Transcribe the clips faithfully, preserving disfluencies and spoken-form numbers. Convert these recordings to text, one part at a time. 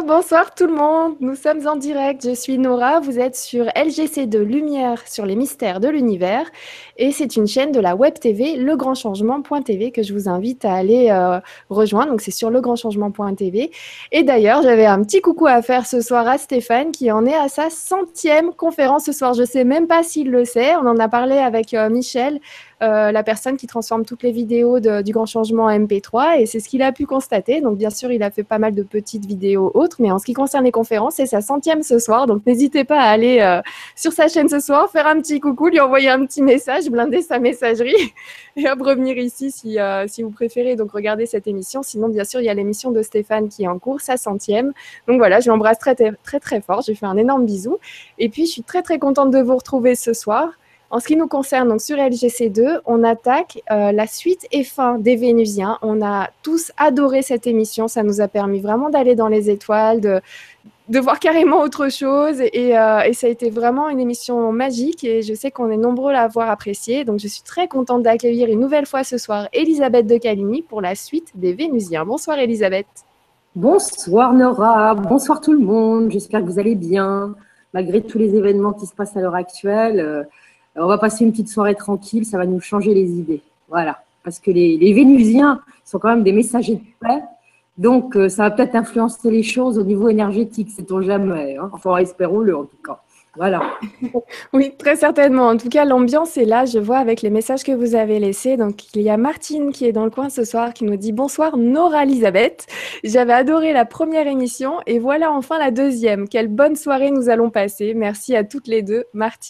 bonsoir tout le monde. Nous sommes en direct. Je suis Nora. Vous êtes sur L G C deux Lumière sur les mystères de l'univers. Et c'est une chaîne de la web T V, legrandchangement.tv, que je vous invite à aller euh, rejoindre. Donc, c'est sur legrandchangement.tv. Et d'ailleurs, j'avais un petit coucou à faire ce soir à Stéphane qui en est à sa centième conférence ce soir. Je ne sais même pas s'il le sait. On en a parlé avec euh, Michel. Euh, la personne qui transforme toutes les vidéos de, du Grand Changement en M P trois, et c'est ce qu'il a pu constater. Donc, bien sûr, il a fait pas mal de petites vidéos autres, mais en ce qui concerne les conférences, c'est sa centième ce soir. Donc, n'hésitez pas à aller euh, sur sa chaîne ce soir, faire un petit coucou, lui envoyer un petit message, blinder sa messagerie et à revenir ici si, euh, si vous préférez donc regarder cette émission. Sinon, bien sûr, il y a l'émission de Stéphane qui est en cours, sa centième. Donc, voilà, je l'embrasse très, très, très, très fort. Je lui fais un énorme bisou. Et puis, je suis très, très contente de vous retrouver ce soir. En ce qui nous concerne, donc sur L G C deux, on attaque euh, la suite et fin des Vénusiens. On a tous adoré cette émission. Ça nous a permis vraiment d'aller dans les étoiles, de, de voir carrément autre chose. Et, euh, et ça a été vraiment une émission magique. Et je sais qu'on est nombreux à l'avoir appréciée. Donc, je suis très contente d'accueillir une nouvelle fois ce soir Elisabeth de Caligny pour la suite des Vénusiens. Bonsoir Elisabeth. Bonsoir Nora, bonsoir tout le monde. J'espère que vous allez bien. Malgré tous les événements qui se passent à l'heure actuelle, euh, on va passer une petite soirée tranquille, ça va nous changer les idées. Voilà, parce que les, les Vénusiens sont quand même des messagers de paix, donc euh, ça va peut-être influencer les choses au niveau énergétique, sait-on jamais. Hein. Enfin, espérons-le en tout cas. Voilà. Oui, très certainement. En tout cas, l'ambiance est là, je vois avec les messages que vous avez laissés. Donc, il y a Martine qui est dans le coin ce soir qui nous dit « Bonsoir Nora Elisabeth. J'avais adoré la première émission et voilà enfin la deuxième. Quelle bonne soirée nous allons passer. Merci à toutes les deux, Martine. »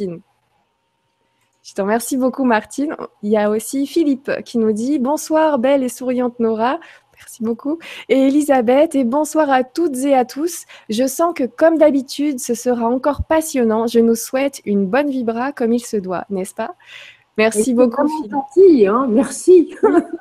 Je te remercie beaucoup, Martine. Il y a aussi Philippe qui nous dit « Bonsoir, belle et souriante Nora. » Merci beaucoup. Et Elisabeth, et bonsoir à toutes et à tous. Je sens que, comme d'habitude, ce sera encore passionnant. Je nous souhaite une bonne vibra comme il se doit, n'est-ce pas? Merci beaucoup, Philippe. Gentil, hein, merci.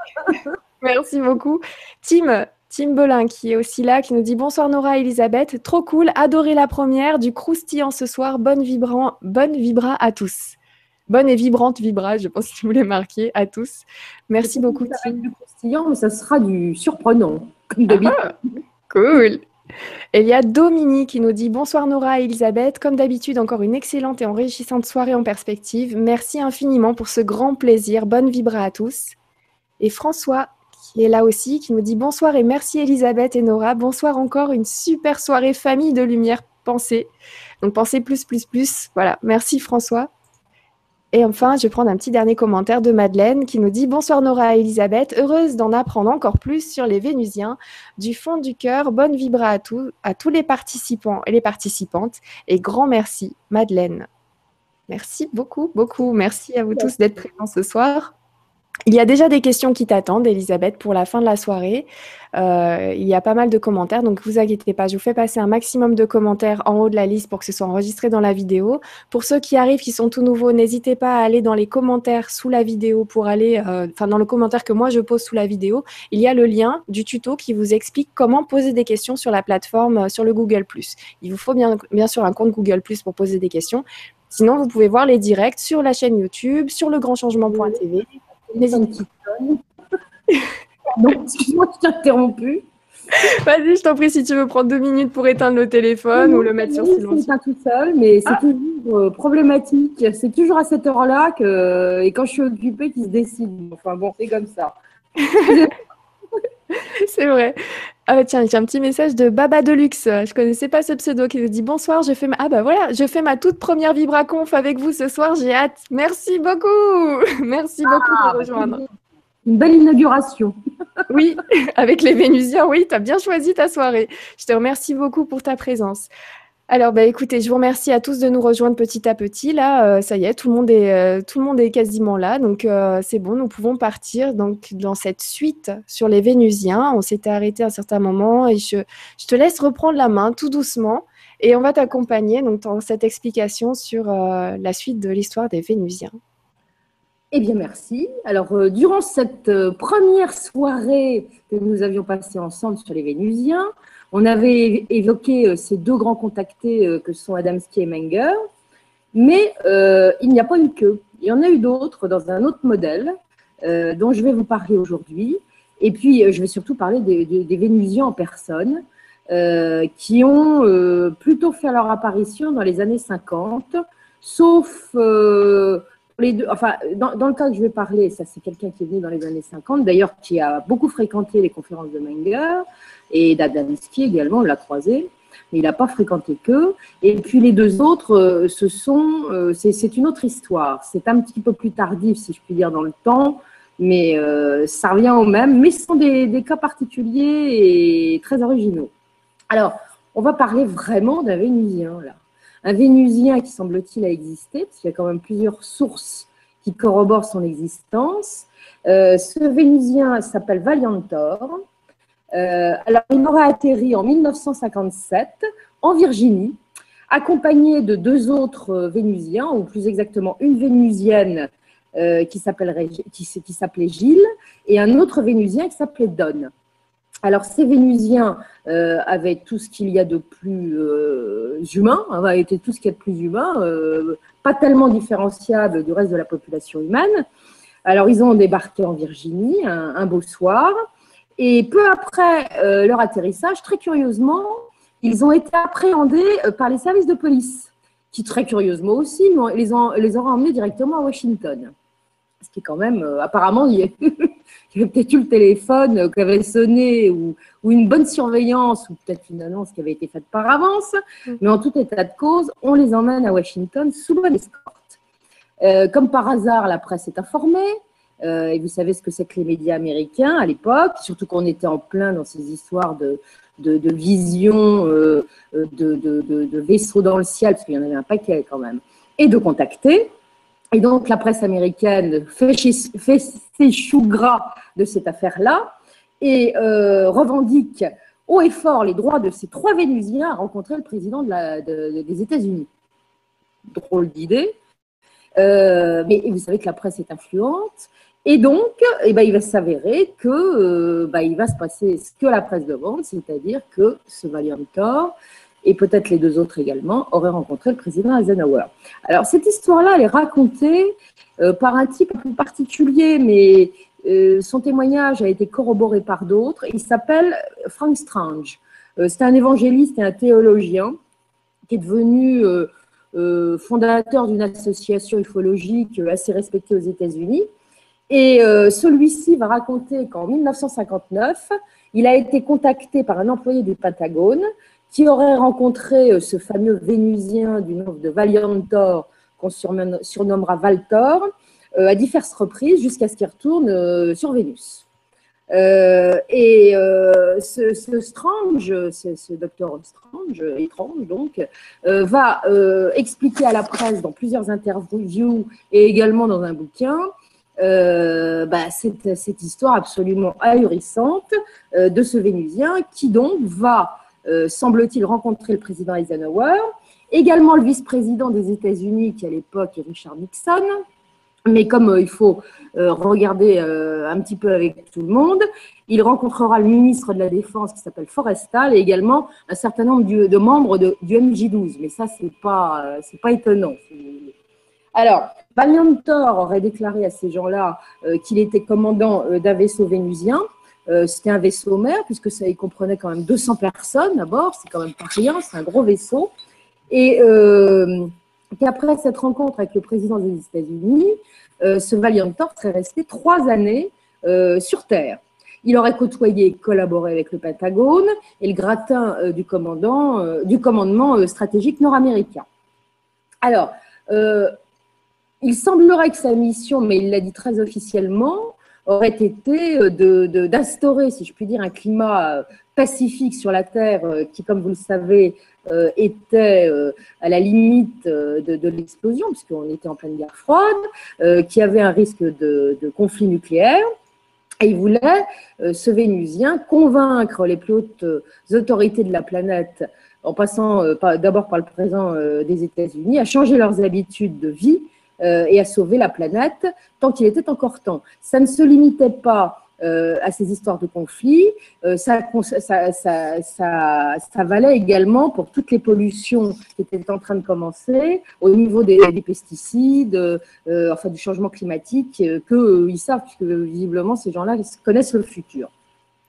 Merci beaucoup. Tim, Tim Belin, qui est aussi là, qui nous dit « Bonsoir Nora et Elisabeth. Trop cool, adoré la première, du croustillant ce soir. Bonne, vibrant, bonne vibra à tous. » Bonne et vibrante vibra, je pense que tu voulais marquer à tous. Merci beaucoup, ça Tim. va être du croustillant, mais ça sera du surprenant, comme d'habitude. Ah, cool. Et il y a Dominique qui nous dit « Bonsoir Nora et Elisabeth. Comme d'habitude, encore une excellente et enrichissante soirée en perspective. Merci infiniment pour ce grand plaisir. Bonne vibra à tous. » Et François, qui est là aussi, qui nous dit « Bonsoir et merci Elisabeth et Nora. Bonsoir encore, une super soirée famille de lumière pensée. » Donc pensée plus, plus, plus. Voilà, merci François. Et enfin, je vais prendre un petit dernier commentaire de Madeleine qui nous dit « Bonsoir Nora et Elisabeth, heureuse d'en apprendre encore plus sur les Vénusiens. Du fond du cœur, bonne vibra à, tout, à tous les participants et les participantes. Et grand merci, Madeleine. » Merci beaucoup, beaucoup. Merci à vous tous d'être présents ce soir. Il y a déjà des questions qui t'attendent, Elisabeth, pour la fin de la soirée. Euh, il y a pas mal de commentaires, donc ne vous inquiétez pas. Je vous fais passer un maximum de commentaires en haut de la liste pour que ce soit enregistré dans la vidéo. Pour ceux qui arrivent, qui sont tout nouveaux, n'hésitez pas à aller dans les commentaires sous la vidéo pour aller, euh, enfin dans le commentaire que moi je pose sous la vidéo, il y a le lien du tuto qui vous explique comment poser des questions sur la plateforme, euh, sur le Google plus. Il vous faut bien, bien sûr un compte Google plus pour poser des questions. Sinon, vous pouvez voir les directs sur la chaîne YouTube, sur legrandchangement point t v. N'hésitez pas. Non, excuse-moi, je t'ai interrompu. Vas-y, je t'en prie, si tu veux prendre deux minutes pour éteindre le téléphone oui, ou le mettre sur oui, silence. C'est pas tout seul, mais c'est Ah. toujours euh, problématique. C'est toujours à cette heure-là que, et quand je suis occupée, qu'il se décide. Enfin bon, c'est comme ça. C'est vrai. Ah, tiens, j'ai un petit message de Baba Deluxe. Je connaissais pas ce pseudo qui nous dit bonsoir. Je fais ma... Ah bah voilà, je fais ma toute première Vibraconf avec vous ce soir. J'ai hâte. Merci beaucoup. Merci ah, beaucoup de me rejoindre. Une belle inauguration. Oui, avec les Vénusiens. Oui, tu as bien choisi ta soirée. Je te remercie beaucoup pour ta présence. Alors, bah, écoutez, je vous remercie à tous de nous rejoindre petit à petit. Là, euh, ça y est, tout le monde est, euh, tout le monde est quasiment là. Donc, euh, c'est bon, nous pouvons partir donc, dans cette suite sur les Vénusiens. On s'était arrêté à un certain moment et je, je te laisse reprendre la main tout doucement et on va t'accompagner donc, dans cette explication sur euh, la suite de l'histoire des Vénusiens. Eh bien, merci. Alors, euh, durant cette euh, première soirée que nous avions passée ensemble sur les Vénusiens, on avait évoqué euh, ces deux grands contactés euh, que sont Adamski et Menger, mais euh, il n'y a pas eu que. Il y en a eu d'autres dans un autre modèle euh, dont je vais vous parler aujourd'hui. Et puis, euh, je vais surtout parler des, des, des Vénusiens en personne. euh, qui ont euh, plutôt fait leur apparition dans les années cinquante, sauf euh, les deux, enfin, dans, dans le cas que je vais parler, ça c'est quelqu'un qui est venu dans les années cinquante, d'ailleurs qui a beaucoup fréquenté les conférences de Menger et d'Adamski également, on l'a croisé, mais il n'a pas fréquenté qu'eux. Et puis les deux autres, euh, ce sont, euh, c'est une autre histoire, c'est un petit peu plus tardif si je puis dire dans le temps, mais euh, ça revient au même, mais ce sont des, des cas particuliers et très originaux. Alors, on va parler vraiment d'un Vénusien là. Un Vénusien qui semble-t-il a existé, parce qu'il y a quand même plusieurs sources qui corroborent son existence. Euh, ce Vénusien s'appelle Valiantor. Euh, alors, il aurait atterri en mille neuf cent cinquante-sept en Virginie, accompagné de deux autres Vénusiens, ou plus exactement une Vénusienne euh, qui s'appelait Gilles, et un autre Vénusien qui s'appelait Don. Alors, ces Vénusiens euh, avaient tout ce qu'il y a de plus euh, humain, hein, étaient tout ce qu'il y a de plus humain, euh, pas tellement différenciable du reste de la population humaine. Alors, ils ont débarqué en Virginie un, un beau soir, et peu après euh, leur atterrissage, très curieusement, ils ont été appréhendés par les services de police, qui très curieusement aussi les, ont, les auraient emmenés directement à Washington. Ce qui est quand même, euh, apparemment, il y avait, avait peut-être eu le téléphone euh, qui avait sonné ou, ou une bonne surveillance ou peut-être une annonce qui avait été faite par avance. Mmh. Mais en tout état de cause, on les emmène à Washington sous bonne escorte. Euh, comme par hasard, la presse est informée. Euh, et vous savez ce que c'est que les médias américains à l'époque, surtout qu'on était en plein dans ces histoires de, de, de vision, euh, de, de, de, de vaisseaux dans le ciel, parce qu'il y en avait un paquet quand même, et de contacter. Et donc, la presse américaine fait, fait ses choux gras de cette affaire-là et euh, revendique haut et fort les droits de ces trois Vénusiens à rencontrer le président de la, de, des États-Unis. Drôle d'idée. Euh, mais vous savez que la presse est influente. Et donc, eh ben, il va s'avérer que euh, bah, il va se passer ce que la presse demande, c'est-à-dire que ce Valiantor et peut-être les deux autres également, auraient rencontré le président Eisenhower. Alors, cette histoire-là, elle est racontée euh, par un type un peu particulier, mais euh, son témoignage a été corroboré par d'autres. Il s'appelle Frank Strange. Euh, C'est un évangéliste et un théologien qui est devenu euh, euh, fondateur d'une association ufologique assez respectée aux États-Unis. Et euh, celui-ci va raconter qu'en mille neuf cent cinquante-neuf, il a été contacté par un employé du Pentagone qui aurait rencontré ce fameux Vénusien du nom de Valiantor, qu'on surnommera Valtor, euh, à diverses reprises, jusqu'à ce qu'il retourne euh, sur Vénus. Euh, et euh, ce, ce Strange, ce, ce docteur Strange, étrange donc, euh, va euh, expliquer à la presse dans plusieurs interviews et également dans un bouquin euh, bah, cette, cette histoire absolument ahurissante euh, de ce Vénusien qui donc va Euh, semble-t-il, rencontrer le président Eisenhower, également le vice-président des États-Unis, qui à l'époque est Richard Nixon, mais comme euh, il faut euh, regarder euh, un petit peu avec tout le monde, il rencontrera le ministre de la Défense qui s'appelle Forrestal et également un certain nombre de, de membres de, du M J douze, mais ça, c'est pas, euh, c'est pas étonnant. Alors, Valiantor aurait déclaré à ces gens-là euh, qu'il était commandant euh, d'un vaisseau vénusien. Euh, C'était un vaisseau mère, puisque ça y comprenait quand même deux cents personnes à bord, c'est quand même pas rien, c'est un gros vaisseau. Et euh, qu'après cette rencontre avec le président des États-Unis, euh, ce Valiantor serait resté trois années euh, sur Terre. Il aurait côtoyé et collaboré avec le Pentagone et le gratin euh, du, commandant, euh, du commandement euh, stratégique nord-américain. Alors, euh, il semblerait que sa mission, mais il l'a dit très officiellement, aurait été d'instaurer, de, de, si je puis dire, un climat pacifique sur la Terre qui, comme vous le savez, euh, était euh, à la limite de, de l'explosion, puisqu'on était en pleine guerre froide, euh, qui avait un risque de, de conflit nucléaire. Et il voulait, euh, ce Vénusien, convaincre les plus hautes autorités de la planète, en passant euh, d'abord par le président euh, des États-Unis, à changer leurs habitudes de vie, et à sauver la planète tant qu'il était encore temps. Ça ne se limitait pas euh, à ces histoires de conflits, euh, ça, ça, ça, ça, ça valait également pour toutes les pollutions qui étaient en train de commencer au niveau des, des pesticides, euh, enfin du changement climatique, euh, qu'ils savent, puisque visiblement ces gens-là connaissent le futur.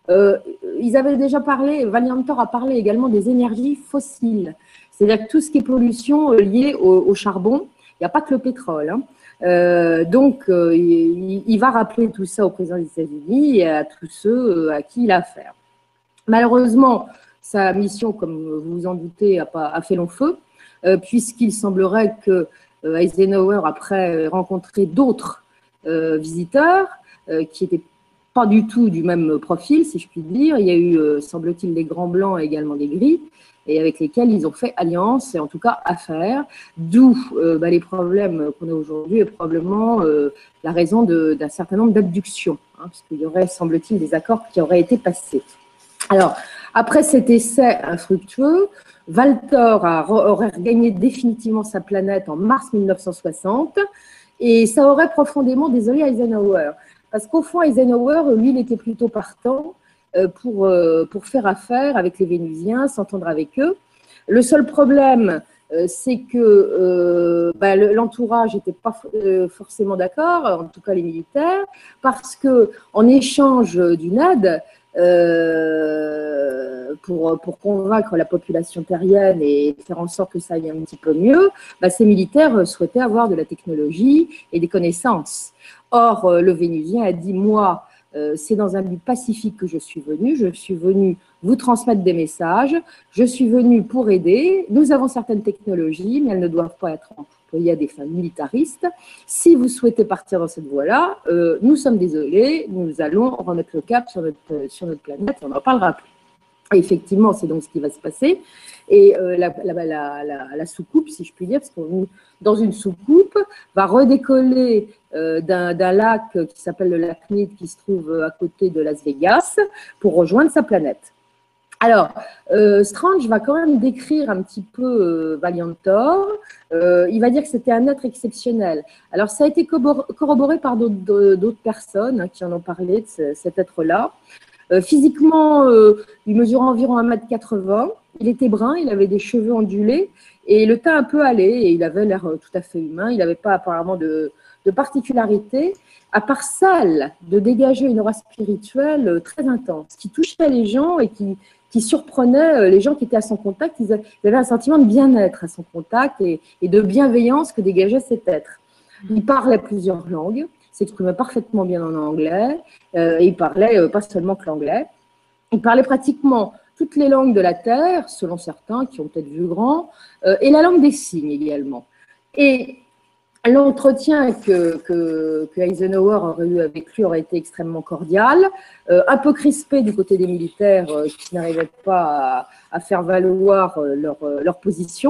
Euh, ils avaient déjà parlé, Valiantor a parlé également des énergies fossiles, c'est-à-dire que tout ce qui est pollution euh, liée au, au charbon, il n'y a pas que le pétrole. Hein. Euh, donc, euh, il, il va rappeler tout ça au président des États-Unis et à tous ceux à qui il a affaire. Malheureusement, sa mission, comme vous vous en doutez, a, pas, a fait long feu, euh, puisqu'il semblerait que euh, Eisenhower, après, rencontré d'autres euh, visiteurs euh, qui étaient pas du tout du même profil, si je puis dire. Il y a eu, euh, semble-t-il, des grands blancs et également des gris, et avec lesquels ils ont fait alliance, et en tout cas affaire, d'où euh, bah, les problèmes qu'on a aujourd'hui, et probablement euh, la raison d'un certain nombre d'abductions, hein, parce qu'il y aurait, semble-t-il, des accords qui auraient été passés. Alors, après cet essai infructueux, Valtor a, aurait regagné définitivement sa planète en mars mille neuf cent soixante, et ça aurait profondément désolé Eisenhower. Parce qu'au fond, Eisenhower, lui, il était plutôt partant pour, pour faire affaire avec les Vénusiens, s'entendre avec eux. Le seul problème, c'est que euh, bah, l'entourage n'était pas forcément d'accord, en tout cas les militaires, parce qu'en échange d'une aide, euh, pour, pour convaincre la population terrienne et faire en sorte que ça aille un petit peu mieux, bah, ces militaires souhaitaient avoir de la technologie et des connaissances. Or, le Vénusien a dit, moi, euh, c'est dans un but pacifique que je suis venu, je suis venu vous transmettre des messages, je suis venu pour aider, nous avons certaines technologies, mais elles ne doivent pas être employées à des fins militaristes. Si vous souhaitez partir dans cette voie-là, euh, nous sommes désolés, nous allons remettre le cap sur notre, sur notre planète, on n'en parlera plus. Et effectivement, c'est donc ce qui va se passer. Et euh, la, la, la, la, la soucoupe, si je puis dire, parce que dans une soucoupe, va redécoller euh, d'un lac qui s'appelle le lac Mead, qui se trouve à côté de Las Vegas, pour rejoindre sa planète. Alors, euh, Strange va quand même décrire un petit peu euh, Valiantor. Euh, il va dire que c'était un être exceptionnel. Alors, ça a été corroboré par d'autres personnes hein, qui en ont parlé de ce, cet être-là. Euh, physiquement, euh, il mesurait environ un mètre quatre-vingts. Il était brun, il avait des cheveux ondulés et le teint un peu hâlé. Et il avait l'air tout à fait humain. Il n'avait pas apparemment de, de particularité, à part celle de dégager une aura spirituelle très intense, qui touchait les gens et qui, qui surprenait les gens qui étaient à son contact. Ils avaient un sentiment de bien-être à son contact et, et de bienveillance que dégageait cet être. Il parlait plusieurs langues, s'exprimait parfaitement bien en anglais, euh, et il parlait euh, pas seulement que l'anglais, il parlait pratiquement toutes les langues de la Terre, selon certains qui ont peut-être vu grand, euh, et la langue des signes également. Et l'entretien que, que, que Eisenhower aurait eu avec lui aurait été extrêmement cordial, euh, un peu crispé du côté des militaires euh, qui n'arrivaient pas à, à faire valoir euh, leur, euh, leur position.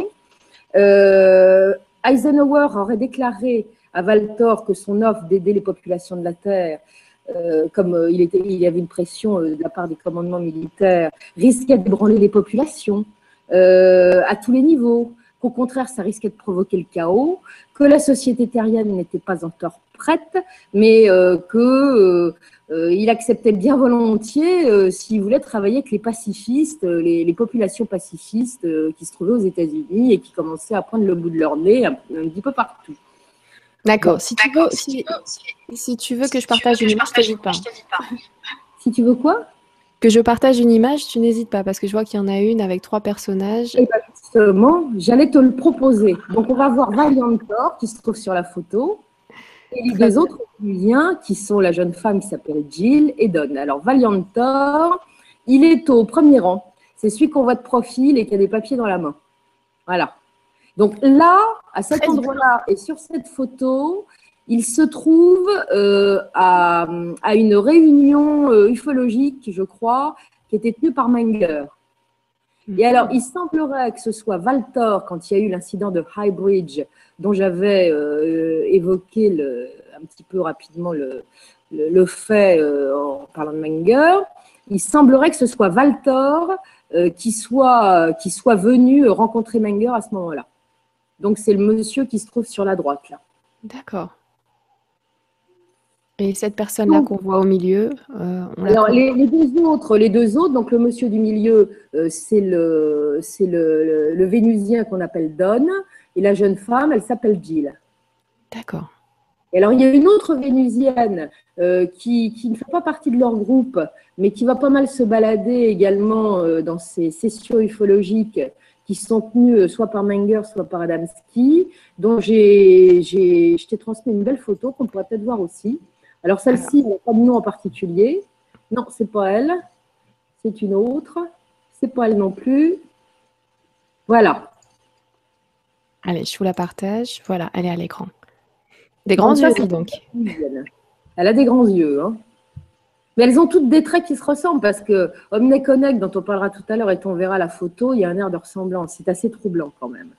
Euh, Eisenhower aurait déclaré à Valtor que son offre d'aider les populations de la Terre, euh, comme euh, il, était, il y avait une pression euh, de la part des commandements militaires, risquait d'ébranler les populations euh, à tous les niveaux, qu'au contraire, ça risquait de provoquer le chaos, que la société terrienne n'était pas encore prête, mais euh, qu'il euh, euh, acceptait bien volontiers euh, s'il voulait travailler avec les pacifistes, les, les populations pacifistes euh, qui se trouvaient aux États-Unis et qui commençaient à prendre le bout de leur nez un, un petit peu partout. D'accord. Si, tu veux, si, si tu veux que je partage une image, je t'hésite pas. Si tu veux quoi? Que je partage une image, tu n'hésites pas, parce que je vois qu'il y en a une avec trois personnages. Et bien justement, j'allais te le proposer. Donc, on va voir Valiantor, qui se trouve sur la photo, et les deux autres liens, qui sont la jeune femme qui s'appelle Jill et Don. Alors, Valiantor, il est au premier rang. C'est celui qu'on voit de profil et qui a des papiers dans la main. Voilà. Donc là, à cet endroit-là et sur cette photo, il se trouve euh, à, à une réunion euh, ufologique, je crois, qui était tenue par Menger. Et alors, il semblerait que ce soit Valtor, quand il y a eu l'incident de High Bridge, dont j'avais euh, évoqué le, un petit peu rapidement le, le, le fait euh, en parlant de Menger, il semblerait que ce soit Valtor euh, qui, soit, qui soit venu rencontrer Menger à ce moment-là. Donc, c'est le monsieur qui se trouve sur la droite, là. D'accord. Et cette personne-là qu'on voit au milieu, euh, on la alors, les, les deux autres, les deux autres, donc le monsieur du milieu, euh, c'est le, c'est le, le, le Vénusien qu'on appelle Don, et la jeune femme, elle s'appelle Jill. D'accord. Et alors, il y a une autre vénusienne euh, qui, qui ne fait pas partie de leur groupe, mais qui va pas mal se balader également euh, dans ces sessions ufologiques qui sont tenues euh, soit par Menger, soit par Adamski, dont j'ai, j'ai, je t'ai transmis une belle photo qu'on pourrait peut-être voir aussi. Alors, celle-ci, il n'y a pas de nom en particulier. Non, c'est pas elle. C'est une autre. C'est pas elle non plus. Voilà. Allez, je vous la partage. Voilà, elle est à l'écran. Des Donc, grands ça, yeux, c'est dis donc. Elle a des grands yeux, hein. Mais elles ont toutes des traits qui se ressemblent parce que Omne Connect, dont on parlera tout à l'heure, et on verra la photo, il y a un air de ressemblance. C'est assez troublant quand même.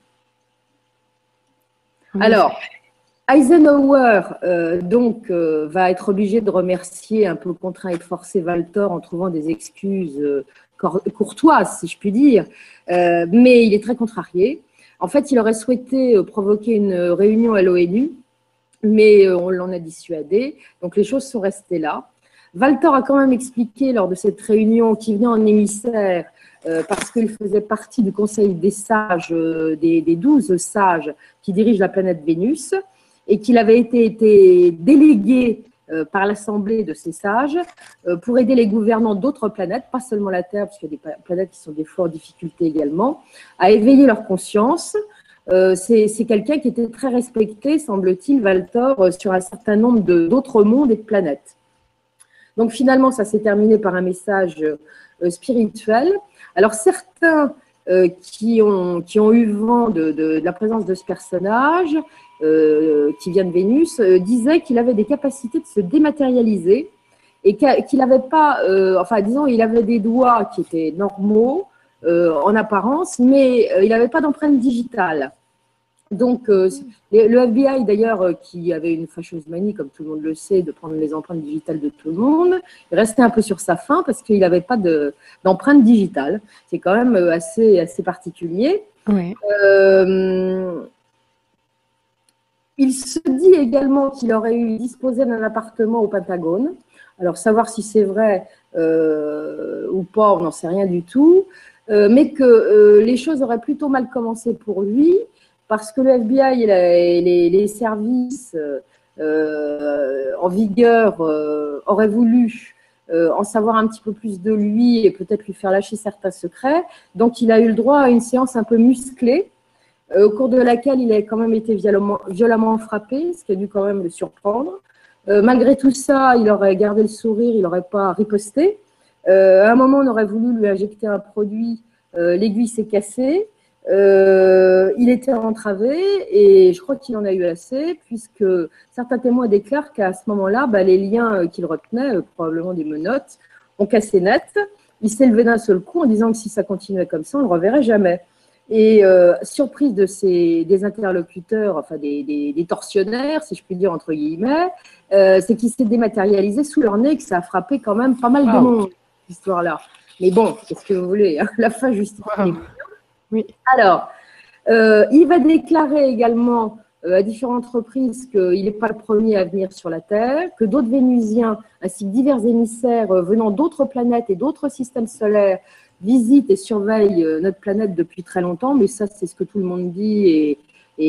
Oui. Alors, Eisenhower euh, donc, euh, va être obligé de remercier, un peu contraint et de forcer Valtor en trouvant des excuses euh, courtoises, si je puis dire, euh, mais il est très contrarié. En fait, il aurait souhaité euh, provoquer une réunion à l'ONU, mais euh, on l'en a dissuadé. Donc, les choses sont restées là. Valtor a quand même expliqué lors de cette réunion qu'il venait en émissaire euh, parce qu'il faisait partie du conseil des sages, euh, des, des douze sages qui dirigent la planète Vénus, et qu'il avait été, été délégué euh, par l'assemblée de ces sages euh, pour aider les gouvernants d'autres planètes, pas seulement la Terre, parce qu'il y a des planètes qui sont des fois en difficulté également, à éveiller leur conscience. Euh, c'est, c'est quelqu'un qui était très respecté, semble-t-il, Valtor, euh, sur un certain nombre d'autres mondes et de planètes. Donc finalement, ça s'est terminé par un message euh, spirituel. Alors certains euh, qui, ont, qui ont eu vent de, de, de la présence de ce personnage, euh, qui vient de Vénus, euh, disaient qu'il avait des capacités de se dématérialiser et qu'il n'avait pas, euh, enfin disons, il avait des doigts qui étaient normaux euh, en apparence, mais euh, il n'avait pas d'empreinte digitale. Donc, euh, le F B I, d'ailleurs, euh, qui avait une fâcheuse manie, comme tout le monde le sait, de prendre les empreintes digitales de tout le monde, restait un peu sur sa faim parce qu'il n'avait pas d'empreinte digitale. C'est quand même assez, assez particulier. Oui. Euh, il se dit également qu'il aurait eu disposé d'un appartement au Pentagone. Alors, savoir si c'est vrai euh, ou pas, on n'en sait rien du tout. Euh, mais que euh, les choses auraient plutôt mal commencé pour lui, parce que le F B I et les, les services euh, en vigueur euh, auraient voulu euh, en savoir un petit peu plus de lui et peut-être lui faire lâcher certains secrets. Donc, il a eu le droit à une séance un peu musclée, euh, au cours de laquelle il a quand même été violemment, violemment frappé, ce qui a dû quand même le surprendre. Euh, malgré tout ça, il aurait gardé le sourire, il n'aurait pas riposté. Euh, à un moment, on aurait voulu lui injecter un produit, euh, l'aiguille s'est cassée. Euh, il était entravé et je crois qu'il en a eu assez, puisque certains témoins déclarent qu'à ce moment-là, bah, les liens qu'il retenait, euh, probablement des menottes, ont cassé net. Il s'est levé d'un seul coup en disant que si ça continuait comme ça, on ne le reverrait jamais. Et euh, surprise de ses, des interlocuteurs, enfin des, des, des tortionnaires, si je puis dire entre guillemets, euh, c'est qu'il s'est dématérialisé sous leur nez et que ça a frappé quand même pas mal wow. de monde, cette histoire-là. Mais bon, qu'est-ce que vous voulez, hein, la fin justifie wow. les moyens. Oui. Alors, euh, il va déclarer également euh, à différentes reprises qu'il n'est pas le premier à venir sur la Terre, que d'autres Vénusiens ainsi que divers émissaires euh, venant d'autres planètes et d'autres systèmes solaires visitent et surveillent euh, notre planète depuis très longtemps, mais ça, c'est ce que tout le monde dit et,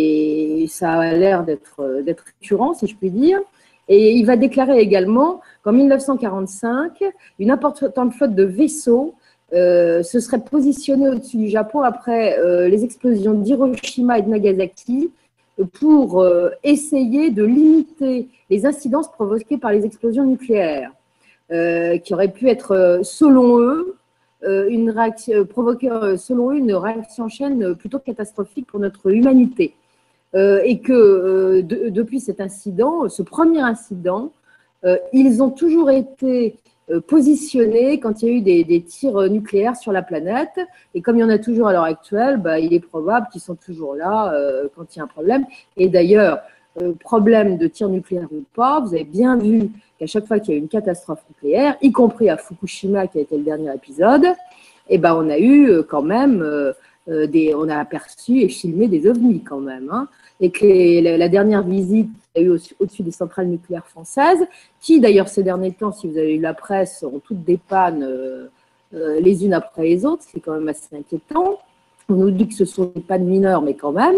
et ça a l'air d'être d'être récurrent, si je puis dire. Et il va déclarer également qu'en mille neuf cent quarante-cinq, une importante flotte de vaisseaux Euh, se serait positionné au-dessus du Japon après euh, les explosions d'Hiroshima et de Nagasaki pour euh, essayer de limiter les incidences provoquées par les explosions nucléaires, euh, qui auraient pu être, selon eux, euh, une réaction, provoquer, selon eux, une réaction en chaîne plutôt catastrophique pour notre humanité. Euh, et que euh, de, depuis cet incident, ce premier incident, euh, ils ont toujours été positionnés quand il y a eu des, des tirs nucléaires sur la planète. Et comme il y en a toujours à l'heure actuelle, bah, il est probable qu'ils sont toujours là euh, quand il y a un problème. Et d'ailleurs, euh, problème de tir nucléaire ou pas, vous avez bien vu qu'à chaque fois qu'il y a eu une catastrophe nucléaire, y compris à Fukushima, qui a été le dernier épisode, et ben, on a eu quand même, euh, des, on a aperçu et filmé des ovnis quand même. Hein, et que les, la, la dernière visite qu'il y a eu au-dessus, au-dessus des centrales nucléaires françaises, qui d'ailleurs ces derniers temps, si vous avez eu la presse, ont toutes des pannes euh, euh, les unes après les autres, c'est quand même assez inquiétant. On nous dit que ce sont des pannes mineures, mais quand même.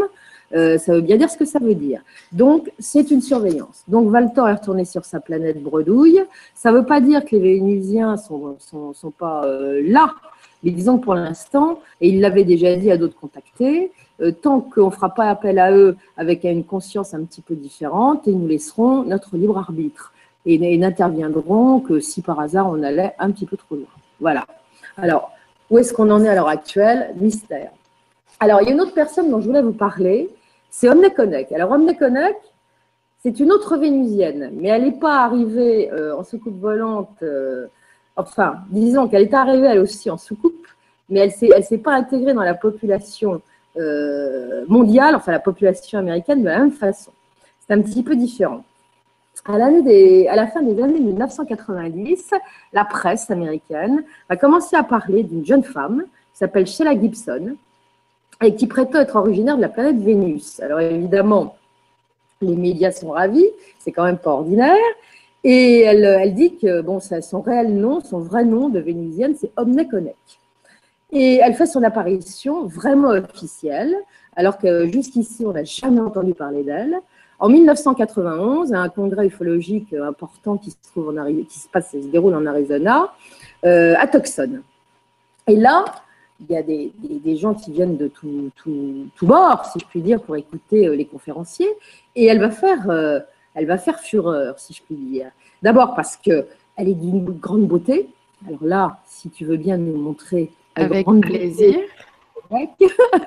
euh, ça veut bien dire ce que ça veut dire. Donc, c'est une surveillance. Donc, Valtor est retourné sur sa planète Bredouille. Ça ne veut pas dire que les Vénusiens ne sont, sont, sont pas euh, là, mais disons que pour l'instant, et il l'avait déjà dit à d'autres contactés, euh, tant qu'on ne fera pas appel à eux avec une conscience un petit peu différente, ils nous laisseront notre libre arbitre et, et n'interviendront que si par hasard on allait un petit peu trop loin. Voilà. Alors, où est-ce qu'on en est à l'heure actuelle? Mystère. Alors, il y a une autre personne dont je voulais vous parler, c'est Omnekonek. Alors, Omnekonek, c'est une autre vénusienne, mais elle n'est pas arrivée euh, en soucoupe volante, euh, enfin, disons qu'elle est arrivée elle aussi en soucoupe, mais elle ne s'est, s'est pas intégrée dans la population euh, mondiale, enfin la population américaine de la même façon. C'est un petit peu différent. À, l'année des, à la fin des années mille neuf cent quatre-vingt-dix, la presse américaine a commencé à parler d'une jeune femme qui s'appelle Sheila Gibson, et qui prétend être originaire de la planète Vénus. Alors évidemment, les médias sont ravis, c'est quand même pas ordinaire, et elle, elle dit que bon, ça, son réel nom, son vrai nom de vénusienne, c'est Omnekonek. Et elle fait son apparition vraiment officielle, alors que jusqu'ici, on n'a jamais entendu parler d'elle. En mille neuf cent quatre-vingt-onze, à un congrès ufologique important qui se, trouve en, qui se, passe, qui se déroule en Arizona, euh, à Tucson. Et là, il y a des, des, des gens qui viennent de tout, tout, tout bord, si je puis dire, pour écouter euh, les conférenciers. Et elle va faire, euh, elle va faire fureur, si je puis dire. D'abord parce qu'elle est d'une grande beauté. Alors là, si tu veux bien nous montrer… Avec plaisir. Beauté.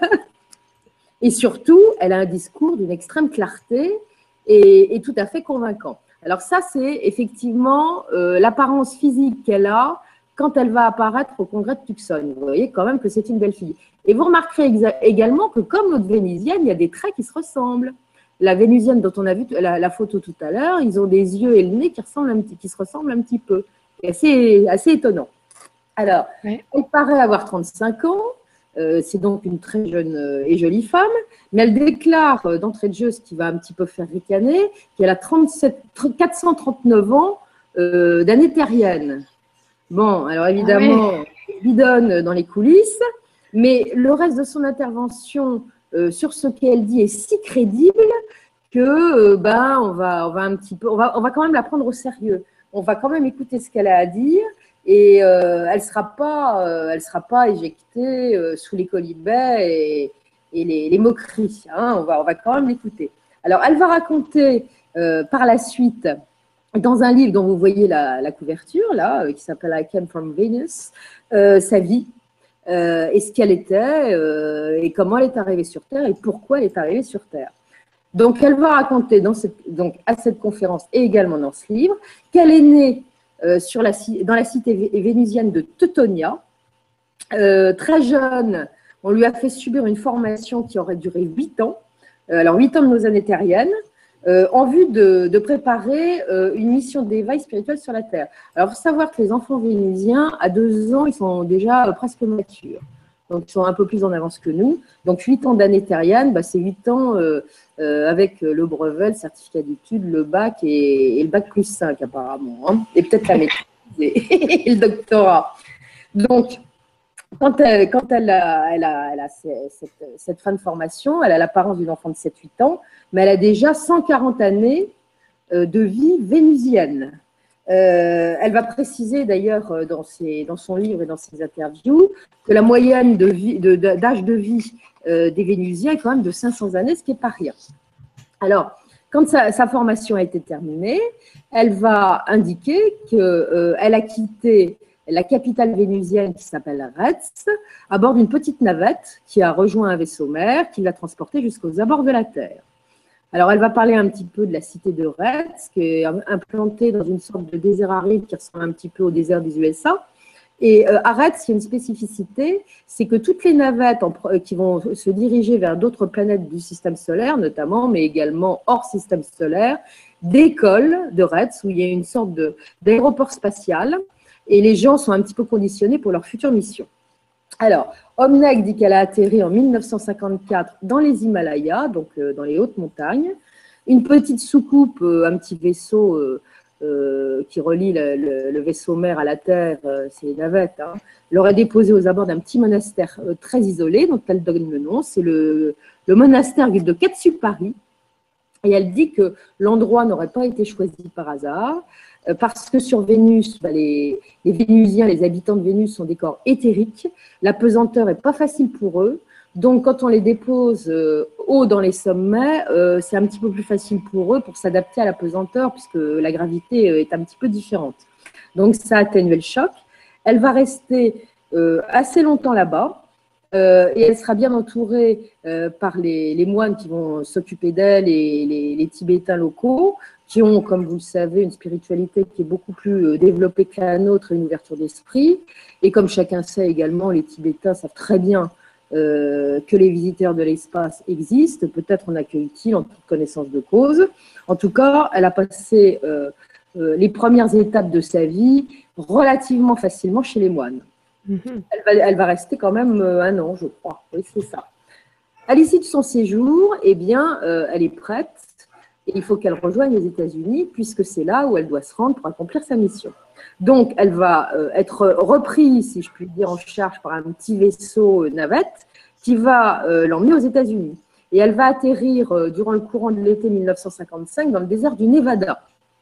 Et surtout, elle a un discours d'une extrême clarté et, et tout à fait convaincant. Alors ça, c'est effectivement euh, l'apparence physique qu'elle a quand elle va apparaître au congrès de Tucson. Vous voyez quand même que c'est une belle fille. Et vous remarquerez également que comme notre vénusienne, il y a des traits qui se ressemblent. La vénusienne dont on a vu la, la photo tout à l'heure, ils ont des yeux et le nez qui, ressemblent un petit, qui se ressemblent un petit peu. C'est assez, assez étonnant. Alors, oui. Elle paraît avoir trente-cinq ans. Euh, c'est donc une très jeune euh, et jolie femme, mais elle déclare euh, d'entrée de jeu, ce qui va un petit peu faire ricaner, qu'elle a trente-sept, quatre cent trente-neuf ans euh, d'année terrienne. Bon, alors évidemment, ah oui. Elle bidonne dans les coulisses, mais le reste de son intervention euh, sur ce qu'elle dit est si crédible que euh, ben, on va, on va un petit peu, on va, on va quand même la prendre au sérieux. On va quand même écouter ce qu'elle a à dire. Et euh, elle ne sera pas, euh, elle sera pas éjectée euh, sous les colibets et, et les, les moqueries. Hein, on, va, on va quand même l'écouter. Alors, elle va raconter euh, par la suite, dans un livre dont vous voyez la, la couverture, là, euh, qui s'appelle I Came from Venus, euh, sa vie, euh, et ce qu'elle était, euh, et comment elle est arrivée sur Terre, et pourquoi elle est arrivée sur Terre. Donc, elle va raconter dans cette, donc, à cette conférence et également dans ce livre qu'elle est née Euh, sur la, dans la cité vénusienne de Teutonia. Euh, très jeune, on lui a fait subir une formation qui aurait duré huit ans, euh, alors huit ans de nos années terriennes, euh, en vue de, de préparer euh, une mission d'éveil spirituel sur la Terre. Alors, il faut savoir que les enfants vénusiens, à deux ans, ils sont déjà euh, presque matures. Donc, ils sont un peu plus en avance que nous. Donc, huit ans d'année terrienne, bah, c'est huit ans euh, euh, avec le brevet, le certificat d'études, le bac et, et le bac plus cinq, apparemment. Hein, et peut-être la maîtrise et, et le doctorat. Donc, quand elle, quand elle a, elle a, elle a cette, cette fin de formation, elle a l'apparence d'une enfant de sept huit ans, mais elle a déjà cent quarante années euh, de vie vénusienne. Euh, elle va préciser d'ailleurs dans, ses, dans son livre et dans ses interviews que la moyenne de vie, de, de, d'âge de vie euh, des Vénusiens est quand même de cinq cents années, ce qui n'est pas rien. Alors, quand sa, sa formation a été terminée, elle va indiquer qu'elle euh, a quitté la capitale vénusienne qui s'appelle Retz à bord d'une petite navette qui a rejoint un vaisseau mère qui l'a transportée jusqu'aux abords de la Terre. Alors, elle va parler un petit peu de la cité de Retz, qui est implantée dans une sorte de désert aride qui ressemble un petit peu au désert des U S A. Et euh, à Retz, il y a une spécificité, c'est que toutes les navettes en, euh, qui vont se diriger vers d'autres planètes du système solaire, notamment, mais également hors système solaire, décollent de Retz, où il y a une sorte d'aéroport spatial, et les gens sont un petit peu conditionnés pour leur future mission. Alors, Omnek dit qu'elle a atterri en mille neuf cent cinquante-quatre dans les Himalayas, donc euh, dans les hautes montagnes. Une petite soucoupe, euh, un petit vaisseau, euh, euh, qui relie le, le, le vaisseau mère à la Terre, euh, c'est les navettes, hein, l'aurait déposé aux abords d'un petit monastère euh, très isolé, dont elle donne le nom, c'est le, le monastère de Katsupari. Et elle dit que l'endroit n'aurait pas été choisi par hasard, euh, parce que sur Vénus, bah, les, les Vénusiens, les habitants de Vénus sont des corps éthériques, la pesanteur n'est pas facile pour eux, donc quand on les dépose euh, haut dans les sommets, euh, c'est un petit peu plus facile pour eux pour s'adapter à la pesanteur, puisque la gravité euh, est un petit peu différente. Donc ça a atténué le choc. Elle va rester euh, assez longtemps là-bas. Euh, et elle sera bien entourée euh, par les, les moines qui vont s'occuper d'elle et les, les Tibétains locaux, qui ont, comme vous le savez, une spiritualité qui est beaucoup plus euh, développée que la nôtre et une ouverture d'esprit. Et comme chacun sait également, les Tibétains savent très bien euh, que les visiteurs de l'espace existent. Peut-être en accueillent-ils en toute connaissance de cause. En tout cas, elle a passé euh, euh, les premières étapes de sa vie relativement facilement chez les moines. Mm-hmm. Elle va, elle va rester quand même un an, je crois. Oui, c'est ça. À l'issue de son séjour, eh bien, euh, elle est prête et il faut qu'elle rejoigne les États-Unis puisque c'est là où elle doit se rendre pour accomplir sa mission. Donc, elle va euh, être reprise, si je puis dire, en charge par un petit vaisseau euh, navette qui va euh, l'emmener aux États-Unis. Et elle va atterrir euh, durant le courant de l'été mille neuf cent cinquante-cinq dans le désert du Nevada.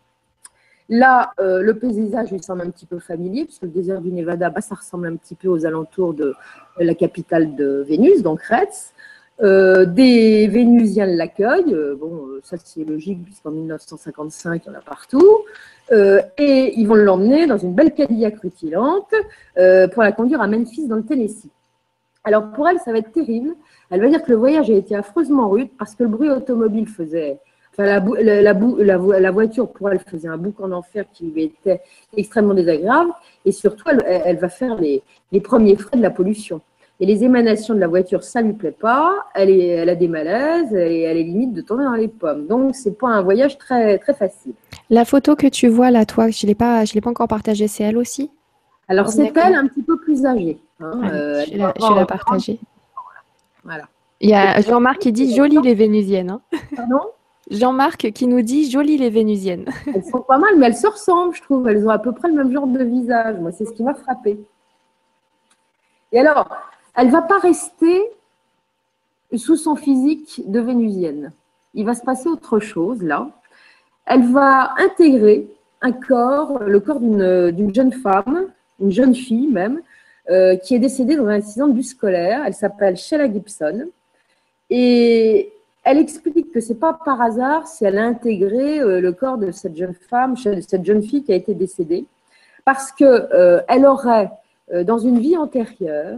Là, euh, le paysage lui semble un petit peu familier, puisque le désert du Nevada, bah, ça ressemble un petit peu aux alentours de, de la capitale de Vénus, donc Retz. Euh, des Vénusiens l'accueillent, euh, bon, ça c'est logique, puisqu'en mille neuf cent cinquante-cinq, il y en a partout. Euh, et ils vont l'emmener dans une belle Cadillac rutilante euh, pour la conduire à Memphis, dans le Tennessee. Alors pour elle, ça va être terrible. Elle va dire que le voyage a été affreusement rude, parce que le bruit automobile faisait... Enfin, la, la, la, la, la voiture, pour elle, faisait un bouc en enfer qui lui était extrêmement désagréable. Et surtout, elle, elle va faire les, les premiers frais de la pollution. Et les émanations de la voiture, ça ne lui plaît pas. Elle, est, elle a des malaises et elle est limite de tomber dans les pommes. Donc, ce n'est pas un voyage très, très facile. La photo que tu vois là, toi, je ne l'ai pas, je l'ai pas encore partagée, c'est elle aussi? Alors, c'est elle un petit peu plus âgée. Hein. Allez, euh, je vais la, je la partager. Voilà. Il y a Jean-Marc qui dit « Jolies les Vénusiennes hein. ». Pardon? Jean-Marc qui nous dit « Jolies les Vénusiennes ». Elles sont pas mal, mais elles se ressemblent, je trouve. Elles ont à peu près le même genre de visage. Moi, c'est ce qui m'a frappée. Et alors, elle ne va pas rester sous son physique de vénusienne. Il va se passer autre chose, là. Elle va intégrer un corps, le corps d'une jeune femme, une jeune fille même, euh, qui est décédée dans un accident de bus scolaire. Elle s'appelle Sheila Gibson. Et elle explique que ce n'est pas par hasard si elle a intégré euh, le corps de cette jeune femme, de cette jeune fille qui a été décédée, parce qu'elle euh, aurait, euh, dans une vie antérieure,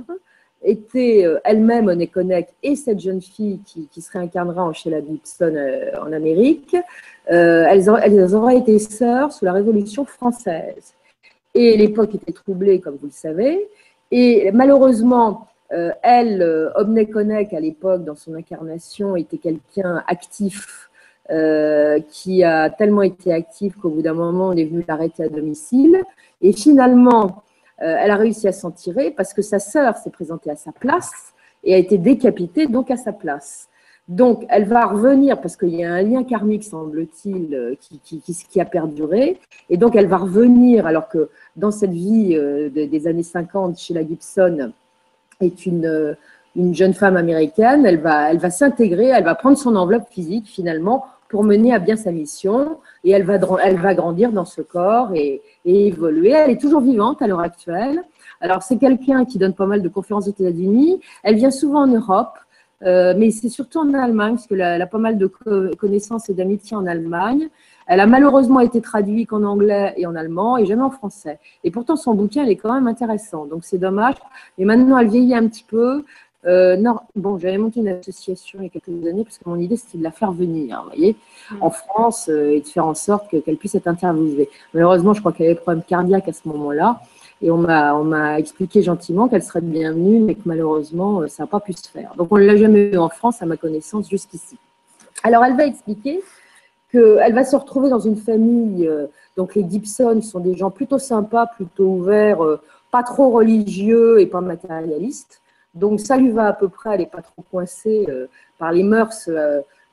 été euh, elle-même Honey et cette jeune fille qui, qui se réincarnera en Sheila Gibson euh, en Amérique, euh, elles, auraient, elles auraient été sœurs sous la Révolution française. Et l'époque était troublée, comme vous le savez, et malheureusement, Euh, elle, euh, Omnek-Onek, à l'époque, dans son incarnation, était quelqu'un actif, euh, qui a tellement été actif qu'au bout d'un moment, on est venu l'arrêter à domicile. Et finalement, euh, elle a réussi à s'en tirer parce que sa sœur s'est présentée à sa place et a été décapitée, donc à sa place. Donc, elle va revenir, parce qu'il y a un lien karmique, semble-t-il, qui, qui, qui, qui a perduré. Et donc, elle va revenir, alors que dans cette vie euh, de, des années cinquante, chez la Gibson, est une, une jeune femme américaine, elle va, elle va s'intégrer, elle va prendre son enveloppe physique finalement pour mener à bien sa mission et elle va, elle va grandir dans ce corps et, et évoluer. Elle est toujours vivante à l'heure actuelle. Alors c'est quelqu'un qui donne pas mal de conférences aux États-Unis, elle vient souvent en Europe, euh, mais c'est surtout en Allemagne parce qu'elle a, elle a pas mal de connaissances et d'amitié en Allemagne. Elle a malheureusement été traduite qu'en anglais et en allemand et jamais en français. Et pourtant, son bouquin, elle est quand même intéressant. Donc, c'est dommage. Mais maintenant, elle vieillit un petit peu. Euh, non, bon, j'avais monté une association il y a quelques années parce que mon idée, c'était de la faire venir, vous voyez, mmh. en France euh, et de faire en sorte qu'elle puisse être interviewée. Malheureusement, je crois qu'elle avait des problèmes cardiaques à ce moment-là. Et on m'a on m'a expliqué gentiment qu'elle serait bienvenue, mais que malheureusement, ça n'a pas pu se faire. Donc, on ne l'a jamais eu en France, à ma connaissance, jusqu'ici. Alors, elle va expliquer qu'elle va se retrouver dans une famille, euh, donc les Gibson sont des gens plutôt sympas, plutôt ouverts, euh, pas trop religieux et pas matérialistes. Donc ça lui va à peu près, elle n'est pas trop coincée euh, par les mœurs euh,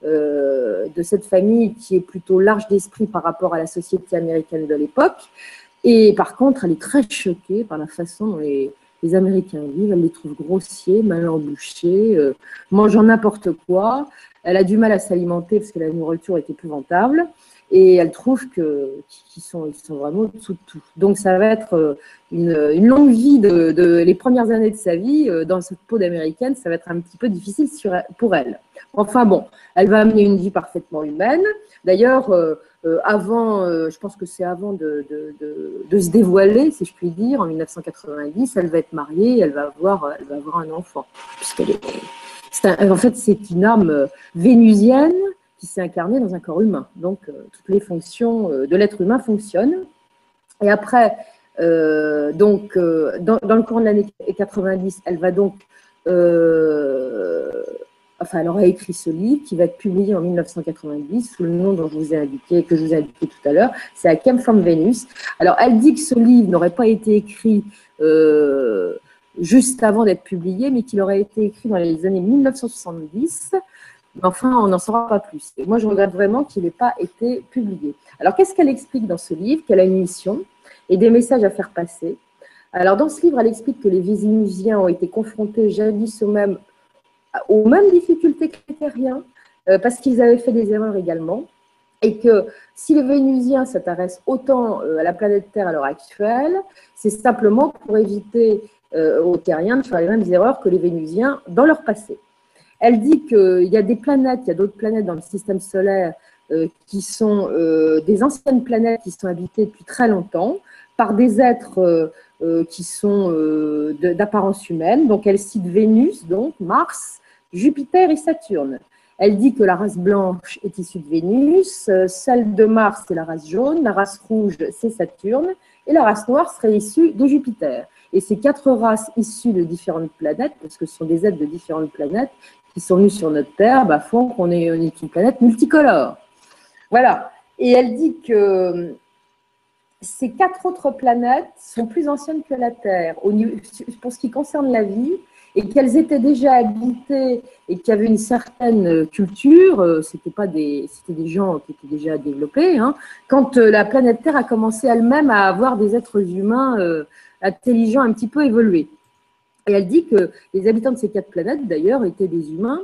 euh, de cette famille qui est plutôt large d'esprit par rapport à la société américaine de l'époque. Et par contre, elle est très choquée par la façon dont les, les Américains vivent. Elle les trouve grossiers, mal embouchés, euh, mangeant n'importe quoi. Elle a du mal à s'alimenter parce que la nourriture est épouvantable. Et elle trouve que, qu'ils sont, ils sont vraiment au-dessous de tout. Donc, ça va être une, une longue vie, de, de, les premières années de sa vie, dans cette peau d'américaine, ça va être un petit peu difficile sur, pour elle. Enfin bon, elle va amener une vie parfaitement humaine. D'ailleurs, euh, euh, avant, euh, je pense que c'est avant de, de, de, de se dévoiler, si je puis dire, en mille neuf cent quatre-vingt-dix, elle va être mariée, elle va avoir, elle va avoir un enfant. Puisqu'elle est, c'est un, en fait, c'est une âme vénusienne qui s'est incarnée dans un corps humain. Donc, euh, toutes les fonctions euh, de l'être humain fonctionnent. Et après, euh, donc, euh, dans, dans le cours de l'année quatre-vingt-dix, elle va donc, euh, enfin, elle aura écrit ce livre qui va être publié en mille neuf cent quatre-vingt-dix sous le nom dont je vous ai indiqué, que je vous ai indiqué tout à l'heure. C'est I Came from Venus. Alors, elle dit que ce livre n'aurait pas été écrit euh, juste avant d'être publié, mais qu'il aurait été écrit dans les années mille neuf cent soixante-dix. Mais enfin, on n'en saura pas plus. Et moi, je regrette vraiment qu'il n'ait pas été publié. Alors, qu'est-ce qu'elle explique dans ce livre? Qu'elle a une mission et des messages à faire passer. Alors, dans ce livre, elle explique que les Vénusiens ont été confrontés jadis aux mêmes, aux mêmes difficultés que les Terriens, euh, parce qu'ils avaient fait des erreurs également. Et que si les Vénusiens s'intéressent autant euh, à la planète Terre à l'heure actuelle, c'est simplement pour éviter euh, aux Terriens de faire les mêmes erreurs que les Vénusiens dans leur passé. Elle dit qu'il y a des planètes, il y a d'autres planètes dans le système solaire euh, qui sont euh, des anciennes planètes qui sont habitées depuis très longtemps par des êtres euh, euh, qui sont euh, d'apparence humaine. Donc, elle cite Vénus, donc Mars, Jupiter et Saturne. Elle dit que la race blanche est issue de Vénus, euh, celle de Mars, c'est la race jaune, la race rouge, c'est Saturne, et la race noire serait issue de Jupiter. Et ces quatre races issues de différentes planètes, parce que ce sont des êtres de différentes planètes, qui sont venus sur notre Terre, bah, font qu'on est, est une planète multicolore. Voilà. Et elle dit que ces quatre autres planètes sont plus anciennes que la Terre au niveau, pour ce qui concerne la vie, et qu'elles étaient déjà habitées et qu'il y avait une certaine culture, c'était pas des, c'était des gens qui étaient déjà développés, hein, quand la planète Terre a commencé elle-même à avoir des êtres humains euh, intelligents un petit peu évolués. Et elle dit que les habitants de ces quatre planètes, d'ailleurs, étaient des humains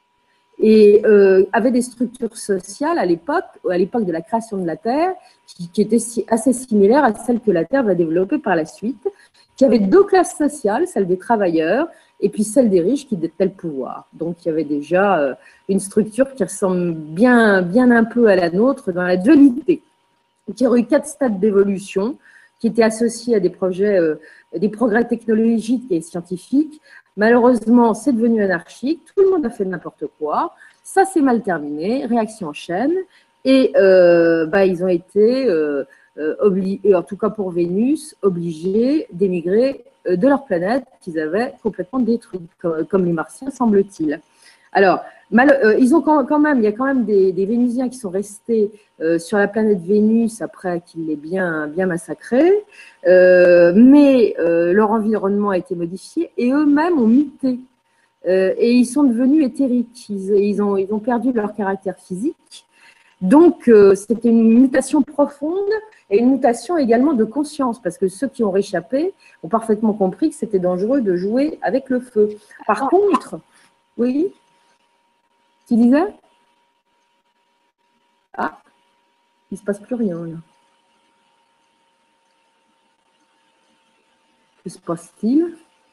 et euh, avaient des structures sociales à l'époque, à l'époque de la création de la Terre, qui, qui étaient si, assez similaires à celles que la Terre va développer par la suite, qui avaient deux classes sociales, celle des travailleurs et puis celle des riches qui détenaient le pouvoir. Donc, il y avait déjà euh, une structure qui ressemble bien, bien un peu à la nôtre dans la dualité, qui aurait eu quatre stades d'évolution, qui étaient associés à des projets, euh, des progrès technologiques et scientifiques. Malheureusement, c'est devenu anarchique, tout le monde a fait n'importe quoi, ça s'est mal terminé, réaction en chaîne, et euh, bah, ils ont été, euh, euh, obligés, en tout cas pour Vénus, obligés d'émigrer euh, de leur planète qu'ils avaient complètement détruite, comme, comme les Martiens, semble-t-il. Alors, mal, euh, ils ont quand, quand même, il y a quand même des, des Vénusiens qui sont restés euh, sur la planète Vénus après qu'il l'ait bien, bien massacrée, euh, mais euh, leur environnement a été modifié et eux-mêmes ont muté. Euh, et ils sont devenus éthériques, ils, ils, ont, ils ont perdu leur caractère physique. Donc, euh, c'était une mutation profonde et une mutation également de conscience, parce que ceux qui ont réchappé ont parfaitement compris que c'était dangereux de jouer avec le feu. Par contre, oui. Tu disais? Ah, il ne se passe plus rien là. Que se passe-t-il?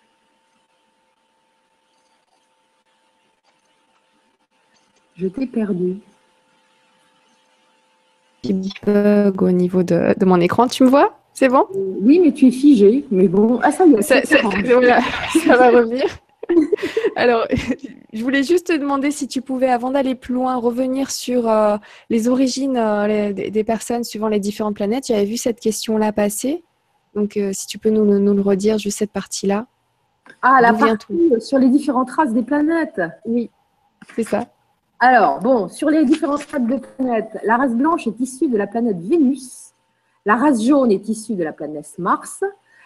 Je t'ai perdu. Petit bug au niveau de, de mon écran. Tu me vois? C'est bon? Oui, mais tu es figé. Mais bon, ah ça y est, ça, ça, voilà, ça va revenir. Alors, je voulais juste te demander si tu pouvais, avant d'aller plus loin, revenir sur euh, les origines euh, les, des, des personnes suivant les différentes planètes. J'avais vu cette question-là passer. Donc, euh, si tu peux nous, nous le redire, juste cette partie-là. Ah, la partie sur les différentes races des planètes. Oui, c'est ça. Alors, bon, sur les différentes races de planètes, la race blanche est issue de la planète Vénus. La race jaune est issue de la planète Mars.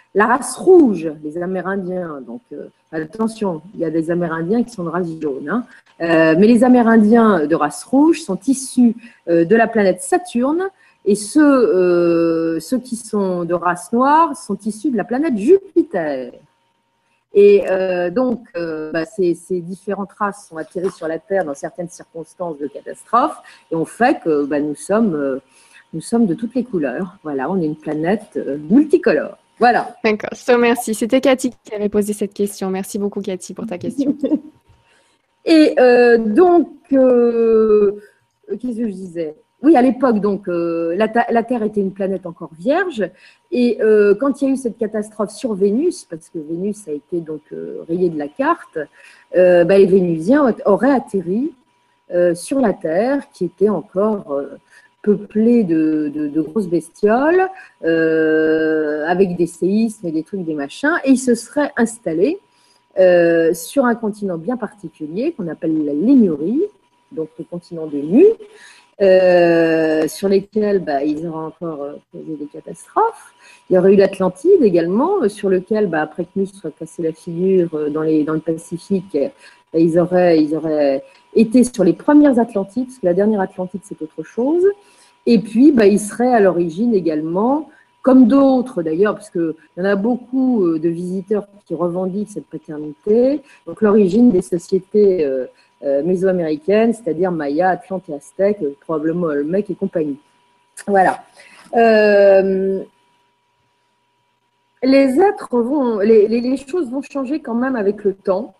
La race rouge, les Amérindiens, donc euh, attention, il y a des Amérindiens qui sont de race jaune, hein, euh, mais les Amérindiens de race rouge sont issus euh, de la planète Saturne, et ceux, euh, ceux qui sont de race noire sont issus de la planète Jupiter. Et euh, donc, euh, bah, ces, ces différentes races sont atterries sur la Terre dans certaines circonstances de catastrophe, et on fait que bah, nous sommes, euh, nous sommes de toutes les couleurs. Voilà, on est une planète euh, multicolore. Voilà. D'accord, je te remercie. C'était Cathy qui avait posé cette question. Merci beaucoup, Cathy, pour ta question. Et euh, donc, euh, qu'est-ce que je disais? Oui, à l'époque, donc, euh, la, la Terre était une planète encore vierge. Et euh, quand il y a eu cette catastrophe sur Vénus, parce que Vénus a été donc euh, rayée de la carte, euh, bah, les Vénusiens auraient atterri euh, sur la Terre, qui était encore euh, peuplée de, de, de grosses bestioles, euh, avec des séismes et des trucs, des machins, et ils se seraient installés euh, sur un continent bien particulier qu'on appelle la Lémurie, donc le continent des nus, euh, sur lesquels bah, ils auraient encore euh, causé des catastrophes. Il y aurait eu l'Atlantide également, euh, sur lequel, bah, après que nous soit cassé la figure euh, dans, les, dans le Pacifique, euh, ils, auraient, ils auraient été sur les premières Atlantides, parce que la dernière Atlantide, c'est autre chose. Et puis, bah, ils seraient à l'origine également, comme d'autres d'ailleurs, parce qu'il y en a beaucoup de visiteurs qui revendiquent cette paternité, donc l'origine des sociétés euh, euh, mésoaméricaines, c'est-à-dire Maya, Atlante et Aztèques, euh, probablement Olmec et compagnie. Voilà. Euh, les êtres vont, les, les, les choses vont changer quand même avec le temps,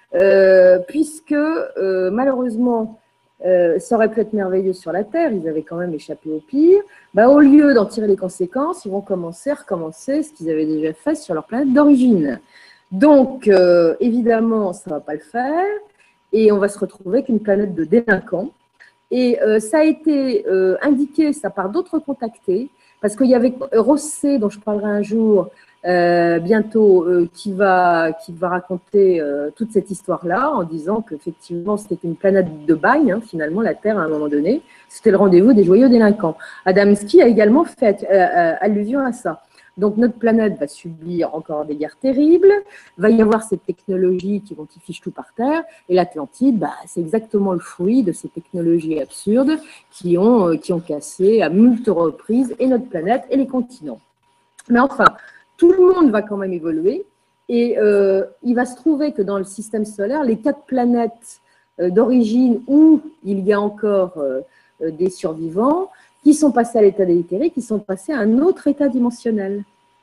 euh, puisque euh, malheureusement, Euh, ça aurait pu être merveilleux sur la Terre, ils avaient quand même échappé au pire. Bah, au lieu d'en tirer les conséquences, ils vont commencer à recommencer ce qu'ils avaient déjà fait sur leur planète d'origine. Donc, euh, évidemment, ça ne va pas le faire, et on va se retrouver avec une planète de délinquants. Et euh, ça a été euh, indiqué, ça par d'autres contactés, parce qu'il y avait Rossé, dont je parlerai un jour, Euh, bientôt, euh, qui, va, qui va raconter euh, toute cette histoire-là en disant qu'effectivement, c'était une planète de bagne, hein, finalement, la Terre, à un moment donné. C'était le rendez-vous des joyeux délinquants. Adamski a également fait euh, euh, allusion à ça. Donc, notre planète va subir encore des guerres terribles, va y avoir ces technologies qui vont qui fichent tout par terre, et l'Atlantide, bah, c'est exactement le fruit de ces technologies absurdes qui ont, euh, qui ont cassé à multiples reprises et notre planète et les continents. Mais enfin, tout le monde va quand même évoluer et euh, il va se trouver que dans le système solaire, les quatre planètes euh, d'origine où il y a encore euh, des survivants qui sont passés à l'état délétérique, qui sont passés à un autre état dimensionnel.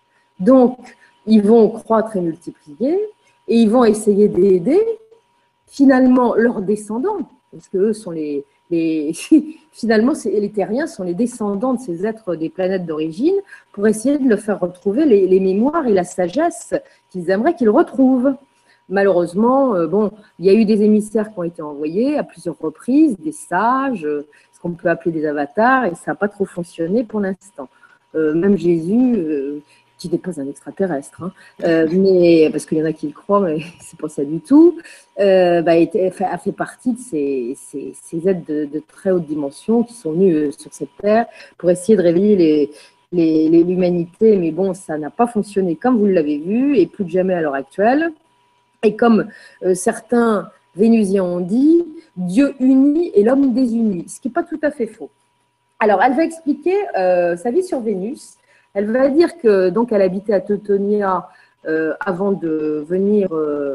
Donc, ils vont croître et multiplier et ils vont essayer d'aider finalement leurs descendants, parce qu'eux sont les… Les, finalement, les terriens sont les descendants de ces êtres des planètes d'origine pour essayer de leur faire retrouver les, les mémoires et la sagesse qu'ils aimeraient qu'ils retrouvent. Malheureusement, euh, bon, il y a eu des émissaires qui ont été envoyés à plusieurs reprises, des sages, euh, ce qu'on peut appeler des avatars, et ça n'a pas trop fonctionné pour l'instant. Euh, même Jésus, euh, qui n'est pas un extraterrestre, hein, euh, mais, parce qu'il y en a qui le croient, mais c'est pas ça du tout, euh, bah, a fait partie de ces, ces, ces êtres de, de très haute dimension qui sont venus sur cette terre pour essayer de réveiller l'humanité, mais bon, ça n'a pas fonctionné comme vous l'avez vu, et plus que jamais à l'heure actuelle. Et comme euh, certains Vénusiens ont dit, Dieu uni et l'homme désuni, ce qui n'est pas tout à fait faux. Alors, elle va expliquer euh, sa vie sur Vénus. Elle va dire que donc elle habitait à Teutonia euh, avant de venir euh,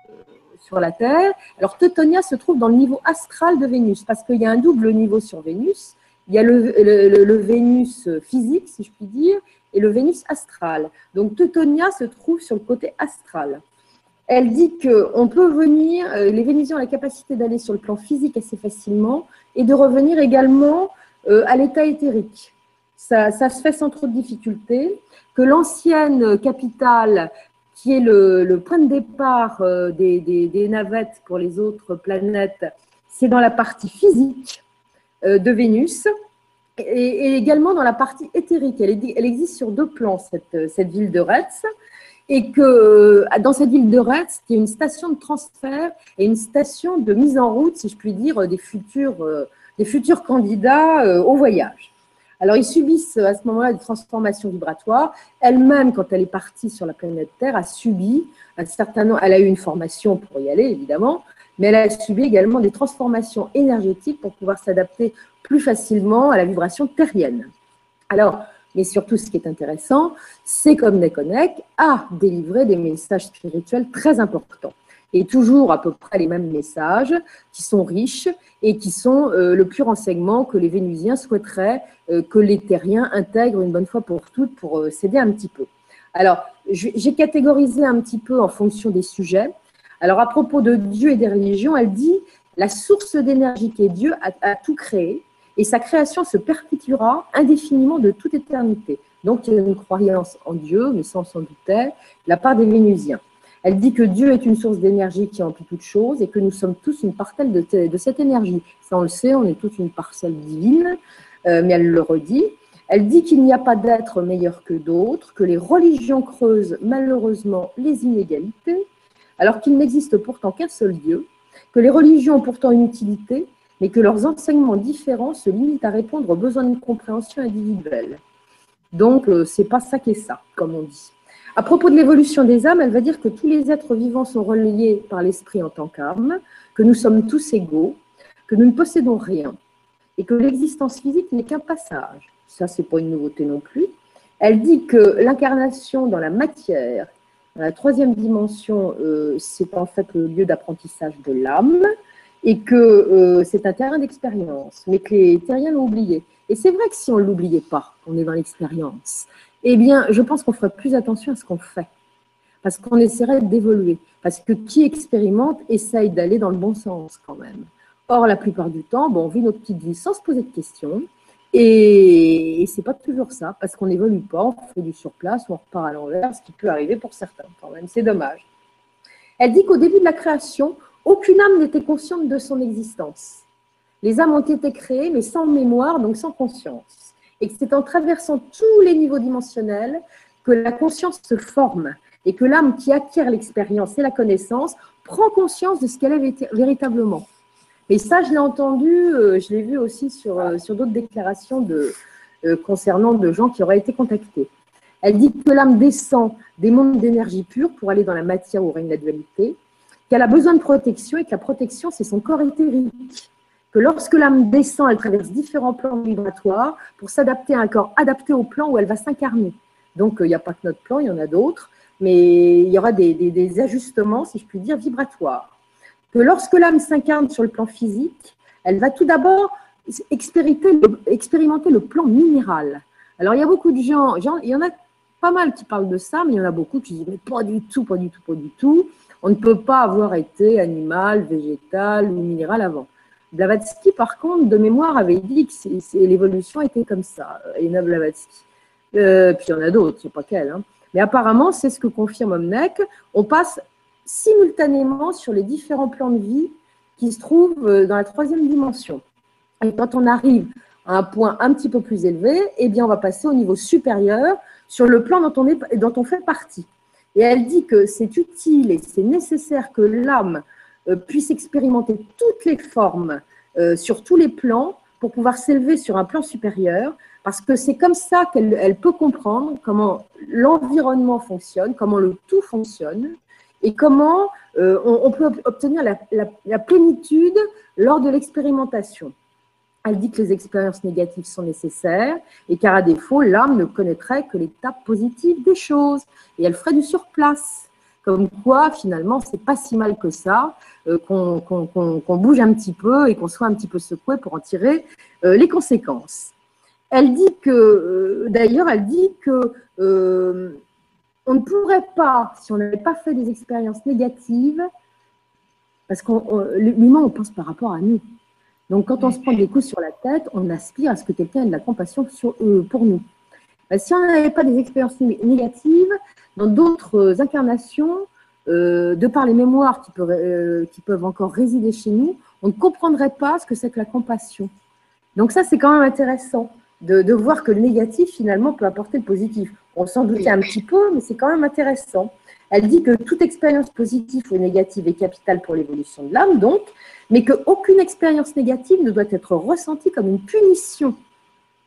sur la Terre. Alors Teutonia se trouve dans le niveau astral de Vénus parce qu'il y a un double niveau sur Vénus. Il y a le, le, le, le Vénus physique, si je puis dire, et le Vénus astral. Donc Teutonia se trouve sur le côté astral. Elle dit qu'on peut venir, les Vénusiens ont la capacité d'aller sur le plan physique assez facilement et de revenir également euh, à l'état éthérique. Ça, ça se fait sans trop de difficultés, que l'ancienne capitale, qui est le, le point de départ euh, des, des, des navettes pour les autres planètes, c'est dans la partie physique euh, de Vénus, et, et également dans la partie éthérique. Elle, est, elle existe sur deux plans, cette, cette ville de Retz, et que dans cette ville de Retz, il y a une station de transfert et une station de mise en route, si je puis dire, des futurs, des futurs candidats au voyage. Alors, ils subissent à ce moment-là des transformations vibratoires. Elle-même, quand elle est partie sur la planète Terre, a subi un certain nombre, elle a eu une formation pour y aller, évidemment, mais elle a subi également des transformations énergétiques pour pouvoir s'adapter plus facilement à la vibration terrienne. Alors, mais surtout, ce qui est intéressant, c'est comme Nekonek a délivré des messages spirituels très importants. Et toujours à peu près les mêmes messages, qui sont riches et qui sont euh, le pur enseignement que les Vénusiens souhaiteraient euh, que les Terriens intègrent une bonne fois pour toutes pour euh, s'aider un petit peu. Alors, j'ai catégorisé un petit peu en fonction des sujets. Alors, à propos de Dieu et des religions, elle dit « La source d'énergie qui est Dieu a, a tout créé et sa création se perpétuera indéfiniment de toute éternité. » Donc, il y a une croyance en Dieu, mais sans s'en douter, de la part des Vénusiens. Elle dit que Dieu est une source d'énergie qui emplit toute chose et que nous sommes tous une parcelle de, de cette énergie. Ça, on le sait, on est tous une parcelle divine, euh, mais elle le redit. Elle dit qu'il n'y a pas d'être meilleur que d'autres, que les religions creusent malheureusement les inégalités, alors qu'il n'existe pourtant qu'un seul Dieu, que les religions ont pourtant une utilité, mais que leurs enseignements différents se limitent à répondre aux besoins de compréhension individuelle. Donc, euh, c'est pas ça qui est ça, comme on dit. À propos de l'évolution des âmes, elle va dire que tous les êtres vivants sont reliés par l'esprit en tant qu'âme, que nous sommes tous égaux, que nous ne possédons rien et que l'existence physique n'est qu'un passage. Ça, c'est pas une nouveauté non plus. Elle dit que l'incarnation dans la matière, dans la troisième dimension, euh, c'est en fait le lieu d'apprentissage de l'âme et que euh, c'est un terrain d'expérience, mais que les terriens l'ont oublié. Et c'est vrai que si on ne l'oubliait pas, on est dans l'expérience, eh bien, je pense qu'on ferait plus attention à ce qu'on fait, parce qu'on essaierait d'évoluer, parce que qui expérimente essaye d'aller dans le bon sens quand même. Or, la plupart du temps, bon, on vit notre petite vie sans se poser de questions, et, et ce n'est pas toujours ça, parce qu'on n'évolue pas, on fait du surplace, on repart à l'envers, ce qui peut arriver pour certains quand même, c'est dommage. Elle dit qu'au début de la création, aucune âme n'était consciente de son existence. Les âmes ont été créées, mais sans mémoire, donc sans conscience. Et que c'est en traversant tous les niveaux dimensionnels que la conscience se forme et que l'âme qui acquiert l'expérience et la connaissance prend conscience de ce qu'elle est véritablement. Et ça, je l'ai entendu, je l'ai vu aussi sur, sur d'autres déclarations de, euh, concernant de gens qui auraient été contactés. Elle dit que l'âme descend des mondes d'énergie pure pour aller dans la matière où règne la dualité, qu'elle a besoin de protection et que la protection, c'est son corps éthérique. Que lorsque l'âme descend, elle traverse différents plans vibratoires pour s'adapter à un corps adapté au plan où elle va s'incarner. Donc, il n'y a pas que notre plan, il y en a d'autres, mais il y aura des, des, des ajustements, si je puis dire, vibratoires. Que lorsque l'âme s'incarne sur le plan physique, elle va tout d'abord expérimenter, expérimenter le plan minéral. Alors, il y a beaucoup de gens, genre, il y en a pas mal qui parlent de ça, mais il y en a beaucoup qui disent, mais pas du tout, pas du tout, pas du tout. On ne peut pas avoir été animal, végétal ou minéral avant. Blavatsky, par contre, de mémoire, avait dit que l'évolution était comme ça, Elena Blavatsky. Euh, puis il y en a d'autres, je ne sais pas quelle. Hein. Mais apparemment, c'est ce que confirme Omnek. On passe simultanément sur les différents plans de vie qui se trouvent dans la troisième dimension. Et quand on arrive à un point un petit peu plus élevé, eh bien, on va passer au niveau supérieur sur le plan dont on, est, dont on fait partie. Et elle dit que c'est utile et c'est nécessaire que l'âme puisse expérimenter toutes les formes euh, sur tous les plans pour pouvoir s'élever sur un plan supérieur, parce que c'est comme ça qu'elle elle peut comprendre comment l'environnement fonctionne, comment le tout fonctionne, et comment euh, on, on peut obtenir la, la, la plénitude lors de l'expérimentation. Elle dit que les expériences négatives sont nécessaires, et qu'à à défaut, l'âme ne connaîtrait que l'étape positive des choses, et elle ferait du surplace. Comme quoi, finalement, c'est pas si mal que ça, euh, qu'on qu'on, qu'on, qu'on bouge un petit peu et qu'on soit un petit peu secoué pour en tirer euh, les conséquences. Elle dit que, euh, d'ailleurs, elle dit que euh, on ne pourrait pas, si on n'avait pas fait des expériences négatives, parce que l'humain, on pense par rapport à nous. Donc, quand on se prend des coups sur la tête, on aspire à ce que quelqu'un ait de la compassion sur, euh, pour nous. Ben, si on n'avait pas des expériences négatives, dans d'autres incarnations, euh, de par les mémoires qui peuvent, euh, qui peuvent encore résider chez nous, on ne comprendrait pas ce que c'est que la compassion. Donc ça, c'est quand même intéressant de, de voir que le négatif, finalement, peut apporter le positif. On s'en doutait un petit peu, mais c'est quand même intéressant. Elle dit que toute expérience positive ou négative est capitale pour l'évolution de l'âme, donc, mais qu'aucune expérience négative ne doit être ressentie comme une punition.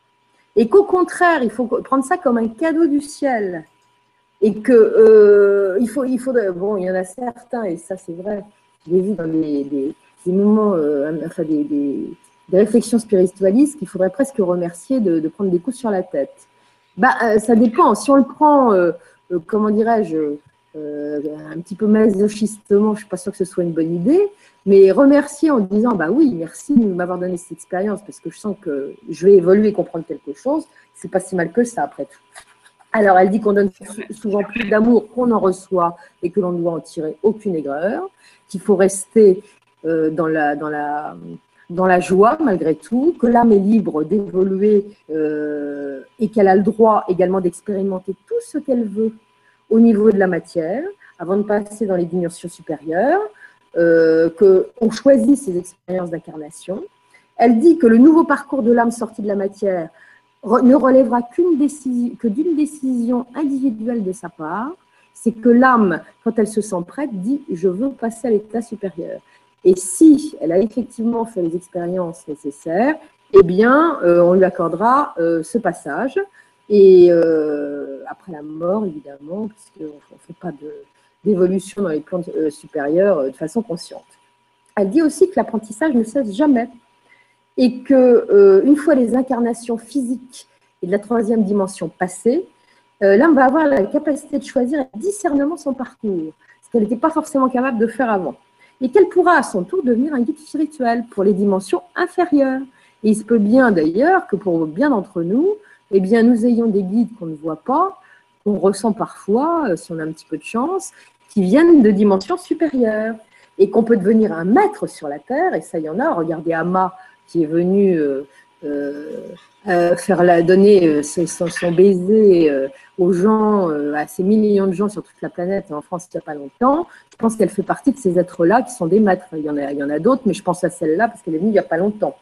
Et qu'au contraire, il faut prendre ça comme un cadeau du ciel. Et que euh, il faut, il faudrait, bon, il y en a certains, et ça c'est vrai, je l'ai vu dans des, des, des moments, euh, enfin des, des, des réflexions spiritualistes, qu'il faudrait presque remercier de, de prendre des coups sur la tête. Bah, euh, ça dépend. Si on le prend, euh, euh, comment dirais-je, euh, un petit peu masochistement, je ne suis pas sûre que ce soit une bonne idée, mais remercier en disant, bah oui, merci de m'avoir donné cette expérience, parce que je sens que je vais évoluer et comprendre quelque chose, c'est pas si mal que ça après tout. Alors, elle dit qu'on donne souvent plus d'amour qu'on en reçoit et que l'on ne doit en tirer aucune aigreur, qu'il faut rester euh, dans, la, dans, la, dans la joie malgré tout, que l'âme est libre d'évoluer euh, et qu'elle a le droit également d'expérimenter tout ce qu'elle veut au niveau de la matière avant de passer dans les dimensions supérieures, euh, qu'on choisit ses expériences d'incarnation. Elle dit que le nouveau parcours de l'âme sortie de la matière ne relèvera qu'une décision, que d'une décision individuelle de sa part, c'est que l'âme, quand elle se sent prête, dit « je veux passer à l'état supérieur ». Et si elle a effectivement fait les expériences nécessaires, eh bien, euh, on lui accordera euh, ce passage. Et euh, après la mort, évidemment, puisqu'on ne fait pas d'évolution dans les plans euh, supérieurs euh, de façon consciente. Elle dit aussi que l'apprentissage ne cesse jamais. Et qu'une euh, fois les incarnations physiques et de la troisième dimension passées, euh, l'âme va avoir la capacité de choisir et discernement son parcours, ce qu'elle n'était pas forcément capable de faire avant. Et qu'elle pourra à son tour devenir un guide spirituel pour les dimensions inférieures. Et il se peut bien d'ailleurs que pour bien d'entre nous, eh bien, nous ayons des guides qu'on ne voit pas, qu'on ressent parfois, euh, si on a un petit peu de chance, qui viennent de dimensions supérieures. Et qu'on peut devenir un maître sur la terre, et ça il y en a, regardez Ama, qui est venu euh, euh, faire la, donner euh, son, son baiser euh, aux gens, euh, à ces millions de gens sur toute la planète, et en France il n'y a pas longtemps. Je pense qu'elle fait partie de ces êtres-là qui sont des maîtres. Il y en a, il y en a d'autres, mais je pense à celle-là parce qu'elle est venue il n'y a pas longtemps.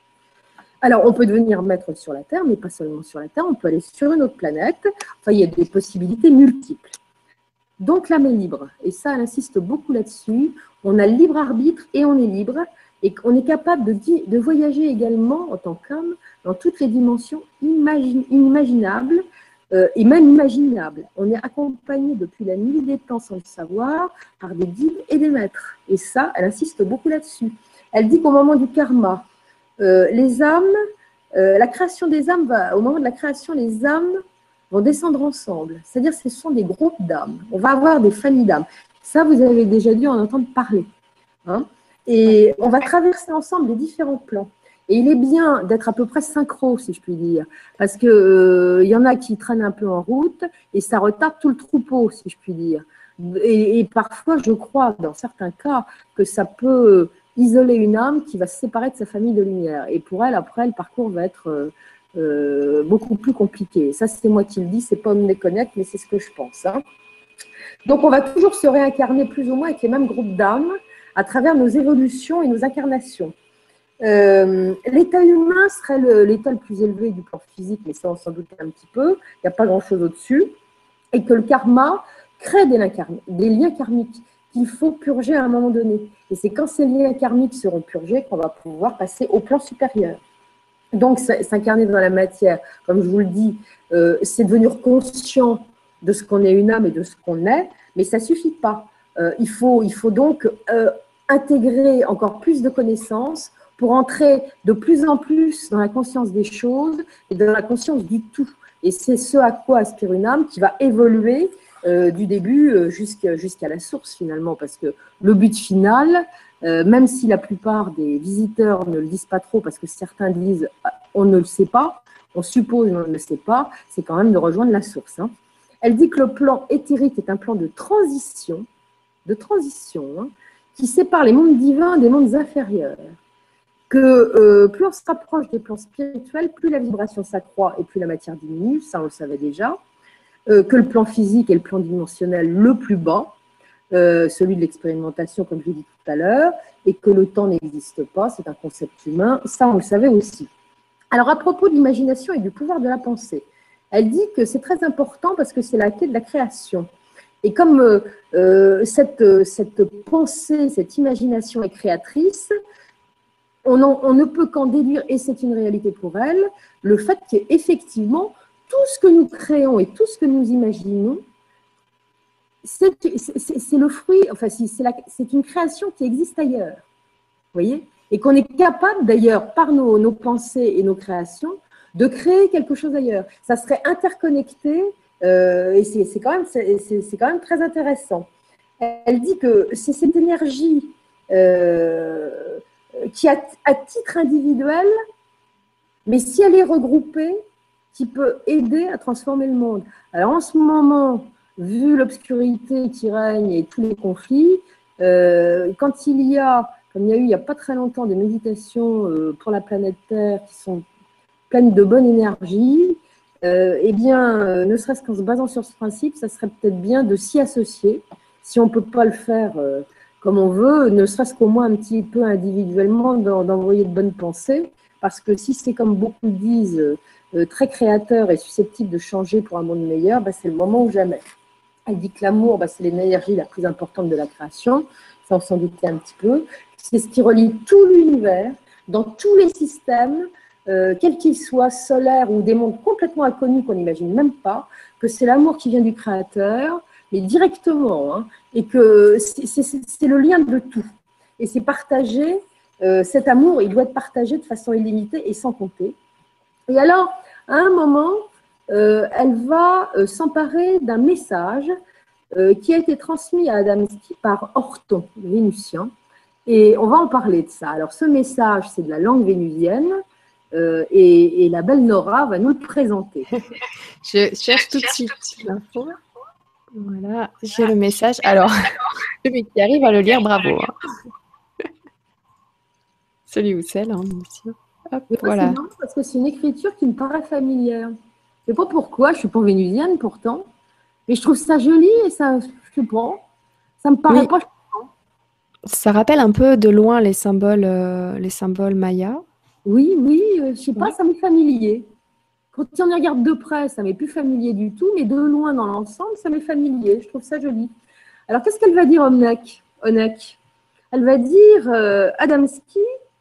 Alors, on peut devenir maître sur la Terre, mais pas seulement sur la Terre, on peut aller sur une autre planète. Enfin, il y a des possibilités multiples. Donc, l'âme est libre. Et ça, elle insiste beaucoup là-dessus. On a le libre arbitre et on est libre. Et qu'on est capable de, de voyager également en tant qu'homme dans toutes les dimensions imagine, inimaginables euh, et même imaginables. On est accompagné depuis la nuit des temps sans le savoir par des guides et des maîtres. Et ça, elle insiste beaucoup là-dessus. Elle dit qu'au moment du karma, euh, les âmes, euh, la création des âmes, va, au moment de la création, les âmes vont descendre ensemble. C'est-à-dire que ce sont des groupes d'âmes. On va avoir des familles d'âmes. Ça, vous avez déjà dû en entendre parler. Hein. Et on va traverser ensemble les différents plans. Et il est bien d'être à peu près synchro, si je puis dire, parce qu'il euh, y en a qui traînent un peu en route et ça retarde tout le troupeau, si je puis dire. Et, et parfois, je crois, dans certains cas, que ça peut isoler une âme qui va se séparer de sa famille de lumière. Et pour elle, après, le parcours va être euh, euh, beaucoup plus compliqué. Ça, c'est moi qui le dis, c'est pas me déconnecte, mais c'est ce que je pense. Hein. Donc, on va toujours se réincarner plus ou moins avec les mêmes groupes d'âmes, à travers nos évolutions et nos incarnations. Euh, l'état humain serait l'état le, le plus élevé du plan physique, mais ça on s'en doute un petit peu, il n'y a pas grand-chose au-dessus, et que le karma crée des, des liens karmiques qu'il faut purger à un moment donné. Et c'est quand ces liens karmiques seront purgés qu'on va pouvoir passer au plan supérieur. Donc s'incarner dans la matière, comme je vous le dis, euh, c'est devenir conscient de ce qu'on est une âme et de ce qu'on est, mais ça ne suffit pas. Euh, il, faut, il faut donc euh, intégrer encore plus de connaissances pour entrer de plus en plus dans la conscience des choses et dans la conscience du tout. Et c'est ce à quoi aspire une âme qui va évoluer euh, du début euh, jusqu'à jusqu'à la source finalement, parce que le but final, euh, même si la plupart des visiteurs ne le disent pas trop, parce que certains disent on ne le sait pas, on suppose on ne le sait pas, c'est quand même de rejoindre la source. Hein. Elle dit que le plan éthérique est un plan de transition, de transition, hein, qui sépare les mondes divins des mondes inférieurs. Que euh, plus on se rapproche des plans spirituels, plus la vibration s'accroît et plus la matière diminue, ça on le savait déjà. Euh, que le plan physique est le plan dimensionnel le plus bas, euh, celui de l'expérimentation, comme je l'ai dit tout à l'heure, et que le temps n'existe pas, c'est un concept humain, ça on le savait aussi. Alors à propos de l'imagination et du pouvoir de la pensée, elle dit que c'est très important parce que c'est la clé de la création. Et comme euh, euh, cette, cette pensée, cette imagination est créatrice, on, en, on ne peut qu'en déduire, et c'est une réalité pour elle, le fait qu'effectivement, tout ce que nous créons et tout ce que nous imaginons, c'est le fruit, enfin, c'est une création qui existe ailleurs, vous voyez, et qu'on est capable d'ailleurs, par nos, nos pensées et nos créations, de créer quelque chose ailleurs. Ça serait interconnecté, euh, et c'est quand, quand même très intéressant. Elle dit que c'est cette énergie euh, qui, à, à titre individuel, mais si elle est regroupée, qui peut aider à transformer le monde. Alors en ce moment, vu l'obscurité qui règne et tous les conflits, euh, quand il y a, comme il y a eu il n'y a pas très longtemps, des méditations euh, pour la planète Terre qui sont pleines de bonne énergie, euh, eh bien, euh, ne serait-ce qu'en se basant sur ce principe, ça serait peut-être bien de s'y associer, si on ne peut pas le faire euh, comme on veut, ne serait-ce qu'au moins un petit peu individuellement, d'envoyer de bonnes pensées, parce que si c'est comme beaucoup disent, euh, très créateur et susceptible de changer pour un monde meilleur, bah, c'est le moment ou jamais. Elle dit que l'amour, bah, c'est l'énergie la plus importante de la création, ça on s'en doutait un petit peu, c'est ce qui relie tout l'univers, dans tous les systèmes, euh, quels qu'ils soient, solaires ou des mondes complètement inconnus qu'on n'imagine même pas, que c'est l'amour qui vient du créateur, mais directement, hein, et que c'est le lien de tout. Et c'est partagé, euh, cet amour, il doit être partagé de façon illimitée et sans compter. Et alors, à un moment, euh, elle va euh, s'emparer d'un message euh, qui a été transmis à Adamski par Orton, vénusien, et on va en parler de ça. Alors, ce message, c'est de la langue vénusienne, euh, et, et la belle Nora va nous le présenter. Je cherche tout de suite l'info. Voilà, j'ai le message. Alors, celui qui arrive à le lire, bravo. Hein. Celui ou celle, hein, bien sûr. Hop, voilà. C'est marrant parce que c'est une écriture qui me paraît familière. Je ne sais pas pourquoi, je ne suis pas vénusienne pourtant, mais je trouve ça joli et ça, je sais pas, ça me paraît oui. pas. Ça rappelle un peu de loin les symboles, euh, les symboles mayas. Oui, oui, euh, je ne sais pas, ça m'est familier. Quand on y regarde de près, ça m'est plus familier du tout, mais de loin dans l'ensemble, ça m'est familier. Je trouve ça joli. Alors, qu'est-ce qu'elle va dire, Onek, Onek Elle va dire euh, Adamski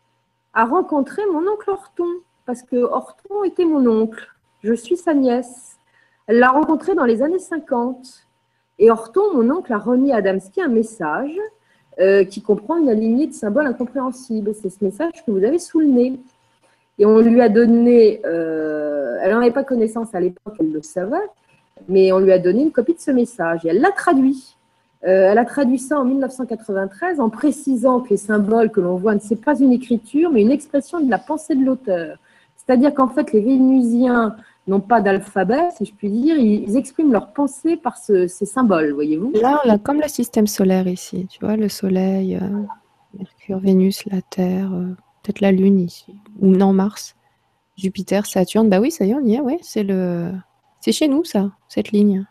a rencontré mon oncle Orton, parce que Orton était mon oncle. Je suis sa nièce. Elle l'a rencontré dans les années cinquante. Et Orton, mon oncle, a remis à Adamski un message euh, qui comprend une lignée de symboles incompréhensibles. C'est ce message que vous avez sous le nez. Et on lui a donné, euh, elle n'en avait pas connaissance à l'époque, elle le savait, mais on lui a donné une copie de ce message. Et elle l'a traduit. Euh, elle a traduit ça en mille neuf cent quatre-vingt-treize en précisant que les symboles que l'on voit, ce n'est pas une écriture, mais une expression de la pensée de l'auteur. C'est-à-dire qu'en fait, les Vénusiens n'ont pas d'alphabet, si je puis dire, ils expriment leur pensée par ce, ces symboles, voyez-vous. Là, on a comme le système solaire ici, tu vois, le Soleil, euh, Mercure, Vénus, la Terre, euh, peut-être la Lune ici, ou non, Mars, Jupiter, Saturne. Bah oui, ça y est, on y est, ouais, c'est le... c'est chez nous, ça, cette ligne.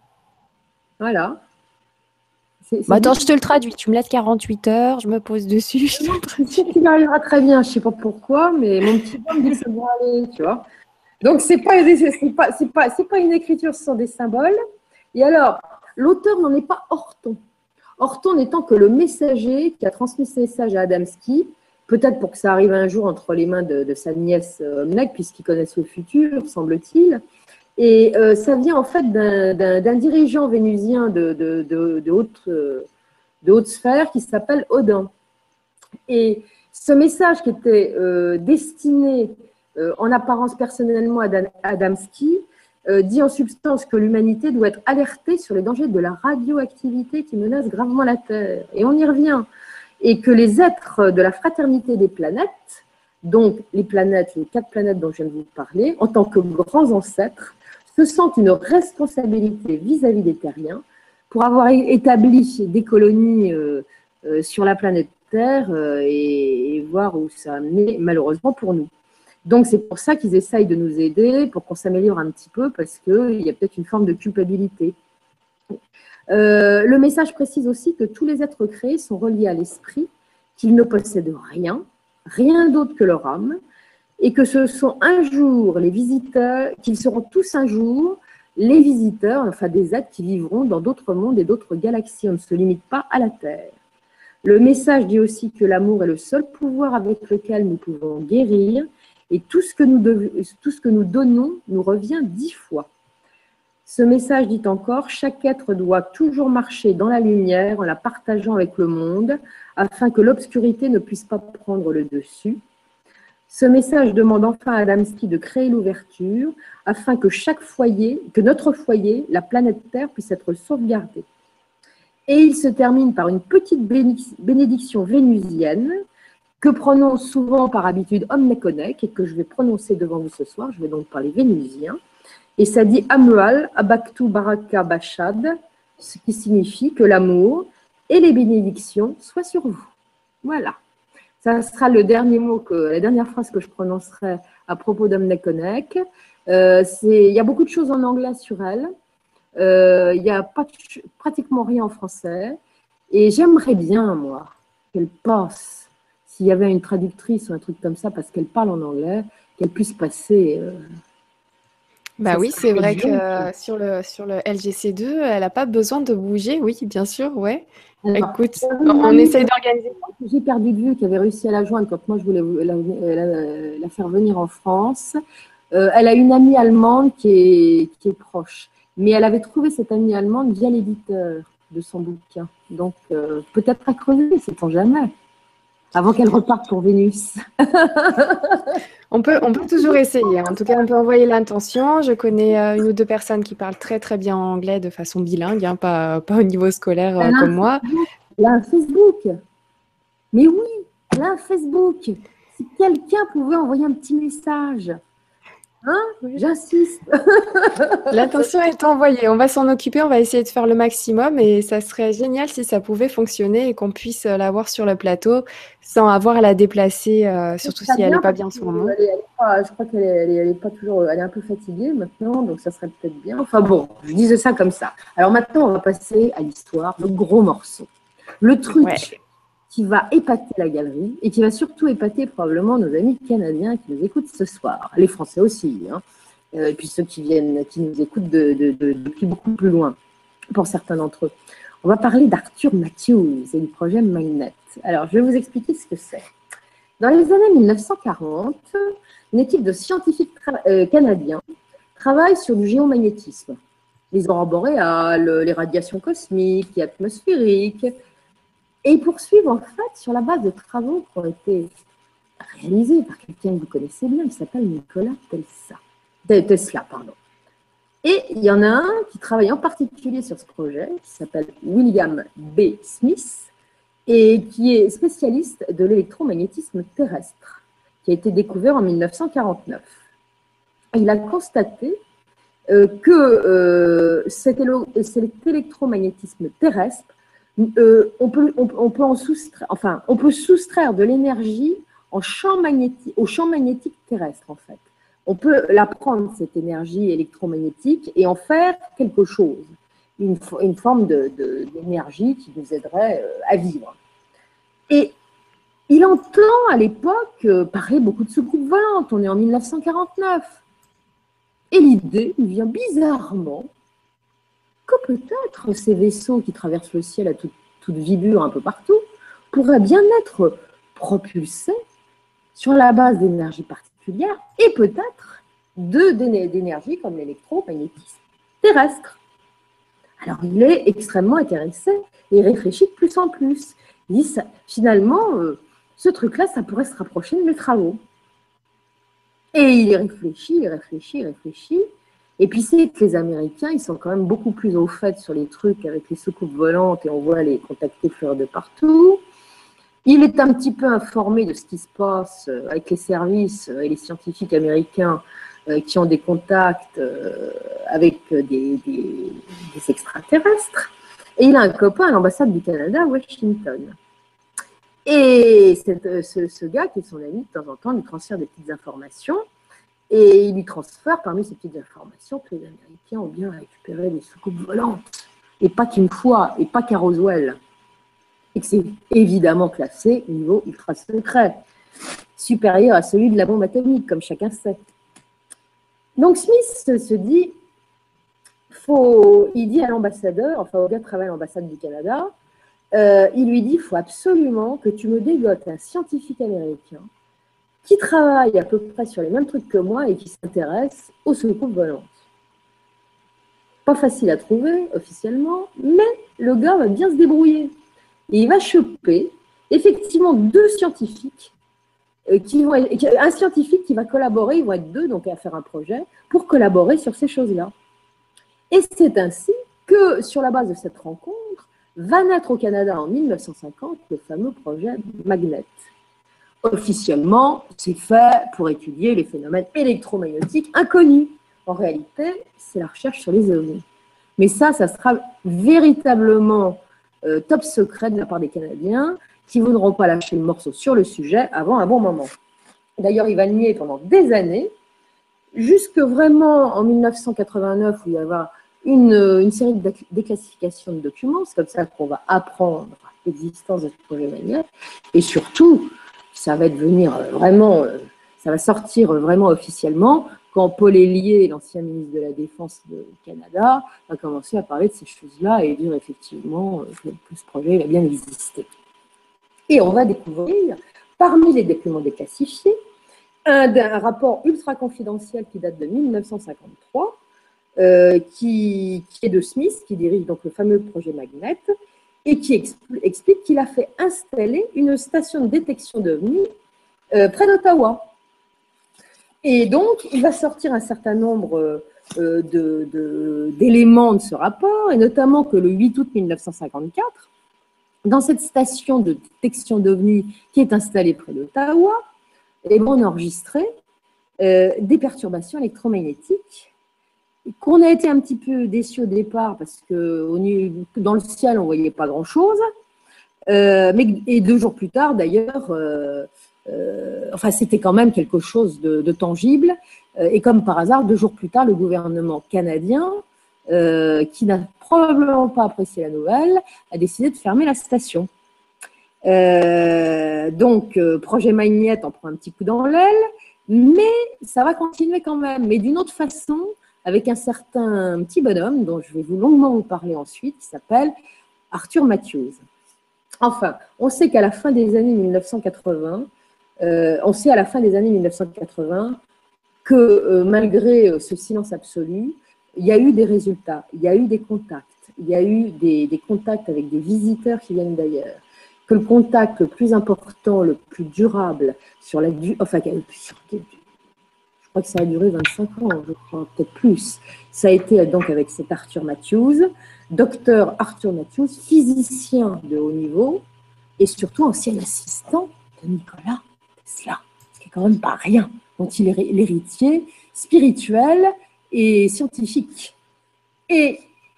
Voilà. Bah attends, je te le traduis. Tu me laisses quarante-huit heures, je me pose dessus. Je te le traduis. Il arrivera très bien, je ne sais pas pourquoi, mais mon petit homme me dit que ça va aller, tu vois. Donc, ce n'est pas, pas, pas, pas une écriture, ce sont des symboles. Et alors, l'auteur n'en est pas Orton. Orton n'étant que le messager qui a transmis ce message à Adamski, peut-être pour que ça arrive un jour entre les mains de, de sa nièce Omnek, puisqu'ils connaissent le futur, semble-t-il. Et euh, ça vient en fait d'un dirigeant vénusien de, de, de, de, haute, de haute sphère qui s'appelle Odin. Et ce message qui était euh, destiné euh, en apparence personnellement à Adamski euh, dit en substance que l'humanité doit être alertée sur les dangers de la radioactivité qui menace gravement la Terre. Et on y revient. Et que les êtres de la fraternité des planètes, donc les planètes, les quatre planètes dont je viens de vous parler, en tant que grands ancêtres, se sentent une responsabilité vis-à-vis des terriens pour avoir établi des colonies euh, euh, sur la planète Terre euh, et, et voir où ça a amené malheureusement pour nous. Donc c'est pour ça qu'ils essayent de nous aider, pour qu'on s'améliore un petit peu, parce qu'il y a peut-être une forme de culpabilité. Euh, le message précise aussi que tous les êtres créés sont reliés à l'esprit, qu'ils ne possèdent rien, rien d'autre que leur âme, et que ce sont un jour les visiteurs, qu'ils seront tous un jour les visiteurs, enfin des êtres qui vivront dans d'autres mondes et d'autres galaxies. On ne se limite pas à la Terre. Le message dit aussi que l'amour est le seul pouvoir avec lequel nous pouvons guérir et tout ce que nous, dev- tout ce que nous donnons nous revient dix fois. Ce message dit encore, chaque être doit toujours marcher dans la lumière en la partageant avec le monde afin que l'obscurité ne puisse pas prendre le dessus. Ce message demande enfin à Adamski de créer l'ouverture afin que chaque foyer, que notre foyer, la planète Terre, puisse être sauvegardé. Et il se termine par une petite bénédiction vénusienne que prononce souvent par habitude Omnekonek et que je vais prononcer devant vous ce soir. Je vais donc parler vénusien. Et ça dit Amual, Abaktu Baraka Bashad, ce qui signifie que l'amour et les bénédictions soient sur vous. Voilà. Ça sera le dernier mot, que, la dernière phrase que je prononcerai à propos d'Omnekonek. Euh, il y a beaucoup de choses en anglais sur elle. Euh, il n'y a pas, pratiquement rien en français. Et j'aimerais bien, moi, qu'elle passe, s'il y avait une traductrice ou un truc comme ça, parce qu'elle parle en anglais, qu'elle puisse passer. Euh, Bah oui, c'est vrai que euh, sur le, sur le L G C deux, elle n'a pas besoin de bouger. Oui, bien sûr, ouais. Alors, Écoute, on essaye d'organiser. J'ai perdu de vue, qui avait réussi à la joindre quand moi je voulais la, la, la faire venir en France. Euh, elle a une amie allemande qui est, qui est proche, mais elle avait trouvé cette amie allemande via l'éditeur de son bouquin. Donc, euh, peut-être à creuser, sait-on jamais, avant qu'elle reparte pour Vénus. On peut, on peut toujours essayer. En tout cas, on peut envoyer l'intention. Je connais euh, une ou deux personnes qui parlent très très bien anglais de façon bilingue, hein, pas, pas au niveau scolaire euh, comme moi. Elle a un Facebook. Mais oui, elle a un Facebook. Si quelqu'un pouvait envoyer un petit message. Hein, oui. J'insiste. L'intention est envoyée. On va s'en occuper. On va essayer de faire le maximum. Et ça serait génial si ça pouvait fonctionner et qu'on puisse l'avoir sur le plateau sans avoir à la déplacer, euh, surtout si elle n'est pas bien sur le monde. Je crois qu'elle est, elle est pas toujours, elle est un peu fatiguée maintenant, donc ça serait peut-être bien. Enfin bon, je disais ça comme ça. Alors maintenant, on va passer à l'histoire, le gros morceau. Le truc ouais. qui va épater la galerie et qui va surtout épater probablement nos amis canadiens qui nous écoutent ce soir. Les Français aussi, hein. Euh, et puis ceux qui viennent, qui nous écoutent de, de, de, depuis beaucoup plus loin, pour certains d'entre eux. On va parler d'Arthur Matthews et du projet MindNet. Alors, je vais vous expliquer ce que c'est. Dans les années mille neuf cent quarante, une équipe de scientifiques euh, canadiens travaille sur du géomagnétisme, les aurores boréales, les radiations cosmiques et atmosphériques, et ils poursuivent en fait sur la base de travaux qui ont été réalisés par quelqu'un que vous connaissez bien, qui s'appelle Nikola Tesla. Tesla, pardon. Et il y en a un qui travaille en particulier sur ce projet, qui s'appelle William B. Smith, et qui est spécialiste de l'électromagnétisme terrestre, qui a été découvert en mille neuf cent quarante-neuf. Et il a constaté euh, que euh, cet, cet électromagnétisme terrestre, euh, on, peut, on, on, peut en soustraire, enfin, on peut soustraire de l'énergie au champ magnétique terrestre, en fait. On peut la prendre, cette énergie électromagnétique, et en faire quelque chose, une, une forme d'énergie qui nous aiderait à vivre. Et il entend à l'époque parler beaucoup de soucoupes volantes, on est en mille neuf cent quarante-neuf. Et l'idée lui vient bizarrement que peut-être ces vaisseaux qui traversent le ciel à toute, toute vibrure un peu partout pourraient bien être propulsés sur la base d'énergie particulière et peut-être d'énergie comme l'électromagnétisme terrestre. Alors, il est extrêmement intéressé et réfléchit de plus en plus. Il dit, ça, finalement, euh, ce truc-là, ça pourrait se rapprocher de mes travaux. Et il réfléchit, il réfléchit, il réfléchit. Et puis, c'est que les Américains, ils sont quand même beaucoup plus au fait sur les trucs avec les soucoupes volantes et on voit les contacter fleurs de partout. Il est un petit peu informé de ce qui se passe avec les services et les scientifiques américains qui ont des contacts avec des, des, des extraterrestres. Et il a un copain à l'ambassade du Canada à Washington. Et cette, ce, ce gars, qui est son ami, de temps en temps, lui transfère des petites informations. Et il lui transfère parmi ces petites informations que les Américains ont bien récupéré des soucoupes volantes. Et pas qu'une fois, et pas qu'à Roswell. Et que c'est évidemment classé au niveau ultra secret, supérieur à celui de la bombe atomique, comme chacun sait. Donc Smith se dit, faut, il dit à l'ambassadeur, enfin au gars qui travaille à l'ambassade du Canada, euh, il lui dit, il faut absolument que tu me dégotes un scientifique américain qui travaille à peu près sur les mêmes trucs que moi et qui s'intéresse aux soucoupes volantes. Pas facile à trouver officiellement, mais le gars va bien se débrouiller. Et il va choper effectivement deux scientifiques, euh, qui vont être, un scientifique qui va collaborer, ils vont être deux, donc à faire un projet, pour collaborer sur ces choses-là. Et c'est ainsi que, sur la base de cette rencontre, va naître au Canada en mille neuf cent cinquante le fameux projet Magnet. Officiellement, c'est fait pour étudier les phénomènes électromagnétiques inconnus. En réalité, c'est la recherche sur les ovnis. Mais ça, ça sera véritablement euh, top secret de la part des Canadiens qui ne voudront pas lâcher le morceau sur le sujet avant un bon moment. D'ailleurs, il va le nier pendant des années, jusque vraiment en mille neuf cent quatre-vingt-neuf, où il y avoir une, une série de déclassifications de documents. C'est comme ça qu'on va apprendre l'existence de ce projet Magnet. Et surtout, ça va devenir vraiment, ça va sortir vraiment officiellement quand Paul Hellyer, l'ancien ministre de la Défense du Canada, va commencer à parler de ces choses-là et dire effectivement que, que ce projet il a bien existé. Et on va découvrir, parmi les documents déclassifiés, un, un rapport ultra confidentiel qui date de mille neuf cent cinquante-trois, euh, qui, qui est de Smith, qui dirige donc le fameux projet Magnet, et qui expl- explique qu'il a fait installer une station de détection d'ovnis euh, près d'Ottawa. Et donc, il va sortir un certain nombre euh, de, de, d'éléments de ce rapport, et notamment que le huit août mille neuf cent cinquante-quatre, dans cette station de détection d'ovnis qui est installée près d'Ottawa, eh bien, on a enregistré euh, des perturbations électromagnétiques, qu'on a été un petit peu déçus au départ parce que au, dans le ciel, on ne voyait pas grand-chose. Euh, mais, et deux jours plus tard, d'ailleurs, euh, euh, enfin, c'était quand même quelque chose de, de tangible. Euh, et comme par hasard, deux jours plus tard, le gouvernement canadien, euh, qui n'a probablement pas apprécié la nouvelle, a décidé de fermer la station. Euh, donc, euh, projet Magnet en prend un petit coup dans l'aile, mais ça va continuer quand même, mais d'une autre façon, avec un certain petit bonhomme dont je vais vous longuement vous parler ensuite, qui s'appelle Arthur Matthews. Enfin, on sait qu'à la fin des années mille neuf cent quatre-vingts, euh, on sait à la fin des années mille neuf cent quatre-vingts que euh, malgré euh, ce silence absolu, il y a eu des résultats, il y a eu des contacts, il y a eu des, des contacts avec des visiteurs qui viennent d'ailleurs. Que le contact le plus important, le plus durable, sur la du, enfin, sur, je crois que ça a duré vingt-cinq ans, je crois, peut-être plus. Ça a été donc avec cet Arthur Matthews, docteur Arthur Matthews, physicien de haut niveau et surtout ancien assistant de Nikola Tesla, ce qui est quand même pas rien, dont il est l'héritier spirituel et scientifique. Et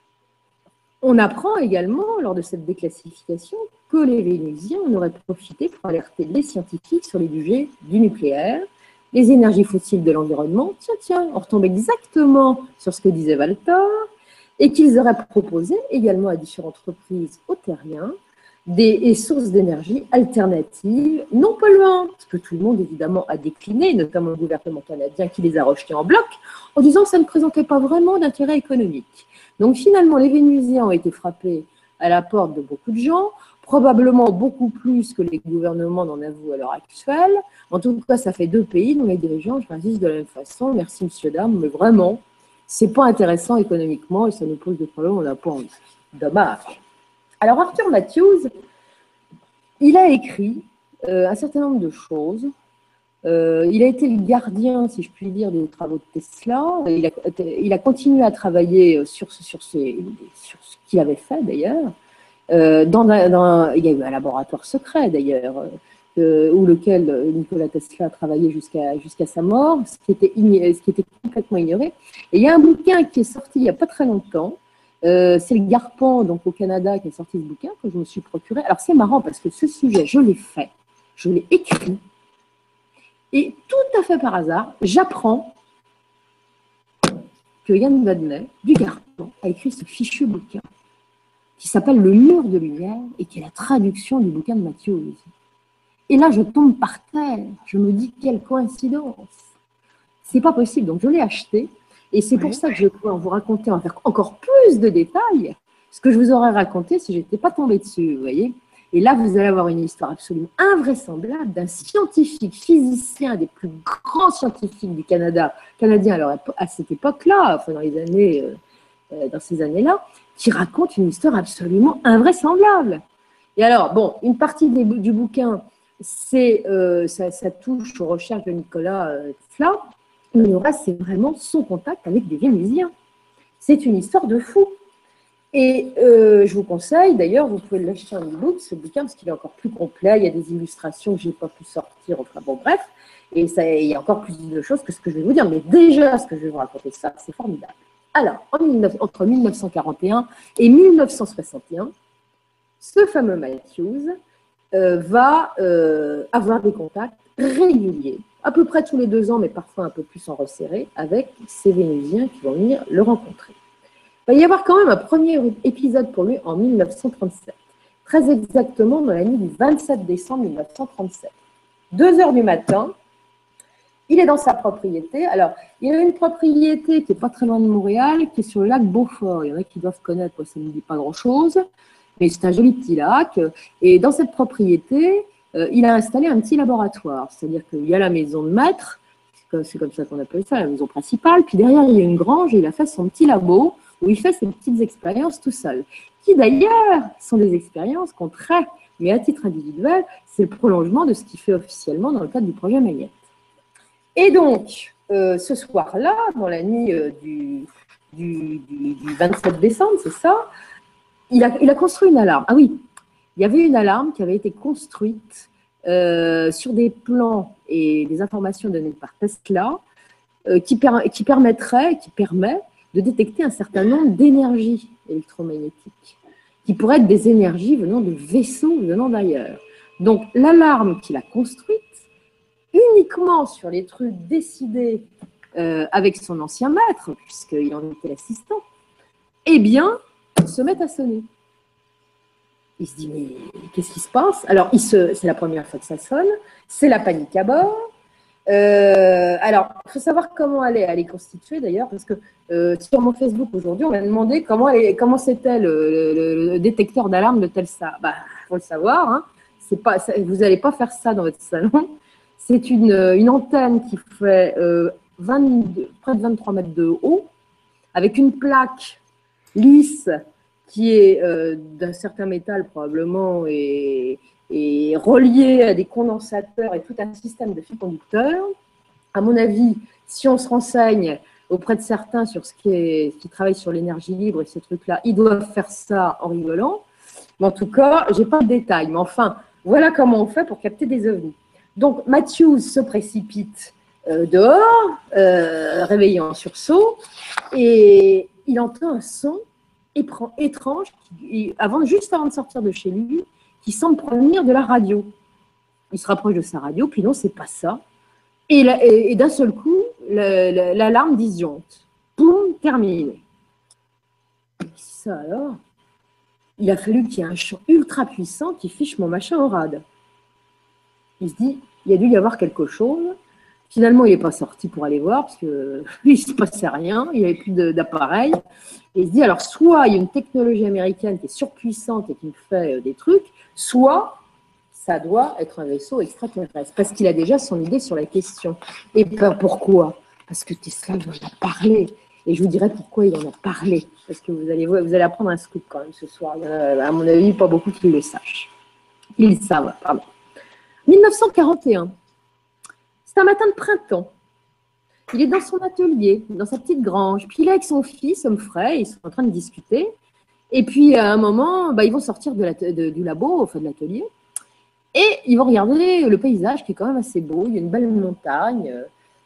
on apprend également, lors de cette déclassification, que les Vénusiens en auraient profité pour alerter les scientifiques sur les dangers du nucléaire, les énergies fossiles de l'environnement. Tiens, tiens, on retombe exactement sur ce que disait Valtor, et qu'ils auraient proposé également à différentes reprises aux terriens des sources d'énergie alternatives non polluantes, que tout le monde évidemment a décliné, notamment le gouvernement canadien qui les a rejetés en bloc, en disant que ça ne présentait pas vraiment d'intérêt économique. Donc finalement, les Vénusiens ont été frappés à la porte de beaucoup de gens, probablement beaucoup plus que les gouvernements n'en avouent à l'heure actuelle. En tout cas, ça fait deux pays dont les dirigeants choisissent de la même façon. Merci, monsieur, dame, mais vraiment, c'est pas intéressant économiquement et ça nous pose des problèmes, on n'a pas envie. Dommage. Alors, Arthur Matthews, il a écrit euh, un certain nombre de choses. Euh, il a été le gardien, si je puis dire, des travaux de Tesla. Il a, il a continué à travailler sur ce, sur ce, sur ce qu'il avait fait, d'ailleurs. Euh, dans, dans, il y a eu un laboratoire secret, d'ailleurs, euh, où lequel Nikola Tesla a travaillé jusqu'à jusqu'à sa mort, ce qui, était ign- ce qui était complètement ignoré. Et il y a un bouquin qui est sorti il n'y a pas très longtemps. Euh, c'est le Garpan, donc au Canada, qui a sorti ce bouquin, que je me suis procuré. Alors, c'est marrant parce que ce sujet, je l'ai fait, je l'ai écrit. Et tout à fait par hasard, j'apprends que Yann Wadnet, du Garpan, a écrit ce fichu bouquin qui s'appelle Le Mur de lumière et qui est la traduction du bouquin de Matthews. Et là, je tombe par terre. Je me dis, quelle coïncidence. C'est pas possible. Donc, je l'ai acheté. Et c'est pour ça que je peux vous raconter, en faire encore plus de détails ce que je vous aurais raconté si je n'étais pas tombée dessus, vous voyez. Et là, vous allez avoir une histoire absolument invraisemblable d'un scientifique, physicien, des plus grands scientifiques du Canada, canadien alors à cette époque-là, enfin dans les années, euh, dans ces années-là, qui raconte une histoire absolument invraisemblable. Et alors, bon, une partie des, du bouquin, c'est euh, ça, ça touche aux recherches de Nicolas euh, Tesla, mais le reste, c'est vraiment son contact avec des Vénusiens. C'est une histoire de fou. Et euh, je vous conseille, d'ailleurs, vous pouvez l'acheter en e-book, ce bouquin, parce qu'il est encore plus complet. Il y a des illustrations que je n'ai pas pu sortir. Enfin bon, bref. Et ça, il y a encore plus de choses que ce que je vais vous dire. Mais déjà, ce que je vais vous raconter, ça, c'est formidable. Alors, en mille neuf, entre mille neuf cent quarante et un et mille neuf cent soixante et un, ce fameux Matthews euh, va euh, avoir des contacts réguliers, à peu près tous les deux ans, mais parfois un peu plus en resserré, avec ces Vénusiens qui vont venir le rencontrer. Il va y avoir quand même un premier épisode pour lui en mille neuf cent trente-sept, très exactement dans la nuit du vingt-sept décembre mille neuf cent trente-sept. Deux heures du matin, il est dans sa propriété. Alors, il a une propriété qui n'est pas très loin de Montréal, qui est sur le lac Beaufort. Il y en a qui doivent connaître, ça ne me dit pas grand-chose, mais c'est un joli petit lac. Et dans cette propriété, euh, il a installé un petit laboratoire, c'est-à-dire qu'il y a la maison de maître, c'est comme ça qu'on appelle ça, la maison principale, puis derrière, il y a une grange et il a fait son petit labo où il fait ses petites expériences tout seul, qui d'ailleurs sont des expériences qu'on traite, mais à titre individuel, c'est le prolongement de ce qu'il fait officiellement dans le cadre du projet Magnette. Et donc, euh, ce soir-là, dans la nuit euh, du, du, du, du vingt-sept décembre, c'est ça, il a, il a construit une alarme. Ah oui, il y avait une alarme qui avait été construite euh, sur des plans et des informations données par Tesla euh, qui, per, qui permettrait, qui permet de détecter un certain nombre d'énergies électromagnétiques, qui pourraient être des énergies venant de vaisseaux venant d'ailleurs. Donc, l'alarme qu'il a construite, uniquement sur les trucs décidés euh, avec son ancien maître, puisqu'il en était l'assistant, eh bien, se met à sonner. Il se dit, mais qu'est-ce qui se passe? Alors, c'est la première fois que ça sonne, c'est la panique à bord. Euh, alors, il faut savoir comment elle est, elle est constituée d'ailleurs, parce que euh, sur mon Facebook aujourd'hui, on m'a demandé comment, comment c'était le, le, le détecteur d'alarme de Telsa. Bah, faut le savoir, hein. C'est pas, ça, vous n'allez pas faire ça dans votre salon. C'est une, une antenne qui fait euh, vingt, près de vingt-trois mètres de haut, avec une plaque lisse qui est euh, d'un certain métal probablement et, et reliée à des condensateurs et tout un système de fils conducteurs. À mon avis, si on se renseigne auprès de certains sur ce qui, est, ce qui travaille sur l'énergie libre et ces trucs-là, ils doivent faire ça en rigolant. Mais en tout cas, je n'ai pas de détails. Mais enfin, voilà comment on fait pour capter des ovnis. Donc, Matthews se précipite euh, dehors, euh, réveillé en sursaut, et il entend un son étrange, qui, avant, juste avant de sortir de chez lui, qui semble provenir de la radio. Il se rapproche de sa radio, puis non, c'est pas ça. Et, et, et d'un seul coup, l'alarme disjoncte. Boum, terminé. C'est ça alors? Il a fallu qu'il y ait un champ ultra puissant qui fiche mon machin au rade. Il se dit, il y a dû y avoir quelque chose. Finalement, il n'est pas sorti pour aller voir, parce que lui, il ne se passait rien, il n'y avait plus d'appareil. Et il se dit, alors, soit il y a une technologie américaine qui est surpuissante et qui me fait des trucs, soit ça doit être un vaisseau extraterrestre, parce qu'il a déjà son idée sur la question. Et pourquoi? Parce que Tesla, il en a parlé. Et je vous dirai pourquoi il en a parlé. Parce que vous allez, vous allez apprendre un scoop quand même ce soir. Il y en a, à mon avis, pas beaucoup qui le sachent. Ils le savent, pardon. mille neuf cent quarante et un. C'est un matin de printemps. Il est dans son atelier, dans sa petite grange. Puis il est avec son fils, Humphrey, ils sont en train de discuter. Et puis à un moment, bah, ils vont sortir de la, de, du labo, enfin de l'atelier. Et ils vont regarder le paysage qui est quand même assez beau. Il y a une belle montagne.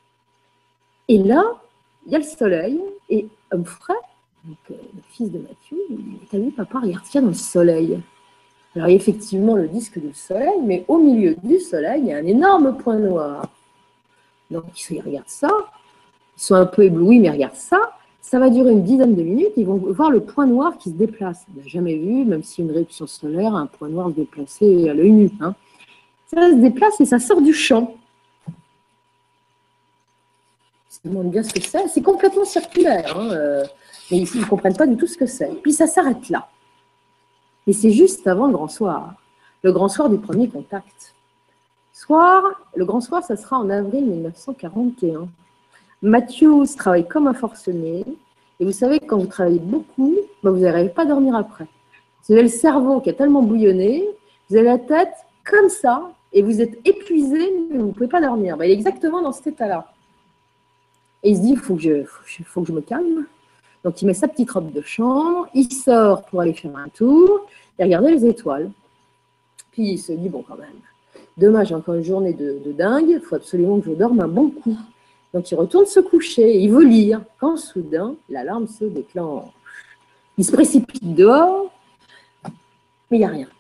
Et là, il y a le soleil. Et Humphrey, donc, euh, le fils de Matthew, il dit, t'as vu, papa, regarde, tiens dans le soleil. Alors, il y a effectivement le disque du soleil, mais au milieu du soleil, il y a un énorme point noir. Donc, ils regardent ça, ils sont un peu éblouis, mais ils regardent ça. Ça va durer une dizaine de minutes, ils vont voir le point noir qui se déplace. On n'a jamais vu, même si une éruption solaire, un point noir se déplacer à l'œil nu. Hein. Ça se déplace et ça sort du champ. Ils se demandent bien ce que c'est. C'est complètement circulaire, hein, euh, mais ici, ils ne comprennent pas du tout ce que c'est. Puis ça s'arrête là. Mais c'est juste avant le grand soir, le grand soir du premier contact. Soir, le grand soir, ça sera en avril mille neuf cent quarante et un. Matthews travaille comme un forcené, et vous savez que quand vous travaillez beaucoup, ben vous n'arrivez pas à dormir après. Vous avez le cerveau qui a tellement bouillonné, vous avez la tête comme ça, et vous êtes épuisé, mais vous ne pouvez pas dormir. Ben, il est exactement dans cet état-là. Et il se dit, il faut que je, faut, faut que je me calme. Donc, il met sa petite robe de chambre, il sort pour aller faire un tour et regarder les étoiles. Puis, il se dit, bon, quand même, demain, j'ai encore une journée de, de dingue, il faut absolument que je dorme un bon coup. Donc, il retourne se coucher, il veut lire, quand soudain, l'alarme se déclenche. Il se précipite dehors, mais il n'y a rien.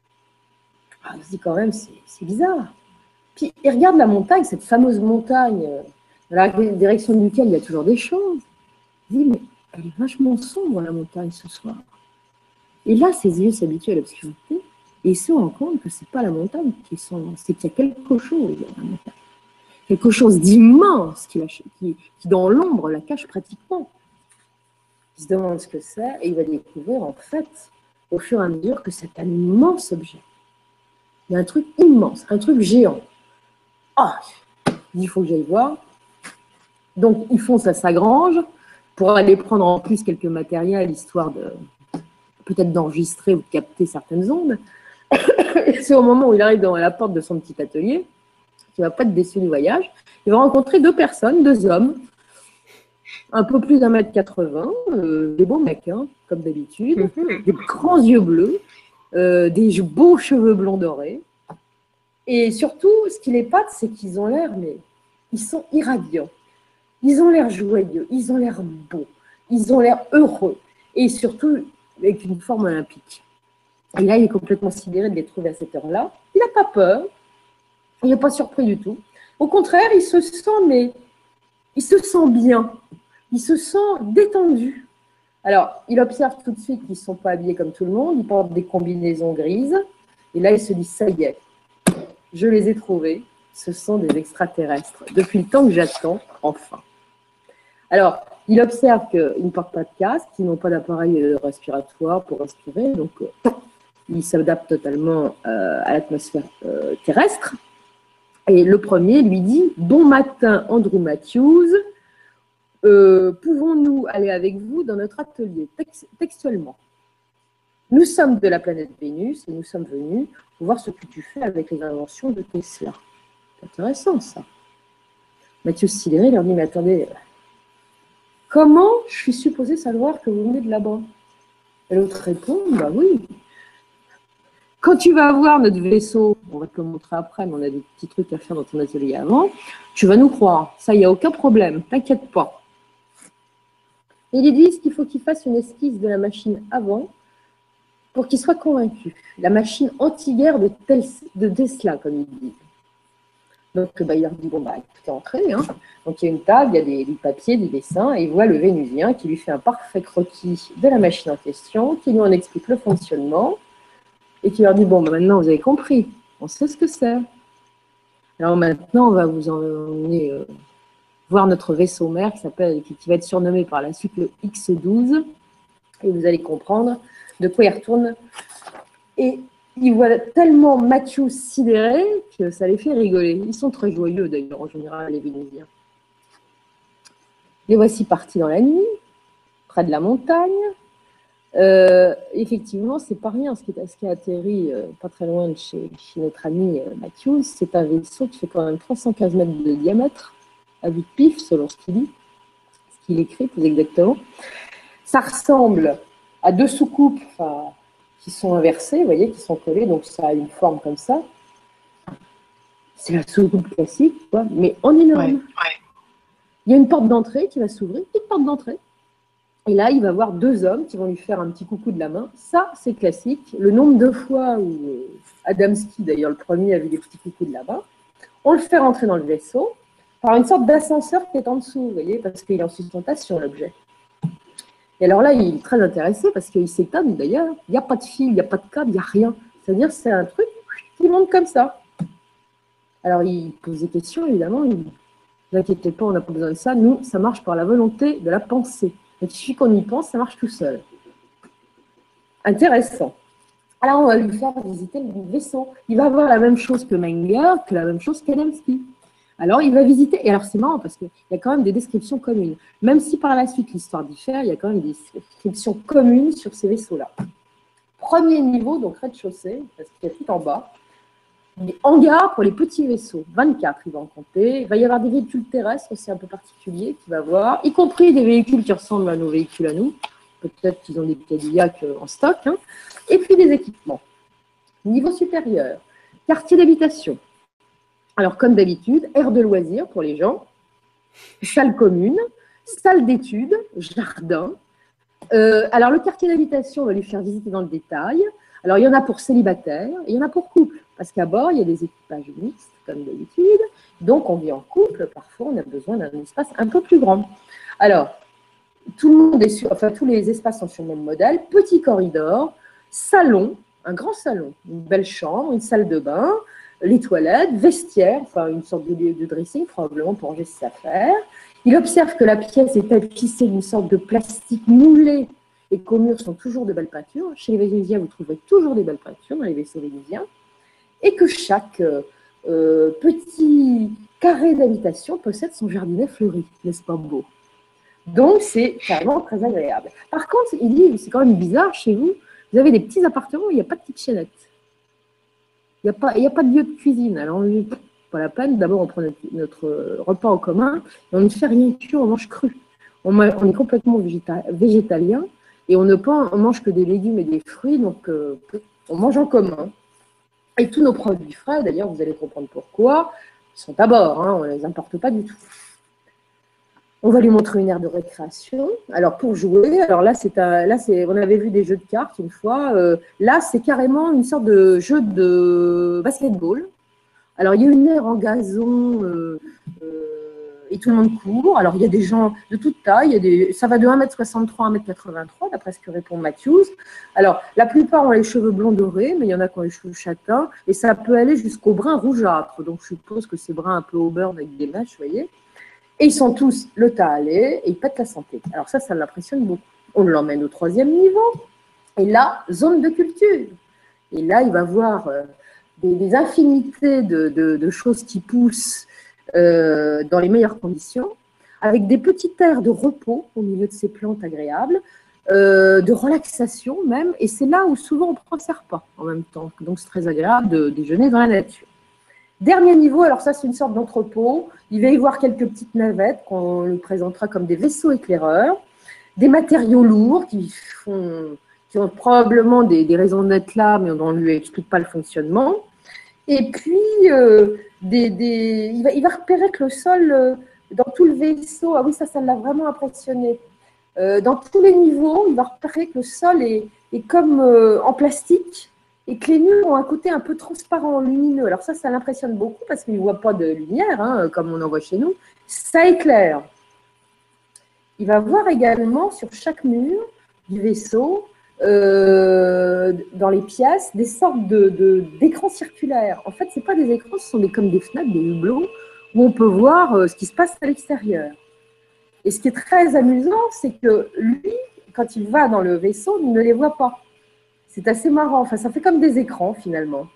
Ah, il se dit, quand même, c'est bizarre. Puis, il regarde la montagne, cette fameuse montagne, dans la direction duquel il y a toujours des choses. Il dit, mais elle est vachement sombre, la montagne, ce soir. Et là, ses yeux s'habituent à l'obscurité et il se rend compte que ce n'est pas la montagne qui est sombre, c'est qu'il y a quelque chose dans la montagne. Quelque chose d'immense qui, qui, qui, dans l'ombre, la cache pratiquement. Il se demande ce que c'est et il va découvrir, en fait, au fur et à mesure, que c'est un immense objet. Il y a un truc immense, un truc géant. Ah, il faut que j'aille voir. Donc, ils fonce à sa grange pour aller prendre en plus quelques matériels, histoire de peut-être d'enregistrer ou de capter certaines ondes. Et c'est au moment où il arrive devant la porte de son petit atelier, qui ne va pas être déçu du voyage, il va rencontrer deux personnes, deux hommes, un peu plus d'un mètre quatre-vingts, euh, des beaux mecs, hein, comme d'habitude, mm-hmm. des grands yeux bleus, euh, des beaux cheveux blonds dorés. Et surtout, ce qui les pâte, c'est qu'ils ont l'air, mais ils sont irradiants. Ils ont l'air joyeux, ils ont l'air beaux, ils ont l'air heureux, et surtout avec une forme olympique. Et là, il est complètement sidéré de les trouver à cette heure-là. Il n'a pas peur, il n'est pas surpris du tout. Au contraire, il se sent, mais il se sent bien, il se sent détendu. Alors, il observe tout de suite qu'ils ne sont pas habillés comme tout le monde, ils portent des combinaisons grises, et là, il se dit, ça y est, je les ai trouvés, ce sont des extraterrestres. Depuis le temps que j'attends, enfin. Alors, il observe qu'ils ne portent pas de casque, qu'ils n'ont pas d'appareil respiratoire pour respirer, donc euh, il s'adapte totalement euh, à l'atmosphère euh, terrestre. Et le premier lui dit « Bon matin, Andrew Matthews, euh, pouvons-nous aller avec vous dans notre atelier ?» Textuellement. « Nous sommes de la planète Vénus et nous sommes venus pour voir ce que tu fais avec les inventions de Tesla. » C'est intéressant, ça. Matthews sidéré leur dit « Mais attendez, comment je suis supposé savoir que vous venez de là-bas ?» Et l'autre répond « Bah oui. Quand tu vas voir notre vaisseau, on va te le montrer après, mais on a des petits trucs à faire dans ton atelier avant, tu vas nous croire. Ça, il n'y a aucun problème, t'inquiète pas. » Et ils disent qu'il faut qu'il fasse une esquisse de la machine avant pour qu'il soit convaincu. La machine anti-guerre de, de Tesla, comme ils disent. Donc, bah, il leur dit, bon, bah, écoutez, entrez. Hein. Donc, il y a une table, il y a des, des papiers, des dessins, et il voit le Vénusien qui lui fait un parfait croquis de la machine en question, qui lui en explique le fonctionnement, et qui leur dit, bon, bah, maintenant, vous avez compris, on sait ce que c'est. Alors, maintenant, on va vous emmener euh, voir notre vaisseau mère, qui, s'appelle, qui, qui va être surnommé par la suite le X douze, et vous allez comprendre de quoi il retourne. Et ils voient tellement Matthews sidéré que ça les fait rigoler. Ils sont très joyeux d'ailleurs, en général, les Vénusiens. Les voici partis dans la nuit, près de la montagne. Euh, effectivement, c'est pas rien ce qui, ce qui a atterri euh, pas très loin de chez, chez notre ami euh, Matthews. C'est un vaisseau qui fait quand même trois cent quinze mètres de diamètre, à vue de pif, selon ce qu'il dit, ce qu'il écrit plus exactement. Ça ressemble à deux soucoupes, enfin, qui sont inversées, vous voyez, qui sont collées, donc ça a une forme comme ça. C'est la soucoupe classique, quoi, mais en énorme. Ouais, ouais. Il y a une porte d'entrée qui va s'ouvrir, une petite porte d'entrée. Et là, il va voir deux hommes qui vont lui faire un petit coucou de la main. Ça, c'est classique. Le nombre de fois où Adamski, d'ailleurs le premier, a vu des petits coucous de la main, on le fait rentrer dans le vaisseau par une sorte d'ascenseur qui est en dessous, vous voyez, parce qu'il est en sustentation, l'objet. Et alors là, il est très intéressé parce qu'il s'étonne d'ailleurs, il n'y a pas de fil, il n'y a pas de câble, il n'y a rien. C'est-à-dire c'est un truc qui monte comme ça. Alors il pose des questions, évidemment, il dit, ne vous inquiétez pas, on n'a pas besoin de ça, nous, ça marche par la volonté de la pensée. Il suffit qu'on y pense, ça marche tout seul. Intéressant. Alors, on va lui faire visiter le vaisseau. Il va voir la même chose que Menger, que la même chose qu'Adamski. Alors, il va visiter. Et alors, c'est marrant parce qu'il y a quand même des descriptions communes. Même si par la suite, l'histoire diffère, il y a quand même des descriptions communes sur ces vaisseaux-là. Premier niveau, donc rez-de-chaussée, parce qu'il y a tout en bas. Des hangars pour les petits vaisseaux. vingt-quatre, il va en compter. Il va y avoir des véhicules terrestres aussi un peu particuliers qu'il va voir, y compris des véhicules qui ressemblent à nos véhicules à nous. Peut-être qu'ils ont des Cadillacs en stock. Hein. Et puis des équipements. Niveau supérieur, quartier d'habitation. Alors, comme d'habitude, aire de loisirs pour les gens, salle commune, salle d'études, jardin. Euh, alors, le quartier d'habitation, on va lui faire visiter dans le détail. Alors, il y en a pour célibataires et il y en a pour couple, parce qu'à bord, il y a des équipages mixtes, comme d'habitude. Donc, on vit en couple. Parfois, on a besoin d'un espace un peu plus grand. Alors, tout le monde est sur, enfin, tous les espaces sont sur le même modèle. Petit corridor, salon, un grand salon, une belle chambre, une salle de bain, les toilettes, vestiaire, enfin une sorte de, de dressing, probablement pour ranger ses affaires. Il observe que la pièce est tapissée d'une sorte de plastique moulé et qu'aux murs sont toujours de belles peintures. Chez les Vénusiens, vous trouverez toujours des belles peintures dans les vaisseaux vénusiens. Et que chaque euh, euh, petit carré d'habitation possède son jardinet fleuri. N'est-ce pas beau? Donc, c'est carrément très agréable. Par contre, il dit, c'est quand même bizarre chez vous, vous avez des petits appartements où il n'y a pas de kitchenette. Il n'y a, pas, il n'y a pas de lieu de cuisine. Alors, on ne dit pas la peine. D'abord, on prend notre, notre repas en commun et on ne fait rien cuire, on mange cru. On, on est complètement végéta, végétalien et on ne pas, on mange que des légumes et des fruits, donc euh, on mange en commun. Et tous nos produits frais, d'ailleurs, vous allez comprendre pourquoi, sont à bord, hein, on ne les importe pas du tout. On va lui montrer une aire de récréation. Alors, pour jouer, alors là, c'est un, là c'est, on avait vu des jeux de cartes une fois. Euh, là, c'est carrément une sorte de jeu de basketball. Alors, il y a une aire en gazon euh, euh, et tout le monde court. Alors, il y a des gens de toute taille. Il y a des, ça va de un mètre soixante-trois à un mètre quatre-vingt-trois, d'après ce que répond Matthews. Alors, la plupart ont les cheveux blonds dorés, mais il y en a qui ont les cheveux châtains. Et ça peut aller jusqu'au brun rougeâtre. Donc, je suppose que c'est brun un peu auburn avec des mèches, vous voyez. Et ils sont tous le tas allé et ils pètent la santé. Alors ça, ça l'impressionne beaucoup. On l'emmène au troisième niveau. Et là, zone de culture. Et là, il va voir euh, des, des infinités de, de, de choses qui poussent euh, dans les meilleures conditions, avec des petites aires de repos au milieu de ces plantes agréables, euh, de relaxation même. Et c'est là où souvent on prend ses repas en même temps. Donc c'est très agréable de déjeuner dans la nature. Dernier niveau, alors ça c'est une sorte d'entrepôt. Il va y voir quelques petites navettes qu'on lui présentera comme des vaisseaux éclaireurs, des matériaux lourds qui, font, qui ont probablement des, des raisons d'être là, mais on ne lui explique pas le fonctionnement. Et puis, euh, des, des, il, va, il va repérer que le sol, euh, dans tout le vaisseau, ah oui, ça, ça l'a vraiment impressionné. Euh, dans tous les niveaux, il va repérer que le sol est, est comme euh, en plastique, et que les murs ont un côté un peu transparent, lumineux. Alors ça, ça l'impressionne beaucoup parce qu'il ne voit pas de lumière, hein, comme on en voit chez nous. Ça éclaire. Il va voir également sur chaque mur du vaisseau, euh, dans les pièces, des sortes de, de, d'écrans circulaires. En fait, ce n'est pas des écrans, ce sont des, comme des fenêtres, des hublots, où on peut voir euh, ce qui se passe à l'extérieur. Et ce qui est très amusant, c'est que lui, quand il va dans le vaisseau, il ne les voit pas. C'est assez marrant, enfin, ça fait comme des écrans finalement.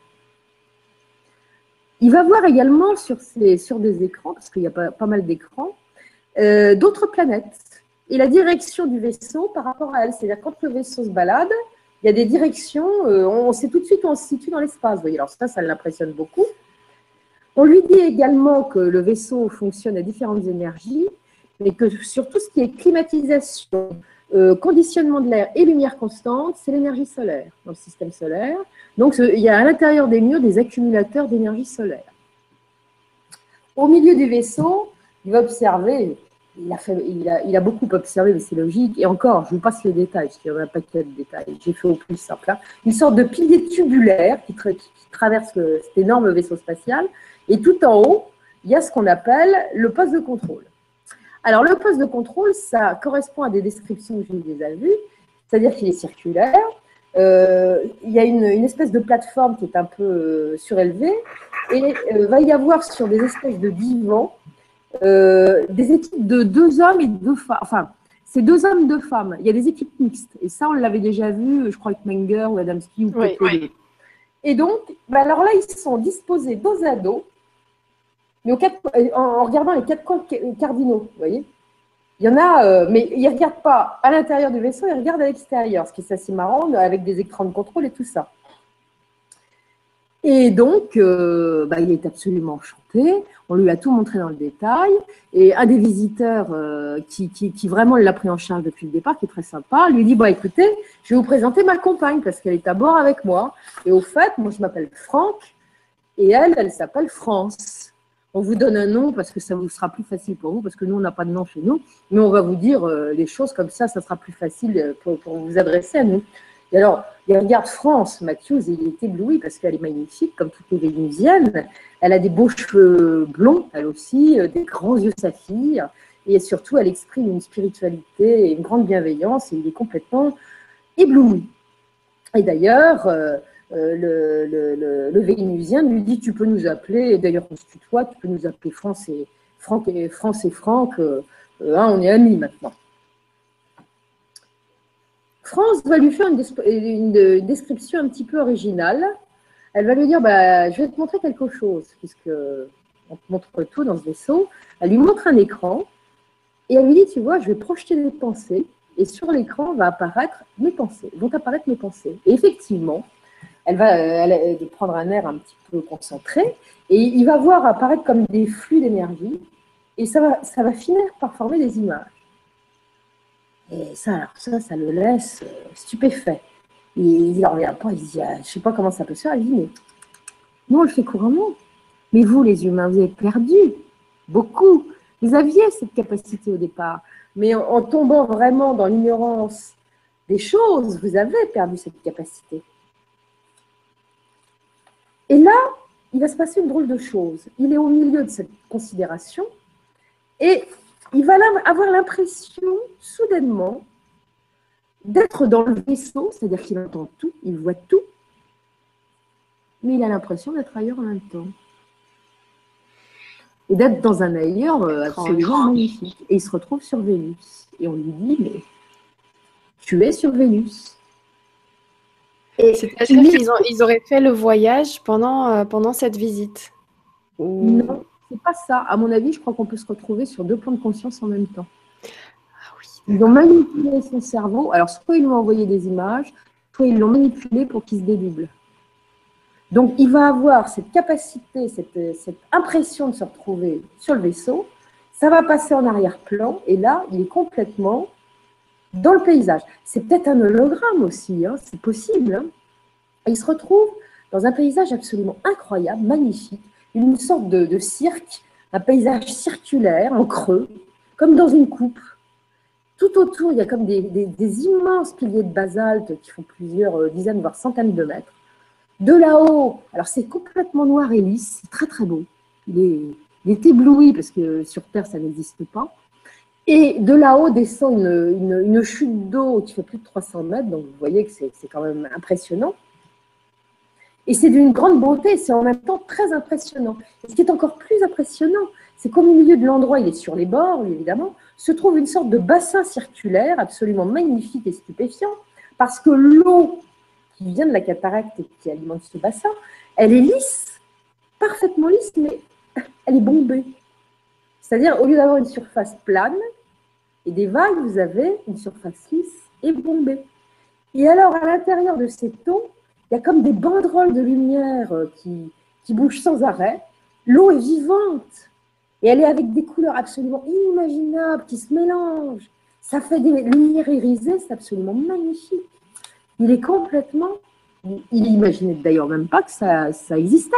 Il va voir également sur, ces, sur des écrans, parce qu'il y a pas, pas mal d'écrans, euh, d'autres planètes et la direction du vaisseau par rapport à elle. C'est-à-dire quand le vaisseau se balade, il y a des directions, euh, on sait tout de suite où on se situe dans l'espace. Vous voyez, alors ça, ça l'impressionne beaucoup. On lui dit également que le vaisseau fonctionne à différentes énergies, mais que sur tout ce qui est climatisation, Euh, conditionnement de l'air et lumière constante, c'est l'énergie solaire dans le système solaire. Donc, il y a à l'intérieur des murs des accumulateurs d'énergie solaire. Au milieu du vaisseau, il va observer, il a, fait, il a, il a beaucoup observé, mais c'est logique, et encore, je vous passe les détails, parce qu'il y en a un paquet de détails, j'ai fait au plus simple, hein. Une sorte de pilier tubulaire qui, tra qui traverse le, cet énorme vaisseau spatial, et tout en haut, il y a ce qu'on appelle le poste de contrôle. Alors, le poste de contrôle, ça correspond à des descriptions que je vous ai vues, c'est-à-dire qu'il est circulaire. Euh, il y a une, une espèce de plateforme qui est un peu euh, surélevée et euh, va y avoir sur des espèces de divans euh, des équipes de deux hommes et deux femmes. Enfin, c'est deux hommes, deux femmes. Il y a des équipes mixtes. Et ça, on l'avait déjà vu, je crois, avec Menger ou Adamski ou peut-être Oui, les deux. Et donc, bah alors là, ils sont disposés dos à dos, mais aux quatre, en, en regardant les quatre coins cardinaux, vous voyez. Il y en a, euh, mais ils ne regardent pas à l'intérieur du vaisseau, ils regardent à l'extérieur, ce qui est assez marrant, avec des écrans de contrôle et tout ça. Et donc, euh, bah, il est absolument enchanté. On lui a tout montré dans le détail. Et un des visiteurs euh, qui, qui, qui vraiment l'a pris en charge depuis le départ, qui est très sympa, lui dit bon, écoutez, je vais vous présenter ma compagne parce qu'elle est à bord avec moi. Et au fait, moi, je m'appelle Franck et elle, elle s'appelle France. On vous donne un nom parce que ça vous sera plus facile pour vous, parce que nous, on n'a pas de nom chez nous. Mais on va vous dire euh, les choses comme ça, ça sera plus facile pour, pour vous adresser à nous. Et alors, il regarde France, Matthews, et il est ébloui parce qu'elle est magnifique, comme toutes les Vénusiennes. Elle a des beaux cheveux blonds, elle aussi, des grands yeux saphirs, et surtout, elle exprime une spiritualité et une grande bienveillance, et il est complètement ébloui. Et d'ailleurs, euh, le, le, le, le Vénusien lui dit, tu peux nous appeler, et d'ailleurs, on se tutoie, tu peux nous appeler France et Franck et, France et Franck, euh, hein, on est amis maintenant. France va lui faire une, une description un petit peu originale. Elle va lui dire, bah, je vais te montrer quelque chose, puisqu'on te montre tout dans ce vaisseau. Elle lui montre un écran, et elle lui dit, tu vois, je vais projeter des pensées, et sur l'écran va apparaître mes pensées, vont apparaître mes pensées. Et effectivement, elle va elle, elle, prendre un air un petit peu concentré, et il va voir apparaître comme des flux d'énergie, et ça va, ça va finir par former des images. Et ça, alors ça, ça le laisse stupéfait. Il n'en revient pas, il dit, je ne sais pas comment ça peut se faire. Il dit, mais nous, on le fait couramment. Mais vous, les humains, vous avez perdu beaucoup. Vous aviez cette capacité au départ. Mais en, en tombant vraiment dans l'ignorance des choses, vous avez perdu cette capacité. Et là, il va se passer une drôle de chose. Il est au milieu de cette considération et il va avoir l'impression, soudainement, d'être dans le vaisseau, c'est-à-dire qu'il entend tout, il voit tout, mais il a l'impression d'être ailleurs en même temps. Et d'être dans un ailleurs absolument magnifique. Et il se retrouve sur Vénus. Et on lui dit, mais tu es sur Vénus. C'est-à-dire qu'ils ils auraient fait le voyage pendant, euh, pendant cette visite Ou... Non, c'est pas ça. À mon avis, je crois qu'on peut se retrouver sur deux plans de conscience en même temps. Ah oui. Ils ont manipulé son cerveau. Alors, soit ils lui ont envoyé des images, soit ils l'ont manipulé pour qu'il se dédouble. Donc, il va avoir cette capacité, cette, cette impression de se retrouver sur le vaisseau. Ça va passer en arrière-plan. Et là, il est complètement dans le paysage. C'est peut-être un hologramme aussi, hein, c'est possible. Hein. Et il se retrouve dans un paysage absolument incroyable, magnifique, une sorte de, de cirque, un paysage circulaire, en creux, comme dans une coupe. Tout autour, il y a comme des, des, des immenses piliers de basalte qui font plusieurs dizaines, voire centaines de mètres. De là-haut, alors c'est complètement noir et lisse, c'est très très beau. Il est, il est ébloui parce que sur Terre, ça n'existe pas. Et de là-haut descend une, une, une chute d'eau qui fait plus de trois cents mètres, donc vous voyez que c'est quand même impressionnant. Et c'est d'une grande beauté, c'est en même temps très impressionnant. Et ce qui est encore plus impressionnant, c'est qu'au milieu de l'endroit, il est sur les bords, évidemment, se trouve une sorte de bassin circulaire absolument magnifique et stupéfiant, parce que l'eau qui vient de la cataracte et qui alimente ce bassin, elle est lisse, parfaitement lisse, mais elle est bombée. C'est-à-dire, au lieu d'avoir une surface plane et des vagues, vous avez une surface lisse et bombée. Et alors, à l'intérieur de cette eau, il y a comme des banderoles de lumière qui, qui bougent sans arrêt. L'eau est vivante et elle est avec des couleurs absolument inimaginables qui se mélangent. Ça fait des lumières irisées, c'est absolument magnifique. Il est complètement... Il n'imaginait d'ailleurs même pas que ça, ça existait.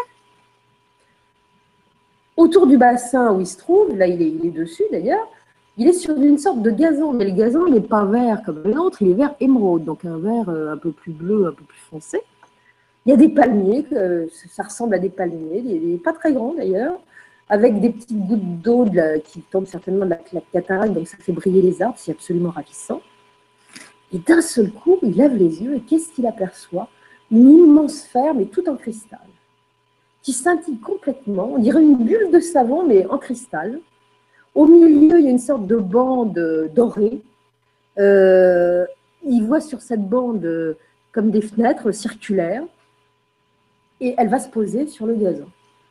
Autour du bassin où il se trouve, là il est, il est dessus d'ailleurs, il est sur une sorte de gazon, mais le gazon il n'est pas vert comme l'autre, il est vert émeraude, donc un vert un peu plus bleu, un peu plus foncé. Il y a des palmiers, ça ressemble à des palmiers, il n'est pas très grand d'ailleurs, avec des petites gouttes d'eau qui tombent certainement de la, la cataracte, donc ça fait briller les arbres, c'est absolument ravissant. Et d'un seul coup, il lève les yeux et qu'est-ce qu'il aperçoit? Une immense sphère, mais tout en cristal, qui scintille complètement, on dirait une bulle de savon, mais en cristal. Au milieu, il y a une sorte de bande dorée, Euh, il voit sur cette bande euh, comme des fenêtres circulaires et elle va se poser sur le gazon,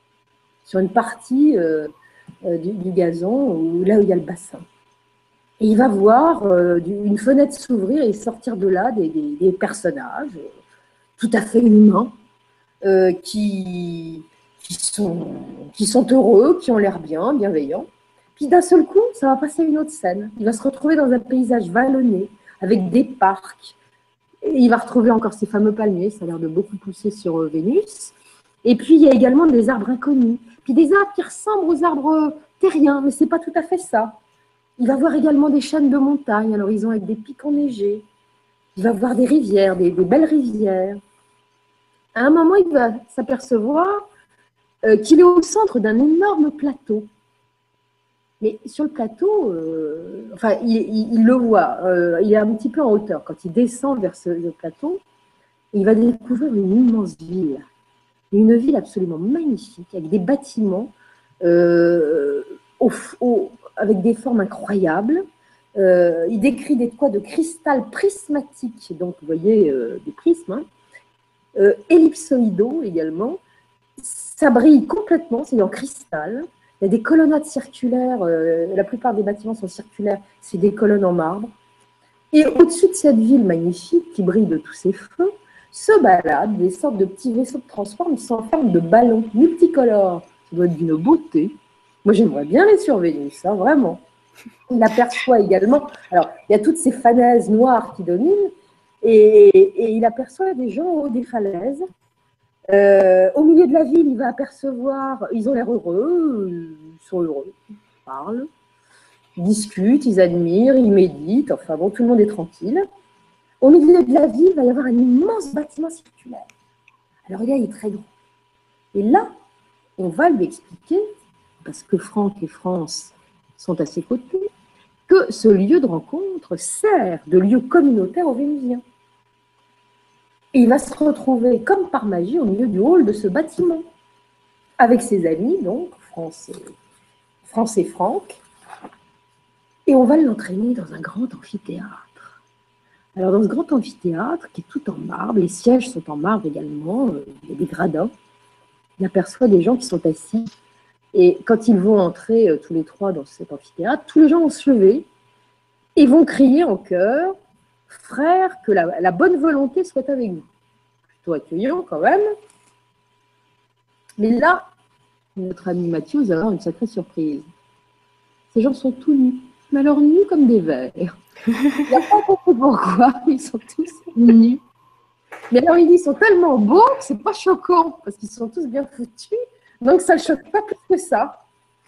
sur une partie euh, euh, du, du gazon, où, là où il y a le bassin. Et il va voir euh, une fenêtre s'ouvrir et sortir de là des, des, des personnages euh, tout à fait humains euh, qui, qui, sont, qui sont heureux, qui ont l'air bien, bienveillants. Puis d'un seul coup, ça va passer à une autre scène. Il va se retrouver dans un paysage vallonné avec des parcs. Et il va retrouver encore ces fameux palmiers, ça a l'air de beaucoup pousser sur Vénus. Et puis, il y a également des arbres inconnus. Puis des arbres qui ressemblent aux arbres terriens, mais ce n'est pas tout à fait ça. Il va voir également des chaînes de montagnes à l'horizon avec des pics enneigés. Il va voir des rivières, des, des belles rivières. À un moment, il va s'apercevoir euh, qu'il est au centre d'un énorme plateau. Mais sur le plateau, euh, enfin, il, il, il le voit, euh, il est un petit peu en hauteur. Quand il descend vers ce le plateau, il va découvrir une immense ville. Une ville absolument magnifique, avec des bâtiments euh, au, au, avec des formes incroyables. Euh, il décrit des toits de cristal prismatique, donc vous voyez euh, des prismes, hein, euh, ellipsoïdaux également. Ça brille complètement, c'est en cristal. Il y a des colonnades circulaires, euh, la plupart des bâtiments sont circulaires, c'est des colonnes en marbre. Et au-dessus de cette ville magnifique qui brille de tous ses feux, se baladent des sortes de petits vaisseaux de transport, mais sont en forme de ballons multicolores. Ça doit être d'une beauté. Moi, j'aimerais bien les surveiller, ça, vraiment. Il aperçoit également, alors, il y a toutes ces falaises noires qui dominent, et, et il aperçoit des gens au haut des falaises. Euh, au milieu de la ville, il va apercevoir, ils ont l'air heureux, ils sont heureux, ils parlent, ils discutent, ils admirent, ils méditent, enfin bon, tout le monde est tranquille. Au milieu de la ville, il va y avoir un immense bâtiment circulaire. Alors là, il est très grand. Et là, on va lui expliquer, parce que Franck et France sont à ses côtés, que ce lieu de rencontre sert de lieu communautaire aux Vénusiens. Et il va se retrouver, comme par magie, au milieu du hall de ce bâtiment, avec ses amis, donc, France et, France et Franck. Et on va l'entraîner dans un grand amphithéâtre. Alors, dans ce grand amphithéâtre, qui est tout en marbre, les sièges sont en marbre également, il y a des gradins. Il aperçoit des gens qui sont assis. Et quand ils vont entrer euh, tous les trois dans cet amphithéâtre, tous les gens vont se lever et vont crier en chœur « Frères, que la, la bonne volonté soit avec vous ». Plutôt accueillant quand même. Mais là, notre ami Mathieu va avoir une sacrée surprise. Ces gens sont tout nus, mais alors nus comme des vers. Il n'y a pas beaucoup de pourquoi, ils sont tous nus. Mais alors, ils sont tellement beaux que c'est pas choquant, parce qu'ils sont tous bien foutus, donc ça ne choque pas plus que ça.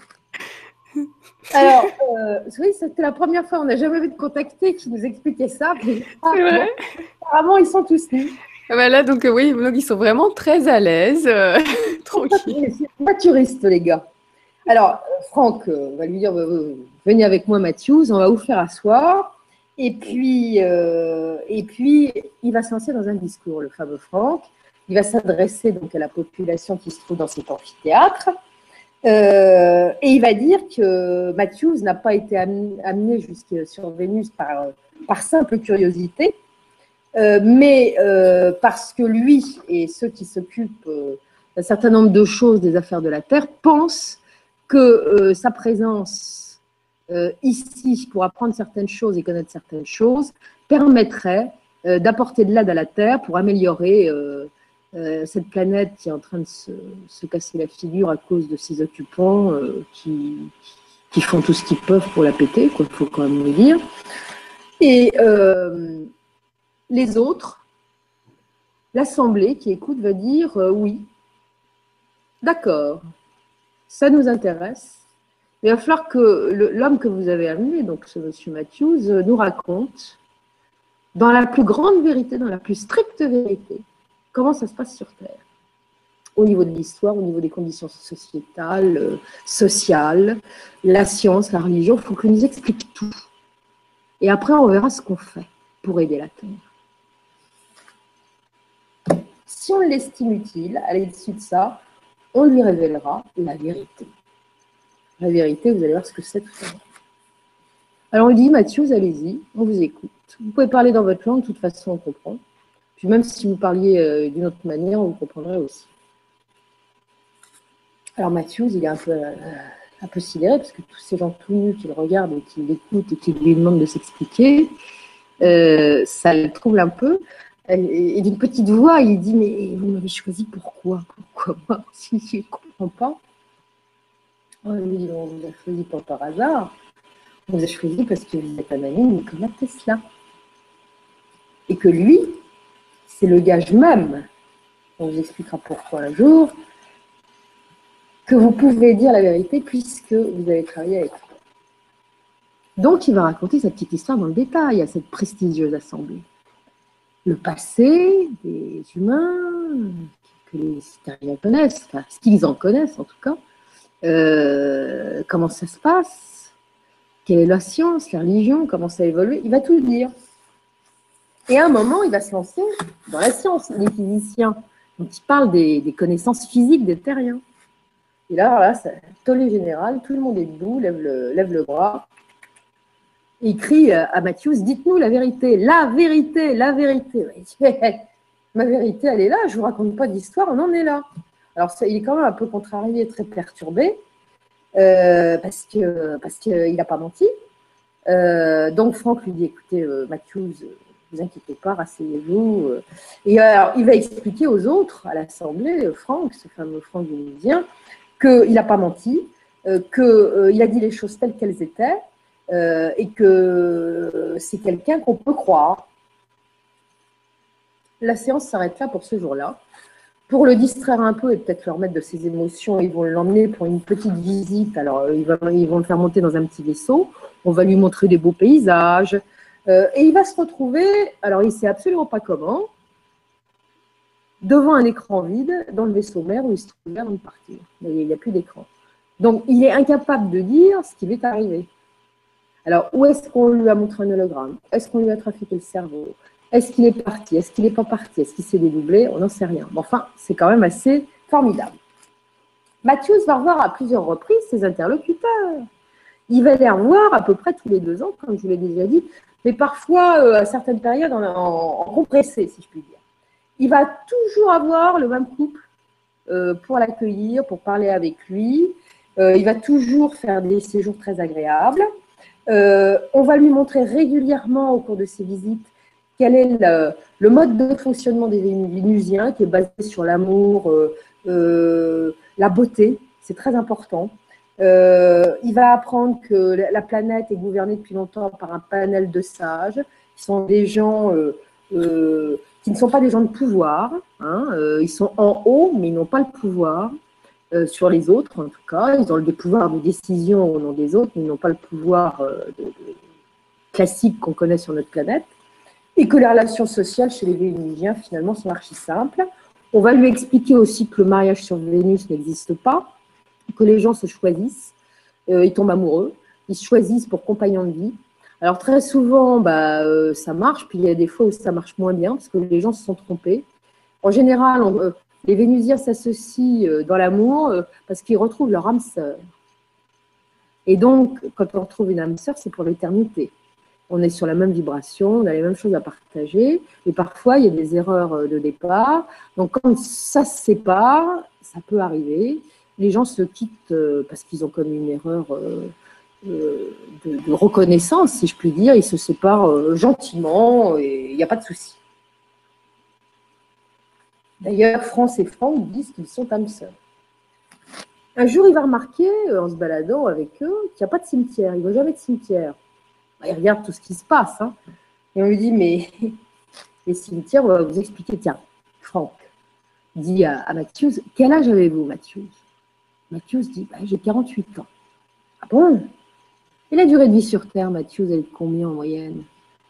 Alors, euh, oui, c'était la première fois, on n'a jamais vu de contacté qui nous expliquait ça. Mais, ah, C'est vrai. bon, apparemment, ils sont tous nus. Ah bah là, donc euh, oui, donc ils sont vraiment très à l'aise, euh, tranquilles. C'est naturiste, les gars. Alors, Franck, euh, on va lui dire, euh, venez avec moi, Matthews, on va vous faire asseoir. Et puis, euh, et puis, il va se lancer dans un discours, le fameux Franck. Il va s'adresser donc à la population qui se trouve dans cet amphithéâtre. Euh, et il va dire que Matthews n'a pas été amené jusque sur Vénus par, par simple curiosité, euh, mais euh, parce que lui et ceux qui s'occupent euh, d'un certain nombre de choses des affaires de la Terre pensent que euh, sa présence euh, ici pour apprendre certaines choses et connaître certaines choses permettrait euh, d'apporter de l'aide à la Terre pour améliorer euh, euh, cette planète qui est en train de se, se casser la figure à cause de ses occupants euh, qui, qui font tout ce qu'ils peuvent pour la péter, quoi, il faut quand même le dire. Et euh, les autres, l'Assemblée qui écoute va dire euh, oui, d'accord, ça nous intéresse. Mais il va falloir que l'homme que vous avez amené, donc ce monsieur Matthews, nous raconte, dans la plus grande vérité, dans la plus stricte vérité, comment ça se passe sur Terre. Au niveau de l'histoire, au niveau des conditions sociétales, euh, sociales, la science, la religion, il faut qu'il nous explique tout. Et après, on verra ce qu'on fait pour aider la Terre. Si on l'estime utile, à l'issue de ça, on lui révélera la vérité. La vérité, vous allez voir ce que c'est tout à l'heure. Alors, on lui dit, Mathieu, allez-y, on vous écoute. Vous pouvez parler dans votre langue, de toute façon, on comprend. Puis même si vous parliez euh, d'une autre manière, on vous comprendrait aussi. Alors, Mathieu, il est un peu, euh, un peu sidéré, parce que tous ces gens tout nus qui le regardent et qui l'écoutent et qui lui demandent de s'expliquer, euh, ça le trouble un peu. Et, et d'une petite voix, il dit, mais vous m'avez choisi pourquoi? Pourquoi moi? Si, si, je ne comprends pas. On lui dit, on vous a choisi pas par hasard. On vous a choisi parce que vous êtes un ami de Nikola Tesla. Et que lui, c'est le gage même, on vous expliquera pourquoi un jour, que vous pouvez dire la vérité puisque vous avez travaillé avec lui. Donc, il va raconter sa petite histoire dans le détail à cette prestigieuse assemblée. Le passé des humains, que les citoyens connaissent, enfin, ce qu'ils en connaissent en tout cas, euh, comment ça se passe, quelle est la science, la religion, comment ça a évolué, il va tout dire. Et à un moment, il va se lancer dans la science. Il est physicien, donc il parle des, des connaissances physiques des terriens. Et là, là c'est tollé général, tout le monde est debout, lève le, lève le bras. Et il crie à Mathieu, dites-nous la vérité, la vérité, la vérité. Ma vérité, elle est là, je ne vous raconte pas d'histoire, on en est là. Alors, ça, il est quand même un peu contrarié, très perturbé, euh, parce qu'il parce que n'a pas menti. Euh, donc, Franck lui dit, écoutez, euh, Mathieu, ne vous inquiétez pas, rasseyez-vous. Et alors, il va expliquer aux autres, à l'Assemblée, Franck, ce fameux Franck vénusien, qu'il n'a pas menti, euh, qu'il euh, a dit les choses telles qu'elles étaient, euh, et que c'est quelqu'un qu'on peut croire. La séance s'arrête là pour ce jour-là. Pour le distraire un peu et peut-être le remettre de ses émotions, ils vont l'emmener pour une petite visite. Alors, ils vont, ils vont le faire monter dans un petit vaisseau. On va lui montrer des beaux paysages. Euh, et il va se retrouver, alors il ne sait absolument pas comment, devant un écran vide dans le vaisseau mère où il se trouvait avant de partir. Mais il n'y a plus d'écran. Donc, il est incapable de dire ce qui lui est arrivé. Alors, où est-ce qu'on lui a montré un hologramme? Est-ce qu'on lui a trafiqué le cerveau? Est-ce qu'il est parti? Est-ce qu'il n'est pas parti? Est-ce qu'il s'est dédoublé? On n'en sait rien. Mais enfin, c'est quand même assez formidable. Mathieu va revoir à plusieurs reprises ses interlocuteurs. Il va les revoir à peu près tous les deux ans, comme je vous l'ai déjà dit, mais parfois, euh, à certaines périodes, en, en, en compressé, si je puis dire. Il va toujours avoir le même couple euh, pour l'accueillir, pour parler avec lui. Euh, il va toujours faire des séjours très agréables. Euh, on va lui montrer régulièrement au cours de ses visites quel est le, le mode de fonctionnement des Vénusiens, qui est basé sur l'amour, euh, euh, la beauté, c'est très important. Euh, il va apprendre que la planète est gouvernée depuis longtemps par un panel de sages, qui sont des gens euh, euh, qui ne sont pas des gens de pouvoir, hein, euh, ils sont en haut, mais ils n'ont pas le pouvoir euh, sur les autres, en tout cas. Ils ont des pouvoirs de décision au nom des autres, mais ils n'ont pas le pouvoir euh, de, de, classique qu'on connaît sur notre planète. Et que les relations sociales chez les Vénusiens, finalement, sont archi simples. On va lui expliquer aussi que le mariage sur Vénus n'existe pas, que les gens se choisissent, euh, ils tombent amoureux, ils se choisissent pour compagnon de vie. Alors très souvent, bah, euh, ça marche, puis il y a des fois où ça marche moins bien, parce que les gens se sont trompés. En général, on, euh, les Vénusiens s'associent euh, dans l'amour euh, parce qu'ils retrouvent leur âme sœur. Et donc, quand on retrouve une âme sœur, c'est pour l'éternité. On est sur la même vibration, on a les mêmes choses à partager, et parfois il y a des erreurs de départ. Donc quand ça se sépare, ça peut arriver. Les gens se quittent parce qu'ils ont commis une erreur de, de reconnaissance, si je puis dire. Ils se séparent gentiment et il n'y a pas de souci. D'ailleurs, France et Franck disent qu'ils sont âmes sœurs. Un jour, il va remarquer, en se baladant avec eux, qu'il n'y a pas de cimetière. Il ne voit jamais de cimetière. Il regarde tout ce qui se passe. Hein. Et on lui dit, mais les cimetières, on va vous expliquer. Tiens, Franck dit à, à Mathieu, quel âge avez-vous, Mathieu? Mathieu dit, bah, j'ai quarante-huit ans. Ah bon? Et la durée de vie sur Terre, Mathieu, elle est de combien en moyenne?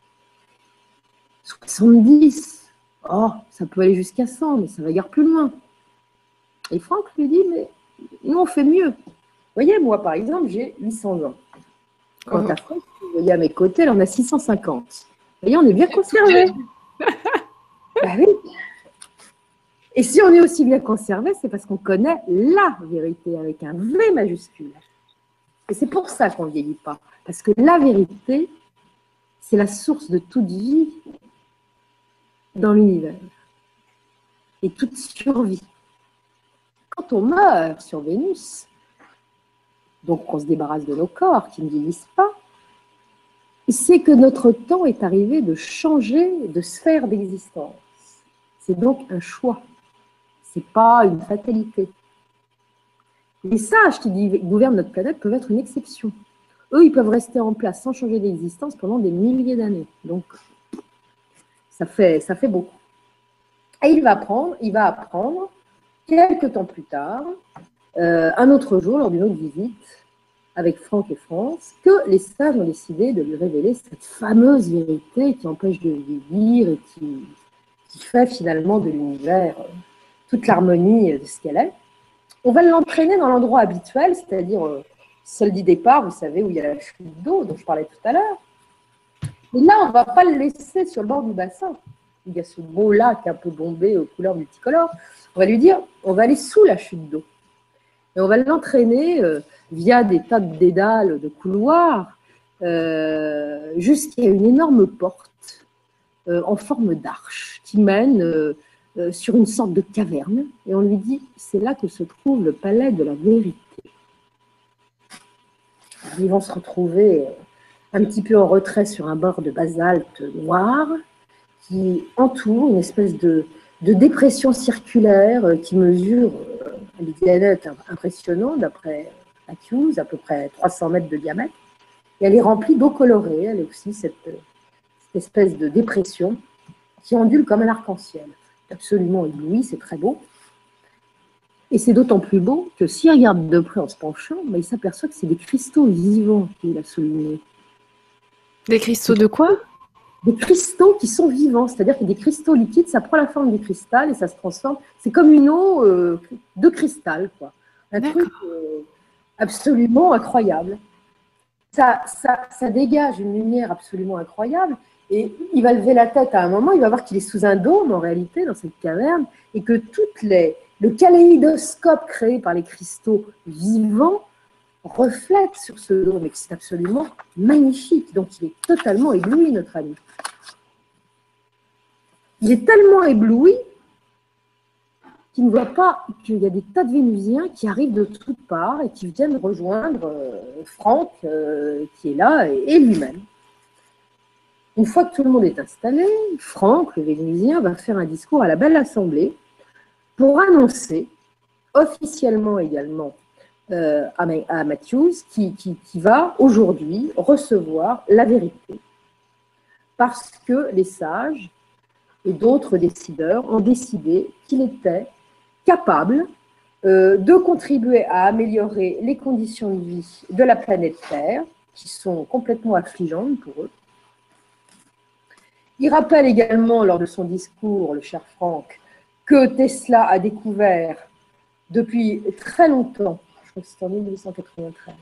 soixante-dix. Oh, ça peut aller jusqu'à cent, mais ça va guère plus loin. Et Franck lui dit, mais nous, on fait mieux. Vous voyez, moi, par exemple, j'ai huit cents ans. Quant à Franck, vous voyez à mes côtés, elle en a six cent cinquante. Vous voyez, on est bien conservé. Bah oui. Et si on est aussi bien conservé, c'est parce qu'on connaît la vérité avec un V majuscule. Et c'est pour ça qu'on ne vieillit pas. Parce que la vérité, c'est la source de toute vie dans l'univers. Et toute survie. Quand on meurt sur Vénus, donc on se débarrasse de nos corps qui ne vieillissent pas, c'est que notre temps est arrivé de changer de sphère d'existence. C'est donc un choix. Ce n'est pas une fatalité. Les sages qui gouvernent notre planète peuvent être une exception. Eux, ils peuvent rester en place sans changer d'existence pendant des milliers d'années. Donc, ça fait, ça fait beaucoup. Et il va apprendre, il va apprendre, quelques temps plus tard, euh, un autre jour, lors d'une autre visite, avec Franck et France, que les sages ont décidé de lui révéler cette fameuse vérité qui empêche de vieillir et qui, qui fait finalement de l'univers toute l'harmonie de ce qu'elle est. On va l'entraîner dans l'endroit habituel, c'est-à-dire euh, celle du départ, vous savez, où il y a la chute d'eau dont je parlais tout à l'heure. Et là, on ne va pas le laisser sur le bord du bassin. Il y a ce beau lac un peu bombé aux couleurs multicolores. On va lui dire, on va aller sous la chute d'eau. Et on va l'entraîner euh, via des tas de dédales, de couloirs, euh, jusqu'à une énorme porte euh, en forme d'arche qui mène euh, euh, sur une sorte de caverne. Et on lui dit, c'est là que se trouve le palais de la vérité. Ils vont se retrouver un petit peu en retrait sur un bord de basalte noir qui entoure une espèce de, de dépression circulaire qui mesure un diamètre impressionnant, d'après Matthews, à peu près trois cents mètres de diamètre. Et elle est remplie d'eau colorée. Elle est aussi cette, cette espèce de dépression qui ondule comme un arc-en-ciel. Absolument ébloui, c'est très beau. Et c'est d'autant plus beau que s'il regarde de près en se penchant, ben, il s'aperçoit que c'est des cristaux vivants qu'il a soulignés. Des cristaux de quoi? Des cristaux qui sont vivants, c'est-à-dire que des cristaux liquides, ça prend la forme du cristal et ça se transforme. C'est comme une eau euh, de cristal, quoi. Un truc euh, absolument incroyable. Ça, ça, ça dégage une lumière absolument incroyable et il va lever la tête à un moment, il va voir qu'il est sous un dôme en réalité, dans cette caverne, et que toutes les, le kaléidoscope créé par les cristaux vivants reflète sur ce dôme et que c'est absolument magnifique. Donc il est totalement ébloui, notre ami. Il est tellement ébloui qu'il ne voit pas qu'il y a des tas de Vénusiens qui arrivent de toutes parts et qui viennent rejoindre euh, Franck, euh, qui est là, et, et lui-même. Une fois que tout le monde est installé, Franck, le Vénusien, va faire un discours à la belle assemblée pour annoncer officiellement également euh, à, à Matthews qui, qui, qui va aujourd'hui recevoir la vérité. Parce que les sages et d'autres décideurs ont décidé qu'il était capable euh, de contribuer à améliorer les conditions de vie de la planète Terre, qui sont complètement affligeantes pour eux. Il rappelle également, lors de son discours, le cher Franck, que Tesla a découvert depuis très longtemps, je crois que c'est en mille huit cent quatre-vingt-treize,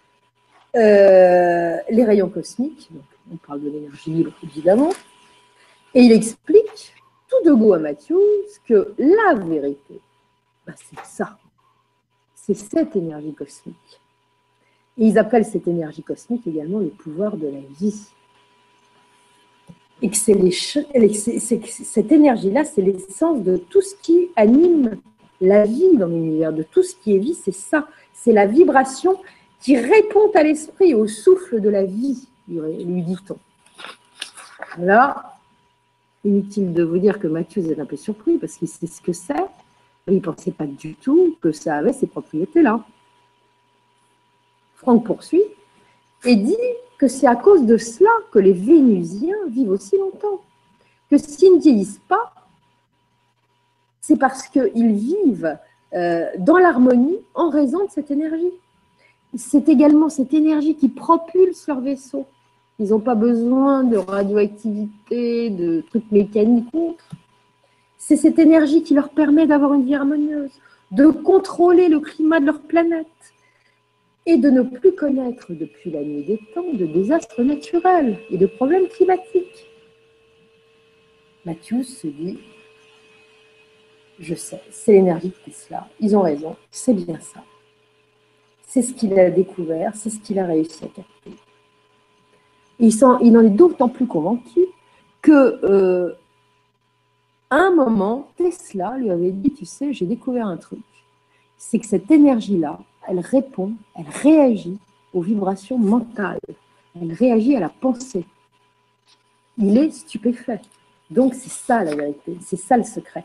euh, les rayons cosmiques, donc on parle de l'énergie libre évidemment, et il explique tout de go à Matthews que la vérité, ben c'est ça, c'est cette énergie cosmique. Et ils appellent cette énergie cosmique également le pouvoir de la vie. Et que c'est les, c'est, c'est, cette énergie-là, c'est l'essence de tout ce qui anime la vie dans l'univers, de tout ce qui est vie, c'est ça. C'est la vibration qui répond à l'esprit, au souffle de la vie, lui dit-on. Là, inutile de vous dire que Matthews est un peu surpris parce qu'il sait ce que c'est. Il ne pensait pas du tout que ça avait ces propriétés-là. Franck poursuit et dit que c'est à cause de cela que les Vénusiens vivent aussi longtemps. Que s'ils ne vieillissent pas, c'est parce qu'ils vivent euh, dans l'harmonie en raison de cette énergie. C'est également cette énergie qui propulse leur vaisseau. Ils n'ont pas besoin de radioactivité, de trucs mécaniques. C'est cette énergie qui leur permet d'avoir une vie harmonieuse, de contrôler le climat de leur planète et de ne plus connaître depuis la nuit des temps de désastres naturels et de problèmes climatiques. Matthews se dit, je sais, c'est l'énergie de Tesla, ils ont raison, c'est bien ça. c'est ce qu'il a découvert, c'est ce qu'il a réussi à capter. Il, s'en, il en est d'autant plus convaincu que, euh, à un moment, Tesla lui avait dit, tu sais, j'ai découvert un truc, c'est que cette énergie-là, elle répond, elle réagit aux vibrations mentales, elle réagit à la pensée. Il est stupéfait. Donc c'est ça la vérité, c'est ça le secret.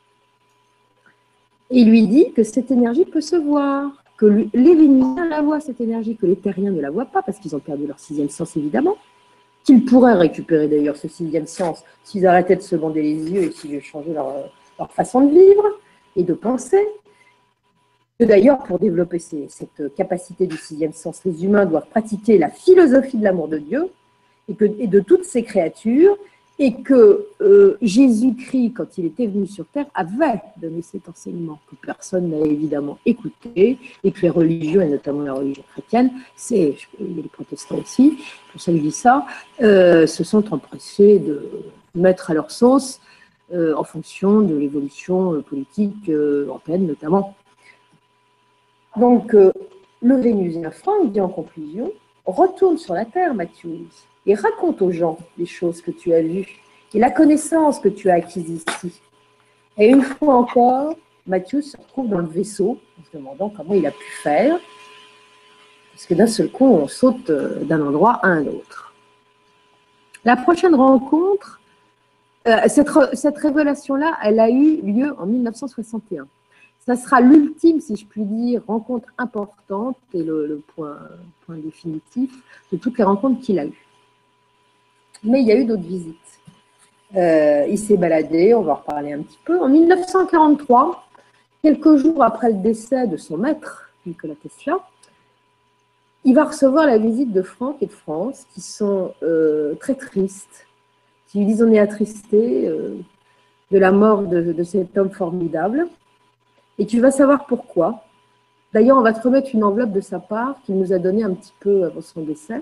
Et il lui dit que cette énergie peut se voir, que les Vénusiens la voient, cette énergie, que les Terriens ne la voient pas, parce qu'ils ont perdu leur sixième sens, évidemment, qu'ils pourraient récupérer d'ailleurs ce sixième sens s'ils arrêtaient de se bander les yeux et s'ils changeaient leur, leur façon de vivre et de penser. Que d'ailleurs, pour développer ces, cette capacité du sixième sens, les humains doivent pratiquer la philosophie de l'amour de Dieu et, que, et de toutes ces créatures, et que euh, Jésus-Christ, quand il était venu sur Terre, avait donné cet enseignement que personne n'a évidemment écouté, et que les religions, et notamment la religion chrétienne, c'est, il y a les protestants aussi, pour ça que je dis ça, euh, se sont empressés de mettre à leur sauce euh, en fonction de l'évolution politique euh, européenne notamment. Donc, euh, le Vénusien Franck dit en conclusion, retourne sur la Terre, Matthews, et raconte aux gens les choses que tu as vues et la connaissance que tu as acquise ici. Et une fois encore, Matthews se retrouve dans le vaisseau, en se demandant comment il a pu faire, parce que d'un seul coup, on saute d'un endroit à un autre. La prochaine rencontre, euh, cette, cette révélation-là, elle a eu lieu en mille neuf cent soixante et un. Ça sera l'ultime, si je puis dire, rencontre importante et le, le point, point définitif de toutes les rencontres qu'il a eues. Mais il y a eu d'autres visites. Euh, il s'est baladé, on va en reparler un petit peu. En mille neuf cent quarante-trois, quelques jours après le décès de son maître, Nikola Tesla, il va recevoir la visite de Franck et de France, qui sont euh, très tristes, qui lui disent on est attristés euh, de la mort de, de cet homme formidable. Et tu vas savoir pourquoi. D'ailleurs, on va te remettre une enveloppe de sa part qu'il nous a donnée un petit peu avant son décès.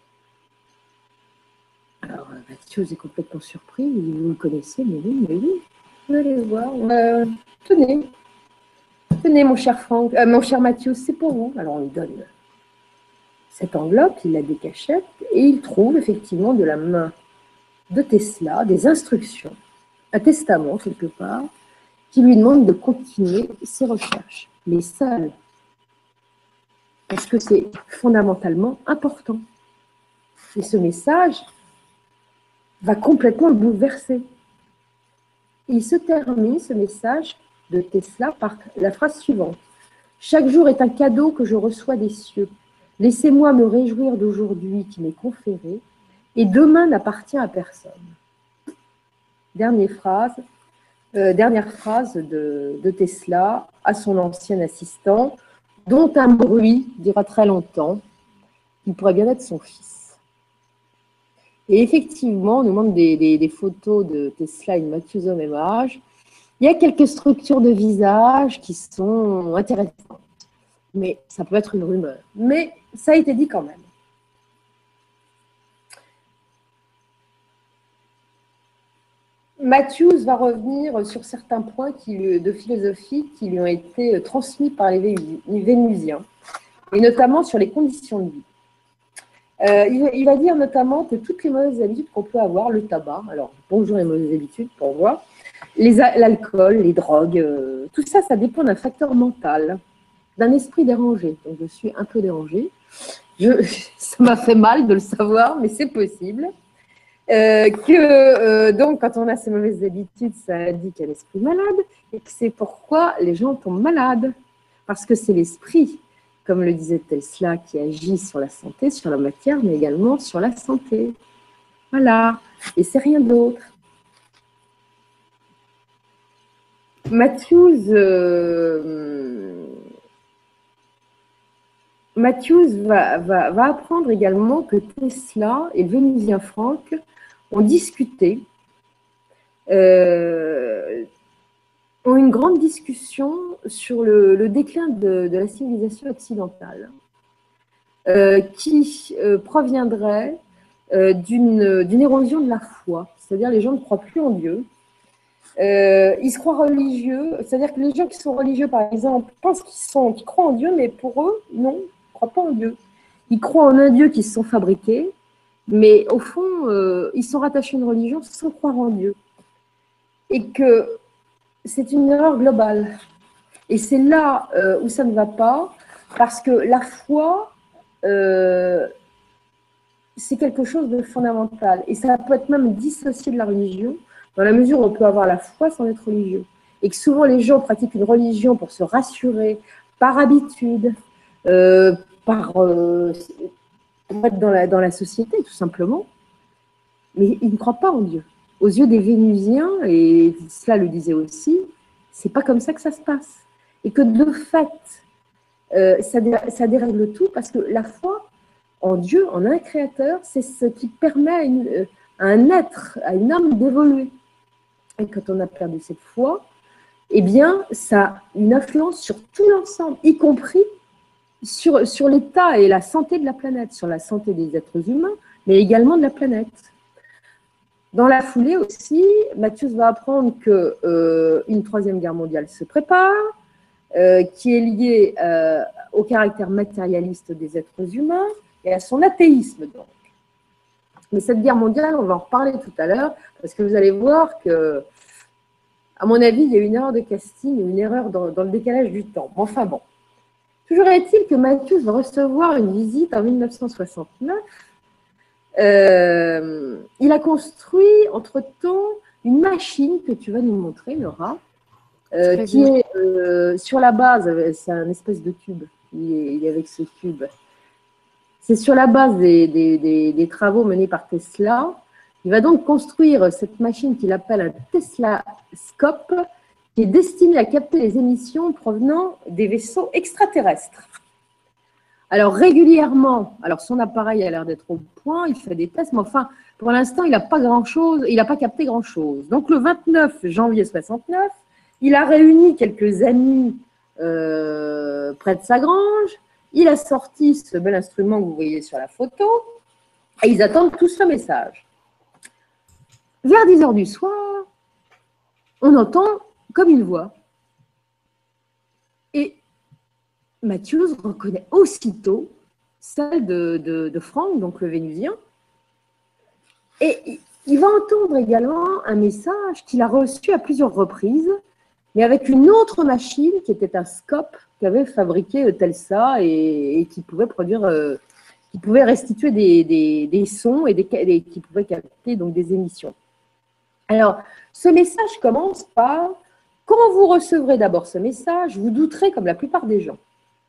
Alors, Mathieu est complètement surpris. Il dit, vous le connaissez? Mais oui, mais oui. Vous allez voir. Euh, tenez. Tenez, mon cher Franck, euh, mon cher Mathieu, c'est pour vous. Alors, on lui donne cette enveloppe, il la décachette, et il trouve effectivement de la main de Tesla des instructions, un testament quelque part, qui lui demande de continuer ses recherches, mais seul. Parce que c'est fondamentalement important. Et ce message va complètement le bouleverser. Et il se termine, ce message de Tesla, par la phrase suivante. « Chaque jour est un cadeau que je reçois des cieux. Laissez-moi me réjouir d'aujourd'hui qui m'est conféré, et demain n'appartient à personne. » Dernière phrase, euh, dernière phrase de, de Tesla à son ancien assistant, dont un bruit dira très longtemps qu'il pourrait bien être son fils. Et effectivement, on nous montre des, des, des photos de Tesla et de Matthews au même âge. Il y a quelques structures de visage qui sont intéressantes, mais ça peut être une rumeur. Mais ça a été dit quand même. Matthews va revenir sur certains points qui, de philosophie qui lui ont été transmis par les Vénusiens, et notamment sur les conditions de vie. Euh, il, il va dire notamment que toutes les mauvaises habitudes qu'on peut avoir, le tabac, alors bonjour les mauvaises habitudes pour voir, l'alcool, les drogues, euh, tout ça, ça dépend d'un facteur mental, d'un esprit dérangé. Donc je suis un peu dérangée. Je, ça m'a fait mal de le savoir, mais c'est possible. Euh, que euh, donc quand on a ces mauvaises habitudes, ça indique un esprit malade, et que c'est pourquoi les gens tombent malades, parce que c'est l'esprit, comme le disait Tesla, qui agit sur la santé, sur la matière, mais également sur la santé. Voilà, et c'est rien d'autre. Matthews, euh, Matthews va, va, va apprendre également que Tesla et le Vénusien Franck ont discuté, euh, ont une grande discussion sur le, le déclin de, de la civilisation occidentale, euh, qui euh, proviendrait euh, d'une d'une érosion de la foi, c'est-à-dire les gens ne croient plus en Dieu, Euh, ils se croient religieux, c'est-à-dire que les gens qui sont religieux, par exemple, pensent qu'ils sont, qu'ils croient en Dieu, mais pour eux, non, ils ne croient pas en Dieu. Ils croient en un Dieu qui se sont fabriqués, mais au fond, euh, ils sont rattachés à une religion sans croire en Dieu. Et que c'est une erreur globale. Et c'est là euh, où ça ne va pas, parce que la foi, euh, c'est quelque chose de fondamental. Et ça peut être même dissocié de la religion, dans la mesure où on peut avoir la foi sans être religieux. Et que souvent, les gens pratiquent une religion pour se rassurer, par habitude, euh, par, euh, pour être dans la, dans la société, tout simplement. Mais ils ne croient pas en Dieu. Aux yeux des Vénusiens, et cela le disait aussi, c'est pas comme ça que ça se passe. Et que de fait, euh, ça, dé, ça dérègle tout, parce que la foi en Dieu, en un créateur, c'est ce qui permet à, une, à un être, à une âme d'évoluer. Et quand on a perdu cette foi, eh bien, ça a une influence sur tout l'ensemble, y compris sur, sur l'état et la santé de la planète, sur la santé des êtres humains, mais également de la planète. Dans la foulée aussi, Matthieu va apprendre qu'une euh, troisième guerre mondiale se prépare, euh, qui est liée euh, au caractère matérialiste des êtres humains et à son athéisme, donc. Mais cette guerre mondiale, on va en reparler tout à l'heure, parce que vous allez voir que, à mon avis, il y a une erreur de casting, une erreur dans, dans le décalage du temps. Enfin bon. Toujours est-il que Matthieu va recevoir une visite en mille neuf cent soixante-neuf. Euh, il a construit, entre-temps, une machine que tu vas nous montrer, Nora, euh, qui bien. est euh, sur la base, c'est un espèce de cube, il est, il est avec ce cube. C'est sur la base des, des, des, des travaux menés par Tesla. Il va donc construire cette machine qu'il appelle un Teslascope, qui est destinée à capter les émissions provenant des vaisseaux extraterrestres. Alors régulièrement, alors son appareil a l'air d'être au point, il fait des tests, mais enfin, pour l'instant, il n'a pas grand-chose, il n'a pas capté grand-chose. Donc le vingt-neuf janvier soixante-neuf, il a réuni quelques amis euh, près de sa grange. Il a sorti ce bel instrument que vous voyez sur la photo et ils attendent tous le message. Vers dix heures du soir, on entend comme une voix. Et Matthieu reconnaît aussitôt celle de, de, de Franck, donc le Vénusien. Et il va entendre également un message qu'il a reçu à plusieurs reprises, mais avec une autre machine qui était un scope qu'avait fabriqué Telsa et, et qui pouvait produire, euh, qui pouvait restituer des, des, des sons et des, des, qui pouvait capter donc des émissions. Alors, ce message commence par, quand vous recevrez d'abord ce message, vous douterez comme la plupart des gens.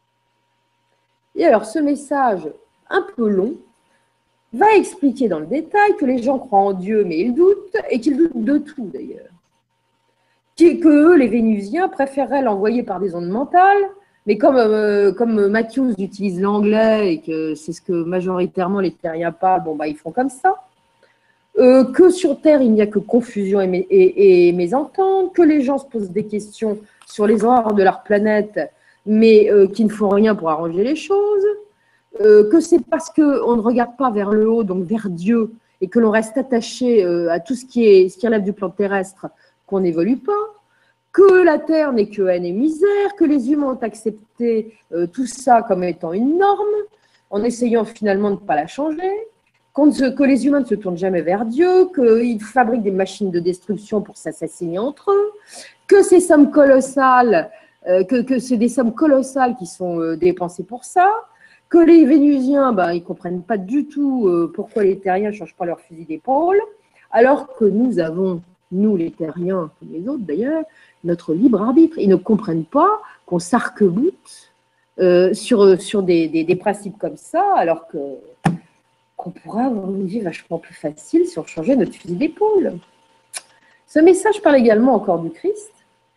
Et alors, ce message un peu long va expliquer dans le détail que les gens croient en Dieu, mais ils doutent, et qu'ils doutent de tout d'ailleurs. Que eux, les Vénusiens, préféreraient l'envoyer par des ondes mentales, mais comme, euh, comme Matthews utilise l'anglais et que c'est ce que majoritairement les terriens parlent, bon, bah, ils font comme ça. Euh, que sur Terre, il n'y a que confusion et, mé et, et mésentente, que les gens se posent des questions sur les horreurs de leur planète, mais euh, qui ne font rien pour arranger les choses, euh, que c'est parce qu'on ne regarde pas vers le haut, donc vers Dieu, et que l'on reste attaché euh, à tout ce qui, est, ce qui relève du plan terrestre, qu'on n'évolue pas, que la Terre n'est que haine et misère, que les humains ont accepté euh, tout ça comme étant une norme, en essayant finalement de ne pas la changer, que les humains ne se tournent jamais vers Dieu, qu'ils fabriquent des machines de destruction pour s'assassiner entre eux, que ces sommes colossales, euh, que, que c'est des sommes colossales qui sont euh, dépensées pour ça, que les Vénusiens, ben, ils ne comprennent pas du tout euh, pourquoi les Terriens ne changent pas leur fusil d'épaule, alors que nous avons, nous les Terriens, comme les autres d'ailleurs, notre libre arbitre. Ils ne comprennent pas qu'on s'arc-boute euh, sur, sur des, des, des principes comme ça, alors que qu'on pourrait avoir une vie vachement plus facile si on changeait notre fusil d'épaule. Ce message parle également encore du Christ,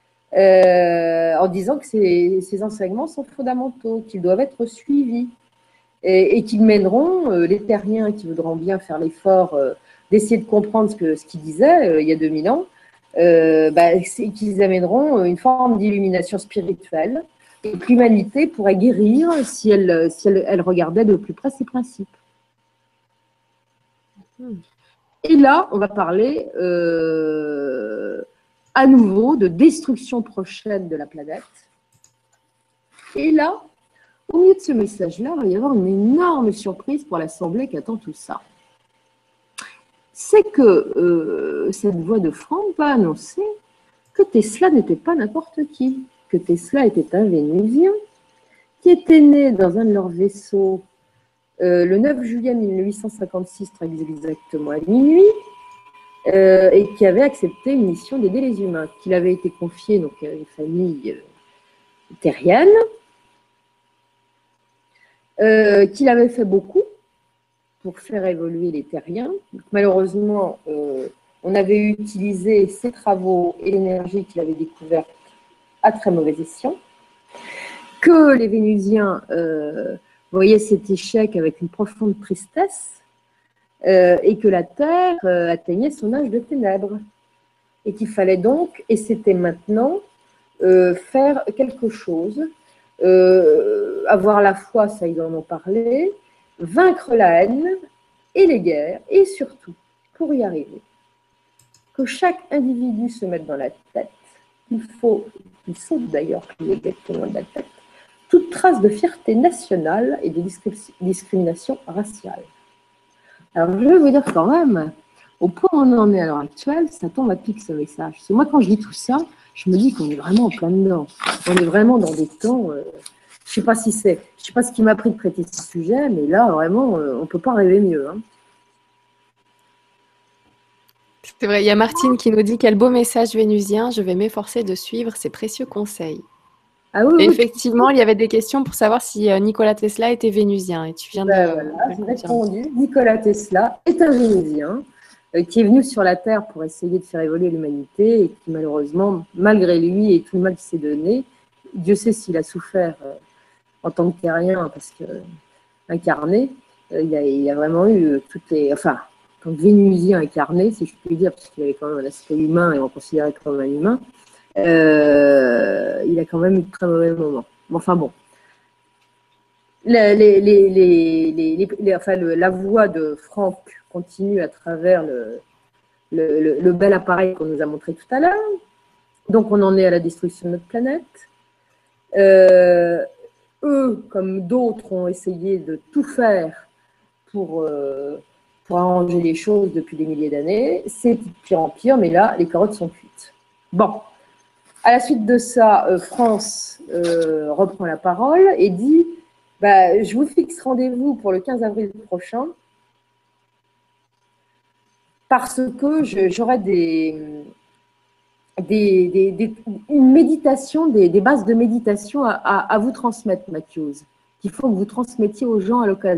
euh, en disant que ces, ces enseignements sont fondamentaux, qu'ils doivent être suivis, et, et qu'ils mèneront, euh, les terriens qui voudront bien faire l'effort euh, d'essayer de comprendre ce qu'il ce qu'il disait euh, il y a deux mille ans, euh, bah, qu'ils amèneront une forme d'illumination spirituelle, et que l'humanité pourrait guérir si elle, si elle, elle regardait de plus près ses principes. Et là, on va parler euh, à nouveau de destruction prochaine de la planète. Et là, au milieu de ce message-là, il va y avoir une énorme surprise pour l'Assemblée qui attend tout ça. C'est que euh, cette voix de Franck va annoncer que Tesla n'était pas n'importe qui, que Tesla était un Vénusien qui était né dans un de leurs vaisseaux euh, le neuf juillet mille huit cent cinquante-six, très exactement à minuit, euh, et qui avait accepté une mission d'aider les humains, qu'il avait été confié donc, à une famille euh, terrienne, euh, qu'il avait fait beaucoup pour faire évoluer les terriens. Donc, malheureusement, euh, on avait utilisé ses travaux et l'énergie qu'il avait découverte à très mauvais escient, que les Vénusiens euh, voyaient cet échec avec une profonde tristesse, euh, et que la Terre euh, atteignait son âge de ténèbres, et qu'il fallait donc, et c'était maintenant, euh, faire quelque chose, euh, avoir la foi, ça ils en ont parlé, vaincre la haine et les guerres, et surtout, pour y arriver, que chaque individu se mette dans la tête, il faut, il saute d'ailleurs exactement de la tête, toute trace de fierté nationale et de discrimination raciale. Alors je vais vous dire quand même, au point où on en est à l'heure actuelle, ça tombe à pic ce message. Parce que moi quand je lis tout ça, je me dis qu'on est vraiment en plein dedans. On est vraiment dans des temps... Euh, je ne sais pas si c'est, je sais pas ce qui m'a pris de traiter ce sujet, mais là, vraiment, euh, on ne peut pas rêver mieux. Hein. C'est vrai, il y a Martine qui nous dit « Quel beau message vénusien, je vais m'efforcer de suivre ces précieux conseils. » Ah oui, Et oui. effectivement, il y avait des questions pour savoir si euh, Nikola Tesla était vénusien. Et tu viens Ben de... voilà, j'ai répondu. Nikola Tesla est un Vénusien euh, qui est venu sur la Terre pour essayer de faire évoluer l'humanité et qui, malheureusement, malgré lui et tout le mal qui s'est donné, Dieu sait s'il a souffert euh, en tant que terrien, parce que incarné, euh, il, a, il a vraiment eu euh, toutes les... Enfin, en tant que Vénusien incarné, si je puis dire, parce qu'il avait quand même un aspect humain et on considérait comme un humain, euh, il a quand même eu de très mauvais moments. Enfin bon. Les, les, les, les, les, enfin, le, la voix de Franck continue à travers le, le, le, le bel appareil qu'on nous a montré tout à l'heure. Donc, on en est à la destruction de notre planète. Euh, eux, comme d'autres, ont essayé de tout faire pour, euh, pour arranger les choses depuis des milliers d'années. C'est de pire en pire, mais là, les carottes sont cuites. Bon. À la suite de ça, euh, France euh, reprend la parole et dit bah, « Je vous fixe rendez-vous pour le quinze avril prochain parce que j'aurai des, des, des, des, une méditation, des, des bases de méditation à, à, à vous transmettre, Matthews, qu'il faut que vous transmettiez aux gens à l'occasion. »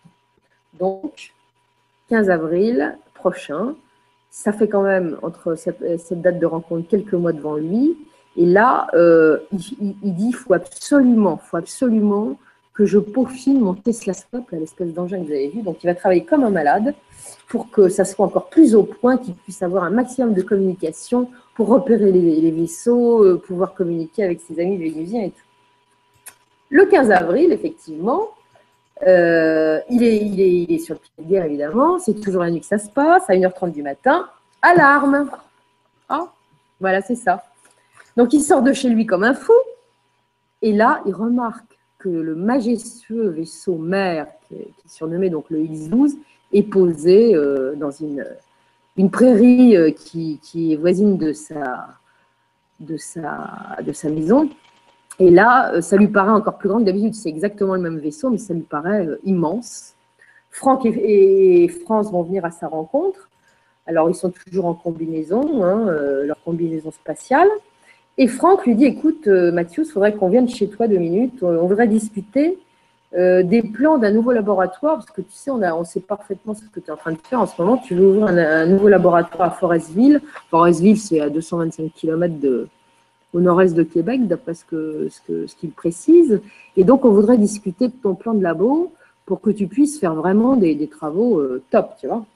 Donc, quinze avril prochain, ça fait quand même, entre cette, cette date de rencontre, quelques mois devant lui. Et là, euh, il, il dit, il faut absolument, faut absolument que je peaufine mon Teslascope, l'espèce d'engin que vous avez vu. Donc, il va travailler comme un malade pour que ça soit encore plus au point, qu'il puisse avoir un maximum de communication pour repérer les, les vaisseaux, euh, pouvoir communiquer avec ses amis vénusiens et tout. Le quinze avril, effectivement, euh, il, est, il, est, il est sur le pied de guerre, évidemment. C'est toujours la nuit que ça se passe, à une heure trente du matin. Alarme! Ah, voilà, c'est ça. Donc, il sort de chez lui comme un fou. Et là, il remarque que le majestueux vaisseau mère, qui est, qui est surnommé donc le X douze, est posé euh, dans une, une prairie euh, qui, qui est voisine de sa, de sa, de sa maison. Et là, ça lui paraît encore plus grand que d'habitude. C'est exactement le même vaisseau, mais ça lui paraît euh, immense. Franck et, et France vont venir à sa rencontre. Alors, ils sont toujours en combinaison, hein, euh, leur combinaison spatiale. Et Franck lui dit, écoute, euh, Mathieu, il faudrait qu'on vienne chez toi deux minutes. On, on voudrait discuter euh, des plans d'un nouveau laboratoire, parce que tu sais, on, a, on sait parfaitement ce que tu es en train de faire en ce moment. Tu veux ouvrir un, un nouveau laboratoire à Forestville. Forestville, c'est à deux cent vingt-cinq kilomètres de, au nord-est de Québec, d'après ce qu'il ce que, ce qu'il précise. Et donc, on voudrait discuter de ton plan de labo pour que tu puisses faire vraiment des, des travaux euh, top, tu vois.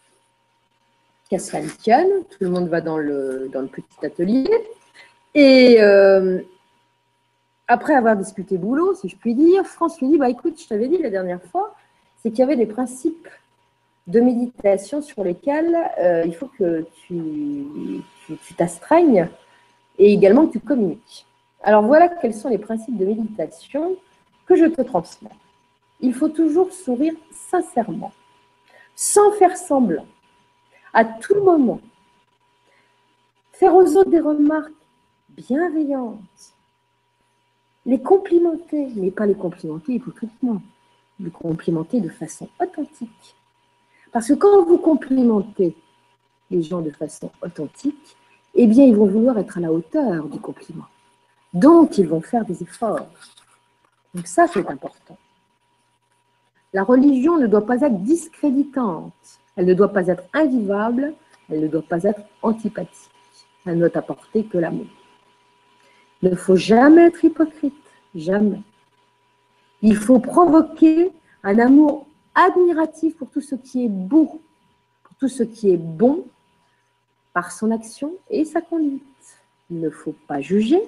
Qu'à cela ne tienne, tout le monde va dans le, dans le petit atelier. Et euh, après avoir discuté boulot, si je puis dire, France lui dit, bah, écoute, je t'avais dit la dernière fois, c'est qu'il y avait des principes de méditation sur lesquelles euh, il faut que tu, tu, tu t'astreignes et également que tu communiques. Alors voilà quels sont les principes de méditation que je te transmets. Il faut toujours sourire sincèrement, sans faire semblant, à tout moment. Faire aux autres des remarques bienveillantes. Les complimenter, mais pas les complimenter hypocritement, les complimenter de façon authentique. Parce que quand vous complimentez les gens de façon authentique, eh bien, ils vont vouloir être à la hauteur du compliment. Donc, ils vont faire des efforts. Donc ça, c'est important. La religion ne doit pas être discréditante. Elle ne doit pas être invivable. Elle ne doit pas être antipathique. Elle ne doit apporter que l'amour. Il ne faut jamais être hypocrite. Jamais. Il faut provoquer un amour admiratif pour tout ce qui est beau, pour tout ce qui est bon, par son action et sa conduite. Il ne faut pas juger.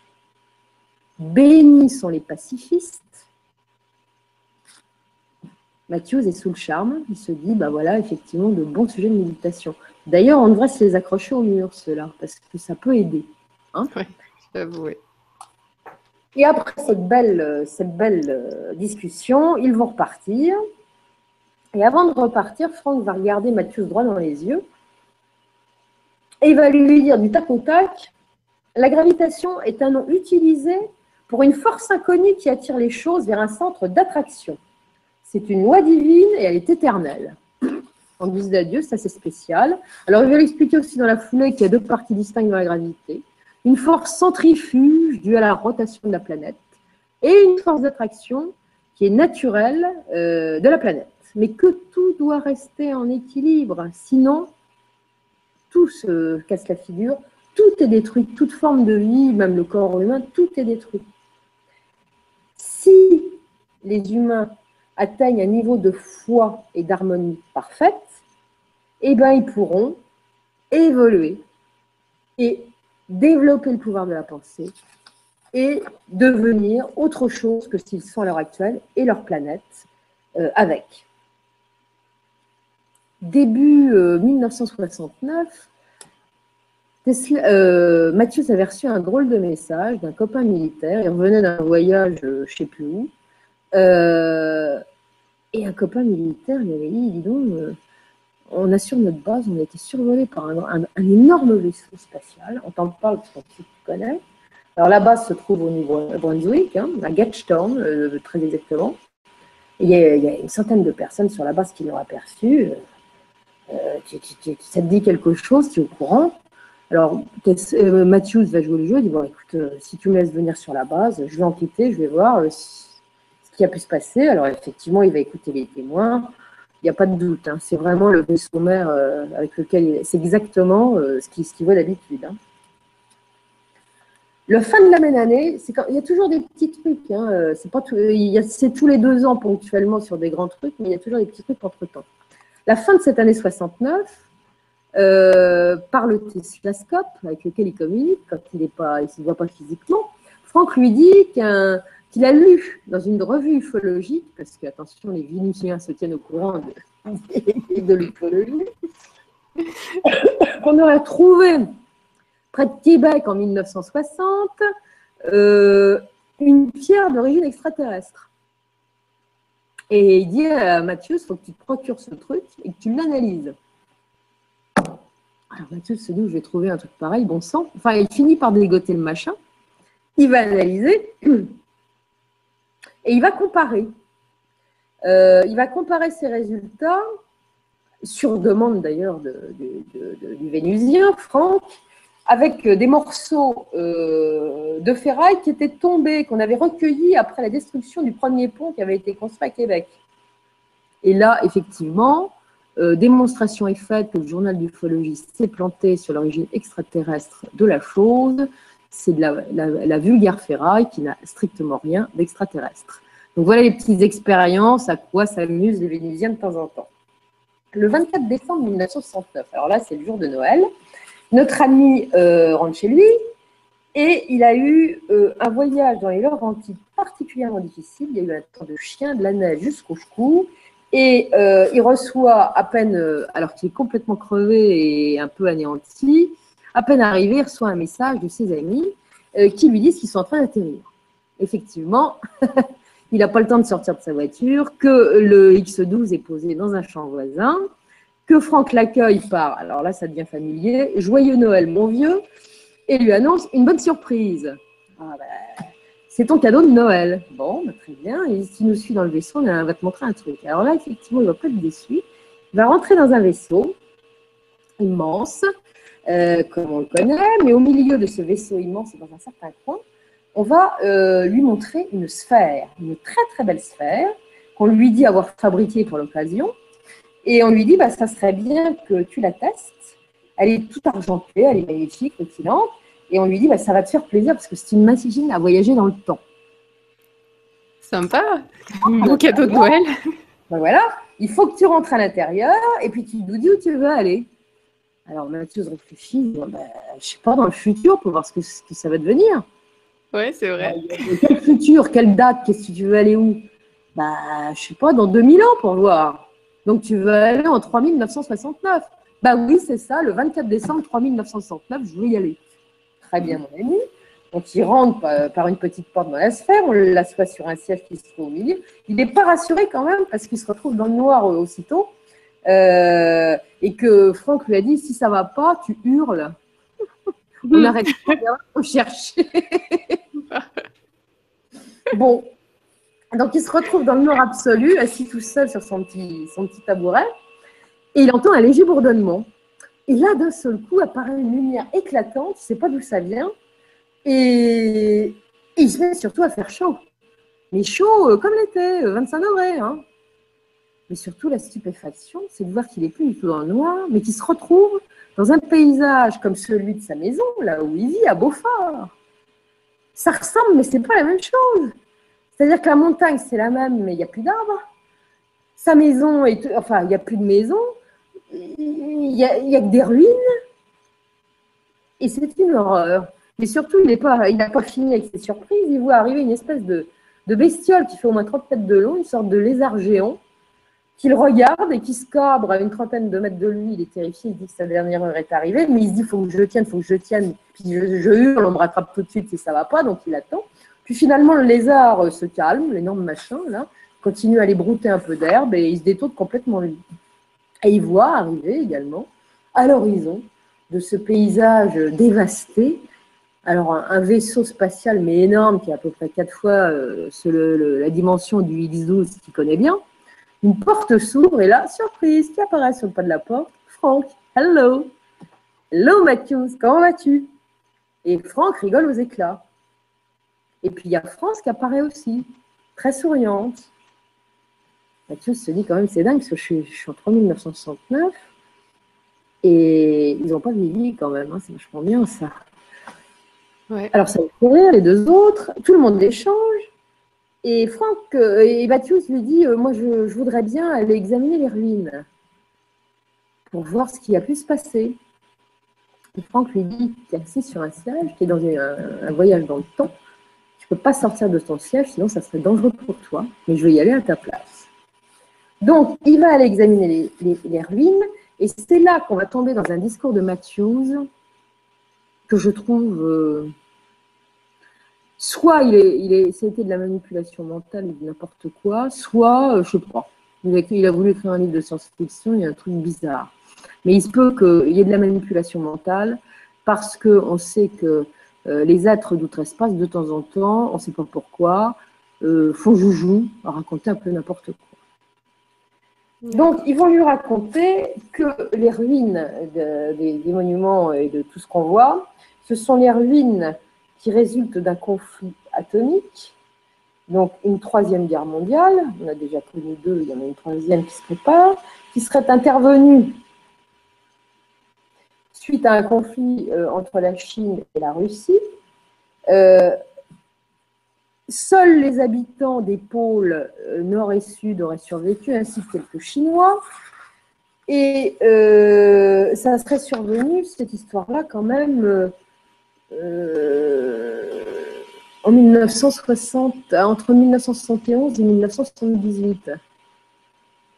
Bénis sont les pacifistes. Matthews est sous le charme. Il se dit, bah voilà, effectivement, de bons sujets de méditation. D'ailleurs, on devrait se les accrocher au mur, ceux-là, parce que ça peut aider. Hein, oui, j'avoue, oui. Et après cette belle, cette belle discussion, ils vont repartir. Et avant de repartir, Franck va regarder Matthews droit dans les yeux et il va lui dire du tac au tac, la gravitation est un nom utilisé pour une force inconnue qui attire les choses vers un centre d'attraction. C'est une loi divine et elle est éternelle. En guise d'adieu, ça c'est spécial. Alors il va l'expliquer aussi dans la foulée qu'il y a deux parties distinctes dans la gravité. Une force centrifuge due à la rotation de la planète et une force d'attraction qui est naturelle euh, de la planète. Mais que tout doit rester en équilibre, sinon tout se casse la figure, tout est détruit, toute forme de vie, même le corps humain, tout est détruit. Si les humains atteignent un niveau de foi et d'harmonie parfaite, eh ben, ils pourront évoluer et développer le pouvoir de la pensée et devenir autre chose que ce qu'ils sont à l'heure actuelle et leur planète euh, avec. Début euh, mille neuf cent soixante-neuf, Tesla, euh, Matthews avait reçu un drôle de message d'un copain militaire. Il revenait d'un voyage, euh, je ne sais plus où. Euh, et un copain militaire lui avait dit, dis donc, euh, on a sur notre base, on a été survolé par un, un, un énorme vaisseau spatial. On t'en parle parce que tu connais. Alors la base se trouve au Nouveau-Brunswick, hein, à Gagetown, euh, très exactement. Et il y, a, il y a une centaine de personnes sur la base qui l'ont aperçu. Euh, tu, tu, tu, ça te dit quelque chose, tu es au courant. Alors, euh, Matthews va jouer le jeu, il dit, bon, écoute, euh, si tu me laisses venir sur la base, je vais enquêter, je vais voir euh, si, ce qui a pu se passer. Alors, effectivement, il va écouter les témoins. Il n'y a pas de doute, hein, c'est vraiment le vaisseau mère euh, avec lequel il... C'est exactement euh, ce qu'il ce qu'il voit d'habitude. Hein. Le fin de la même année, c'est quand... il y a toujours des petits trucs. Hein, c'est pas tout... il y a... c'est tous les deux ans ponctuellement sur des grands trucs, mais il y a toujours des petits trucs entre-temps. La fin de cette année soixante-neuf, euh, par le télescope avec lequel il communique, quand il ne se voit pas physiquement, Franck lui dit qu'un, qu'il a lu dans une revue ufologique, parce que, attention, les Vénusiens se tiennent au courant de, de l'ufologie, qu'on aurait trouvé près de Québec en mille neuf cent soixante euh, une pierre d'origine extraterrestre. Et il dit à Matthews, il faut que tu te procures ce truc et que tu l'analyses. Alors Matthews se dit, je vais trouver un truc pareil, bon sang. Enfin, il finit par dégoter le machin. Il va analyser et il va comparer. Euh, il va comparer ses résultats, sur demande d'ailleurs de, de, de, de, du Vénusien, Franck, avec des morceaux euh, de ferraille qui étaient tombés, qu'on avait recueillis après la destruction du premier pont qui avait été construit à Québec. Et là, effectivement, euh, démonstration est faite que le journal d'ufologie s'est planté sur l'origine extraterrestre de la chose. C'est de la, la, la vulgaire ferraille qui n'a strictement rien d'extraterrestre. Donc voilà les petites expériences à quoi s'amusent les Vénusiens de temps en temps. Le vingt-quatre décembre mille neuf cent soixante-neuf, alors là c'est le jour de Noël, notre ami euh, rentre chez lui et il a eu euh, un voyage dans les Laurentides particulièrement difficile. Il y a eu un temps de chien, de la neige jusqu'au cou Et euh, il reçoit à peine, euh, alors qu'il est complètement crevé et un peu anéanti, à peine arrivé, il reçoit un message de ses amis euh, qui lui disent qu'ils sont en train d'atterrir. Effectivement, il n'a pas le temps de sortir de sa voiture, que le X douze est posé dans un champ voisin, que Franck l'accueille par, alors là ça devient familier, joyeux Noël mon vieux, et lui annonce une bonne surprise. Ah ben, c'est ton cadeau de Noël. Bon, bah, très bien, et s'il nous suit dans le vaisseau, on va te montrer un truc. Alors là, effectivement, il ne va pas être déçu. Il va rentrer dans un vaisseau immense, euh, comme on le connaît, mais au milieu de ce vaisseau immense, dans un certain coin, on va euh, lui montrer une sphère, une très très belle sphère, qu'on lui dit avoir fabriquée pour l'occasion, et on lui dit, bah, ça serait bien que tu la testes. Elle est toute argentée, elle est magnifique, rutilante, et on lui dit, bah, ça va te faire plaisir parce que c'est une machine à voyager dans le temps. Sympa, bon cadeau de Noël. Ben voilà, il faut que tu rentres à l'intérieur et puis tu nous dis où tu veux aller. Alors Mathieu se réfléchit, ben, je ne sais pas, dans le futur pour voir ce que, ce que ça va devenir. Oui, c'est vrai. Ben, quel futur, quelle date, qu'est-ce que tu veux aller où? Ben, je ne sais pas, dans deux mille ans pour voir. Donc tu veux aller en trois mille neuf cent soixante-neuf. Ben oui, c'est ça, le vingt-quatre décembre trois mille neuf cent soixante-neuf, je veux y aller. Très bien, mon ami. Donc, il rentre par une petite porte dans la sphère, on l'assoit sur un siège qui se trouve au milieu. Il n'est pas rassuré quand même parce qu'il se retrouve dans le noir aussitôt. Euh, et que Franck lui a dit, si ça ne va pas, tu hurles. On arrête de chercher. Bon. Donc, il se retrouve dans le noir absolu, assis tout seul sur son petit, son petit tabouret. Et il entend un léger bourdonnement. Et là, d'un seul coup, apparaît une lumière éclatante. Il ne sait pas d'où ça vient. Et, et il se met surtout à faire chaud. Mais chaud euh, comme l'été, euh, vingt-cinq degrés. Hein. Mais surtout, la stupéfaction, c'est de voir qu'il n'est plus du tout dans le noir, mais qu'il se retrouve dans un paysage comme celui de sa maison, là où il vit, à Beaufort. Ça ressemble, mais ce n'est pas la même chose. C'est-à-dire que la montagne, c'est la même, mais il n'y a plus d'arbres. Sa maison, est, enfin, il n'y a plus de maison. Il n'y a, a que des ruines. Et c'est une horreur. Mais surtout, il n'a pas, il pas fini avec ses surprises. Il voit arriver une espèce de, de bestiole qui fait au moins trente mètres de long, une sorte de lézard géant, qu'il regarde et qui se cabre à une trentaine de mètres de lui. Il est terrifié, il dit que sa dernière heure est arrivée, mais il se dit, il faut que je tienne, il faut que je tienne. Puis je, je hurle, on me rattrape tout de suite si ça ne va pas, donc il attend. Puis finalement, le lézard se calme, l'énorme machin, là, continue à aller brouter un peu d'herbe et il se détourne complètement lui. Et il voit arriver également, à l'horizon de ce paysage dévasté, alors un, un vaisseau spatial mais énorme qui est à peu près quatre fois euh, le, le, la dimension du X douze qu'il connaît bien. Une porte s'ouvre et là, surprise, qui apparaît sur le pas de la porte? Franck, hello. Hello Matthews, comment vas-tu? Et Franck rigole aux éclats. Et puis il y a France qui apparaît aussi, très souriante. Mathieu se dit quand même, c'est dingue, parce que je suis, je suis en trois mille neuf cent soixante-neuf et ils n'ont pas vieilli quand même, hein, c'est vachement bien ça. Ouais. Alors ça va fait rire les deux autres, tout le monde échange et Franck euh, et Mathieu lui dit, euh, moi je, je voudrais bien aller examiner les ruines pour voir ce qui a pu se passer. Et Franck lui dit, tu es assis sur un siège, tu es dans un, un voyage dans le temps, tu ne peux pas sortir de ton siège, sinon ça serait dangereux pour toi, mais je vais y aller à ta place. Donc, il va aller examiner les, les, les ruines, et c'est là qu'on va tomber dans un discours de Matthews que je trouve, euh, soit il est, il est, ça a été de la manipulation mentale ou de n'importe quoi, soit, euh, je ne sais pas, il a, il a voulu écrire un livre de science-fiction, il y a un truc bizarre. Mais il se peut qu'il y ait de la manipulation mentale, parce qu'on sait que euh, les êtres d'outre-espace, de temps en temps, on ne sait pas pourquoi, euh, font joujou à raconter un peu n'importe quoi. Donc, ils vont lui raconter que les ruines de, des, des monuments et de tout ce qu'on voit, ce sont les ruines qui résultent d'un conflit atomique, donc une troisième guerre mondiale, on a déjà connu deux, il y en a une troisième qui se prépare, qui serait intervenue suite à un conflit euh, entre la Chine et la Russie. Euh, Seuls les habitants des pôles euh, nord et sud auraient survécu, ainsi que quelques Chinois. Et euh, ça serait survenu, cette histoire-là, quand même, euh, en mille neuf cent soixante, entre mille neuf cent soixante et onze et mille neuf cent soixante-dix-huit.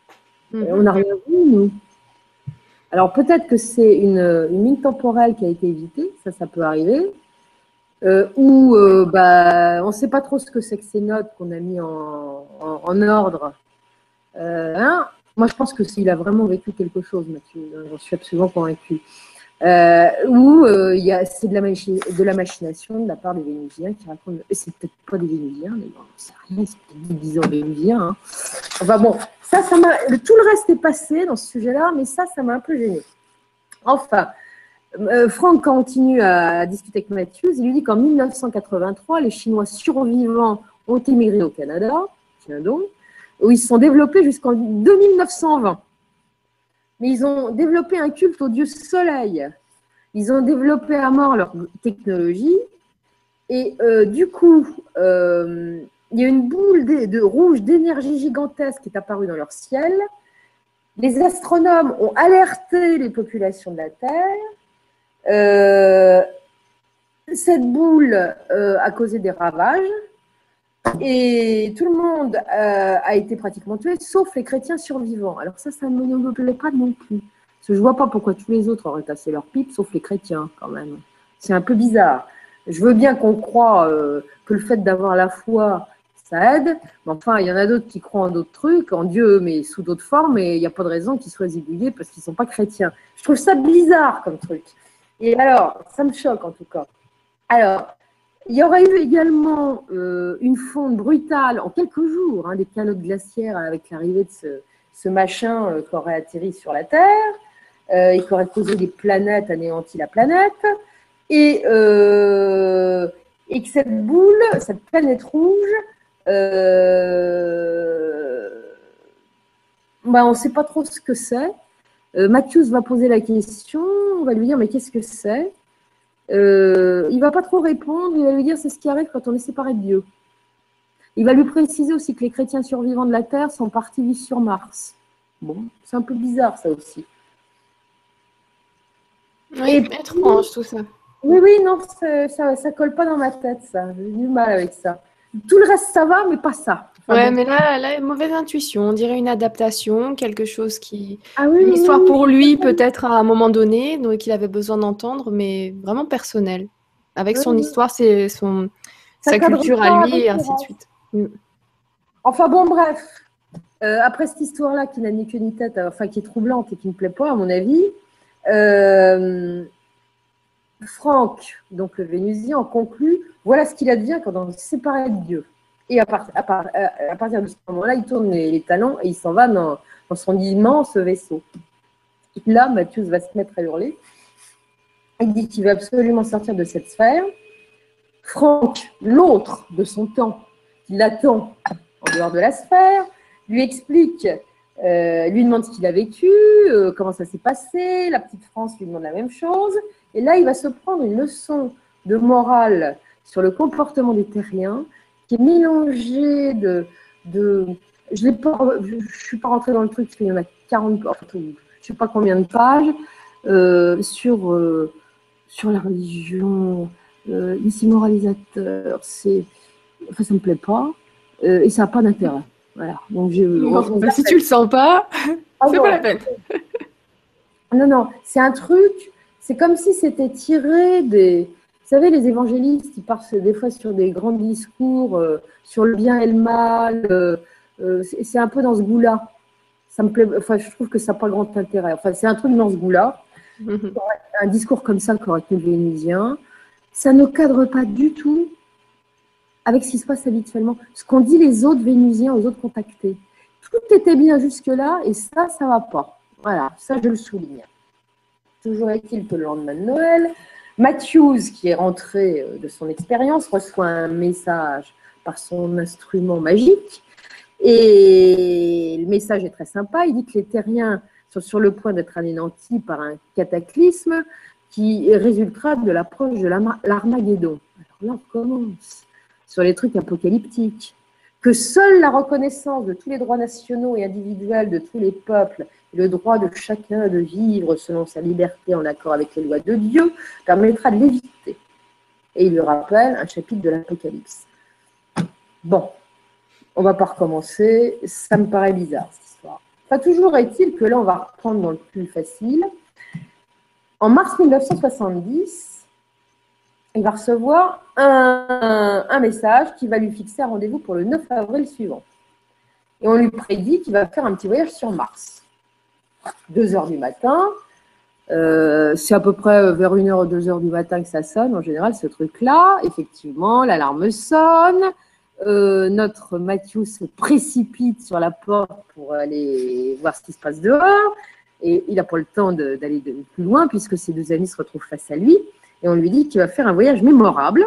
Mm-hmm. On n'a rien vu, nous. Alors, peut-être que c'est une, une ligne temporelle qui a été évitée, ça, ça peut arriver. Euh, ou euh, bah, on ne sait pas trop ce que c'est que ces notes qu'on a mis en, en, en ordre. Euh, hein Moi, je pense que s'il a vraiment vécu quelque chose, Mathieu, j'en suis absolument convaincue. Euh, où euh, y a, c'est de la, de la machination de la part des Vénusiens qui racontent. Et c'est peut-être pas des Vénusiens, mais bon, c'est rien, c'est peut-être des disants Vénusiens. Hein. Enfin bon, ça, ça m'a. Tout le reste est passé dans ce sujet-là, mais ça, ça m'a un peu gêné. Enfin. Euh, Franck continue à discuter avec Matthews. Il lui dit qu'en mille neuf cent quatre-vingt-trois, les Chinois survivants ont émigré au Canada, tiens donc, où ils se sont développés jusqu'en deux mille neuf cent vingt. Mais ils ont développé un culte au dieu Soleil. Ils ont développé à mort leur technologie. Et euh, du coup, euh, il y a une boule de, de rouge d'énergie gigantesque qui est apparue dans leur ciel. Les astronomes ont alerté les populations de la Terre. Euh, cette boule euh, a causé des ravages et tout le monde euh, a été pratiquement tué, sauf les chrétiens survivants. Alors ça, ça ne me plaît pas non plus. Parce que je ne vois pas pourquoi tous les autres auraient cassé leur pipe, sauf les chrétiens quand même. C'est un peu bizarre. Je veux bien qu'on croit euh, que le fait d'avoir la foi, ça aide. Mais enfin, il y en a d'autres qui croient en d'autres trucs, en Dieu, mais sous d'autres formes, et il n'y a pas de raison qu'ils soient zigouillés parce qu'ils ne sont pas chrétiens. Je trouve ça bizarre comme truc. Et alors, ça me choque en tout cas. Alors, il y aurait eu également euh, une fonte brutale en quelques jours, hein, des calottes glaciaires avec l'arrivée de ce, ce machin euh, qui aurait atterri sur la Terre euh, et qui aurait causé des planètes, anéanti la planète. Et, euh, et que cette boule, cette planète rouge, euh, bah, on ne sait pas trop ce que c'est. Euh, Matthews va poser la question, on va lui dire mais qu'est-ce que c'est euh, Il ne va pas trop répondre, il va lui dire c'est ce qui arrive quand on est séparé de Dieu. Il va lui préciser aussi que les chrétiens survivants de la Terre sont partis vivre sur Mars. Bon, c'est un peu bizarre ça aussi. Oui, et étrange tout ça. Oui, oui, non, ça ne colle pas dans ma tête ça, j'ai du mal avec ça. Tout le reste ça va, mais pas ça. Enfin, ouais, bon. Mais là, là, mauvaise intuition. On dirait une adaptation, quelque chose qui, ah, oui, une histoire oui, pour oui, lui peut-être à un moment donné, donc qu'il avait besoin d'entendre, mais vraiment personnel, avec son oui. histoire, c'est son, sa culture à lui et ainsi de suite. Mm. Enfin bon, bref. Euh, après cette histoire-là qui n'a ni queue ni tête, enfin qui est troublante et qui ne me plaît pas à mon avis, euh, Franck, donc le Vénusien, en conclut, voilà ce qu'il advient quand on est séparé de Dieu. Et à, part, à, part, à partir de ce moment-là, il tourne les, les talons et il s'en va dans, dans son immense vaisseau. Et là, Matthews va se mettre à hurler. Il dit qu'il veut absolument sortir de cette sphère. Franck, l'autre de son temps, qui l'attend en dehors de la sphère, lui explique, euh, lui demande ce qu'il a vécu, euh, comment ça s'est passé. La petite France lui demande la même chose. Et là, il va se prendre une leçon de morale sur le comportement des terriens qui est mélangée de... de je ne suis pas rentrée dans le truc parce qu'il y en a quarante, je ne sais pas combien de pages, euh, sur, euh, sur la religion, euh, ici moralisateur, c'est, enfin, ça ne me plaît pas euh, et ça n'a pas d'intérêt. Voilà. Donc, je, bon, on, bah, si tu ne le sens pas, ah, c'est bon. Pas la peine. Non, non, c'est un truc... C'est comme si c'était tiré des... Vous savez, les évangélistes, ils partent des fois sur des grands discours euh, sur le bien et le mal. Euh, euh, c'est un peu dans ce goût-là. Ça me plaît... Enfin, je trouve que ça n'a pas grand intérêt. Enfin, c'est un truc dans ce goût-là. Mm-hmm. Un discours comme ça qui aurait été vénusien. Ça ne cadre pas du tout avec ce qui se passe habituellement. Ce qu'ont dit les autres vénusiens aux autres contactés. Tout était bien jusque-là et ça, ça ne va pas. Voilà, ça, je le souligne. Toujours est-il que le lendemain de Noël, Matthews, qui est rentré de son expérience, reçoit un message par son instrument magique. Et le message est très sympa. Il dit que les terriens sont sur le point d'être anéantis par un cataclysme qui résultera de l'approche de l'Armageddon. Alors là, on commence sur les trucs apocalyptiques. Que seule la reconnaissance de tous les droits nationaux et individuels de tous les peuples et le droit de chacun de vivre selon sa liberté en accord avec les lois de Dieu permettra de l'éviter. Et il lui rappelle un chapitre de l'Apocalypse. Bon, on ne va pas recommencer, ça me paraît bizarre cette histoire. Enfin, toujours est-il que là, on va reprendre dans le plus facile. En mars mille neuf cent soixante-dix, il va recevoir un, un message qui va lui fixer un rendez-vous pour le neuf avril suivant. Et on lui prédit qu'il va faire un petit voyage sur Mars. deux heures du matin, euh, c'est à peu près vers une heure ou deux heures du matin que ça sonne, en général, ce truc-là. Effectivement, l'alarme sonne. Euh, notre Matthew se précipite sur la porte pour aller voir ce qui se passe dehors. Et il n'a pas le temps d'aller plus loin puisque ses deux amis se retrouvent face à lui. Et on lui dit qu'il va faire un voyage mémorable.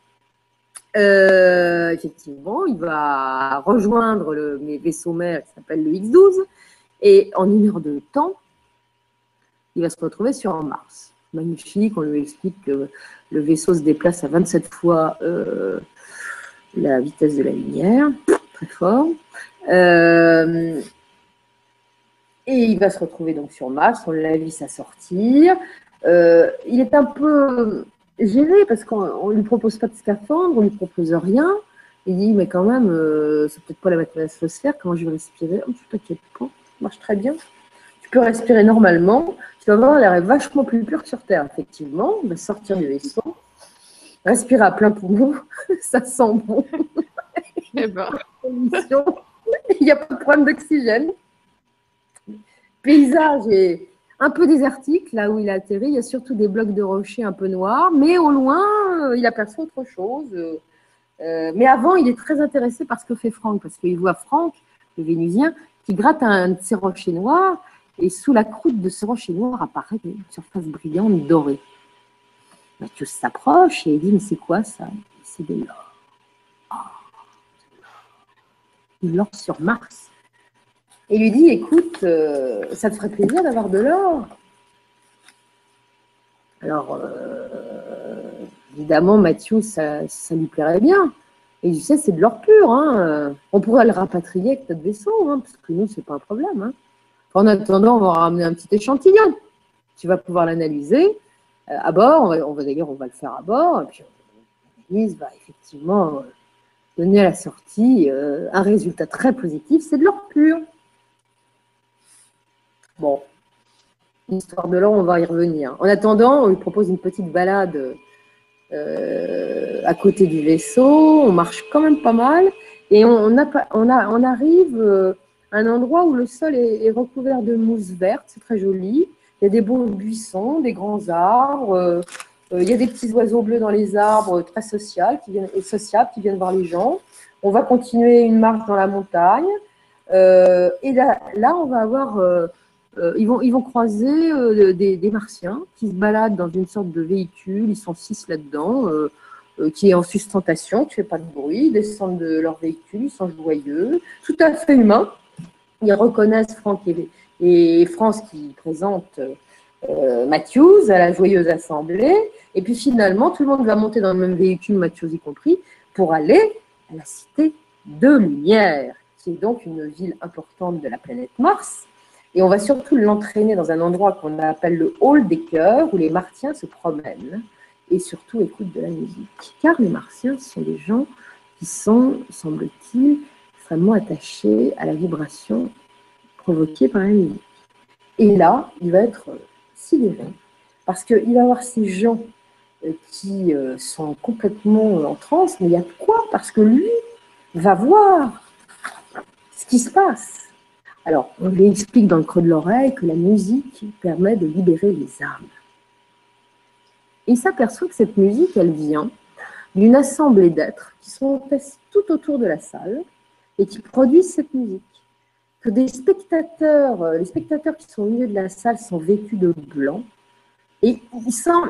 Euh, effectivement, il va rejoindre le vaisseau mère qui s'appelle le X douze. Et en une heure de temps, il va se retrouver sur Mars. Magnifique, on lui explique que le vaisseau se déplace à vingt-sept fois euh, la vitesse de la lumière, très fort. Euh, et il va se retrouver donc sur Mars, on l'a vu à sortir. Euh, il est un peu gêné parce qu'on ne lui propose pas de scaphandre, on ne lui propose rien. Il dit, mais quand même, euh, c'est peut-être pas la atmosphère, comment je vais respirer? Oh, tu t'inquiète pas, ça marche très bien. Tu peux respirer normalement, tu vas voir, l'air est vachement plus pur que sur Terre, effectivement. On va sortir du vaisseau, respirer à plein poumon, ça sent bon. Eh ben. Il n'y a pas de problème d'oxygène. Paysage est un peu désertique, là où il a atterri. Il y a surtout des blocs de rochers un peu noirs, mais au loin, il aperçoit autre chose. Euh, mais avant, il est très intéressé par ce que fait Franck, parce qu'il voit Franck, le Vénusien, qui gratte un de ces rochers noirs, et sous la croûte de ce rocher noir apparaît une surface brillante dorée. Mathieu s'approche et il dit, mais c'est quoi ça? C'est de l'or. Oh, de l'or sur Mars. Et il lui dit, écoute, euh, ça te ferait plaisir d'avoir de l'or? Alors, euh, évidemment, Mathieu, ça, ça lui plairait bien. Et tu sais, c'est de l'or pur. Hein. On pourrait le rapatrier avec notre vaisseau, hein, parce que nous, c'est pas un problème. Hein. En attendant, on va ramener un petit échantillon. Tu vas pouvoir l'analyser euh, à bord. On va, on va d'ailleurs, on va le faire à bord. Et puis, l'analyse va effectivement euh, donner à la sortie euh, un résultat très positif. C'est de l'or pur. Bon, l'histoire de l'or, on va y revenir. En attendant, on lui propose une petite balade euh, à côté du vaisseau. On marche quand même pas mal. Et on, on, a, on, a, on arrive euh, à un endroit où le sol est, est recouvert de mousse verte. C'est très joli. Il y a des beaux buissons, des grands arbres. Euh, euh, il y a des petits oiseaux bleus dans les arbres, très sociaux, qui viennent, et sociables, qui viennent voir les gens. On va continuer une marche dans la montagne. Euh, et là, là, on va avoir... Euh, Euh, ils, vont, ils vont croiser euh, des, des martiens qui se baladent dans une sorte de véhicule, ils sont six là-dedans, euh, euh, qui est en sustentation, qui ne fait pas de bruit, ils descendent de leur véhicule, ils sont joyeux, tout à fait humains. Ils reconnaissent Franck et, et France qui présentent euh, Matthews à la joyeuse assemblée, et puis finalement, tout le monde va monter dans le même véhicule, Matthews y compris, pour aller à la cité de Lumière, qui est donc une ville importante de la planète Mars. Et on va surtout l'entraîner dans un endroit qu'on appelle le hall des cœurs, où les martiens se promènent et surtout écoutent de la musique. Car les martiens sont des gens qui sont, semble-t-il, extrêmement attachés à la vibration provoquée par la musique. Et là, il va être sidéré, parce qu'il va y avoir ces gens qui sont complètement en transe, mais il y a de quoi? Parce que lui va voir ce qui se passe. Alors, on lui explique dans le creux de l'oreille que la musique permet de libérer les âmes. Et il s'aperçoit que cette musique, elle vient d'une assemblée d'êtres qui sont assis tout autour de la salle et qui produisent cette musique. Que des spectateurs, les spectateurs qui sont au milieu de la salle sont vêtus de blanc. Et il semble,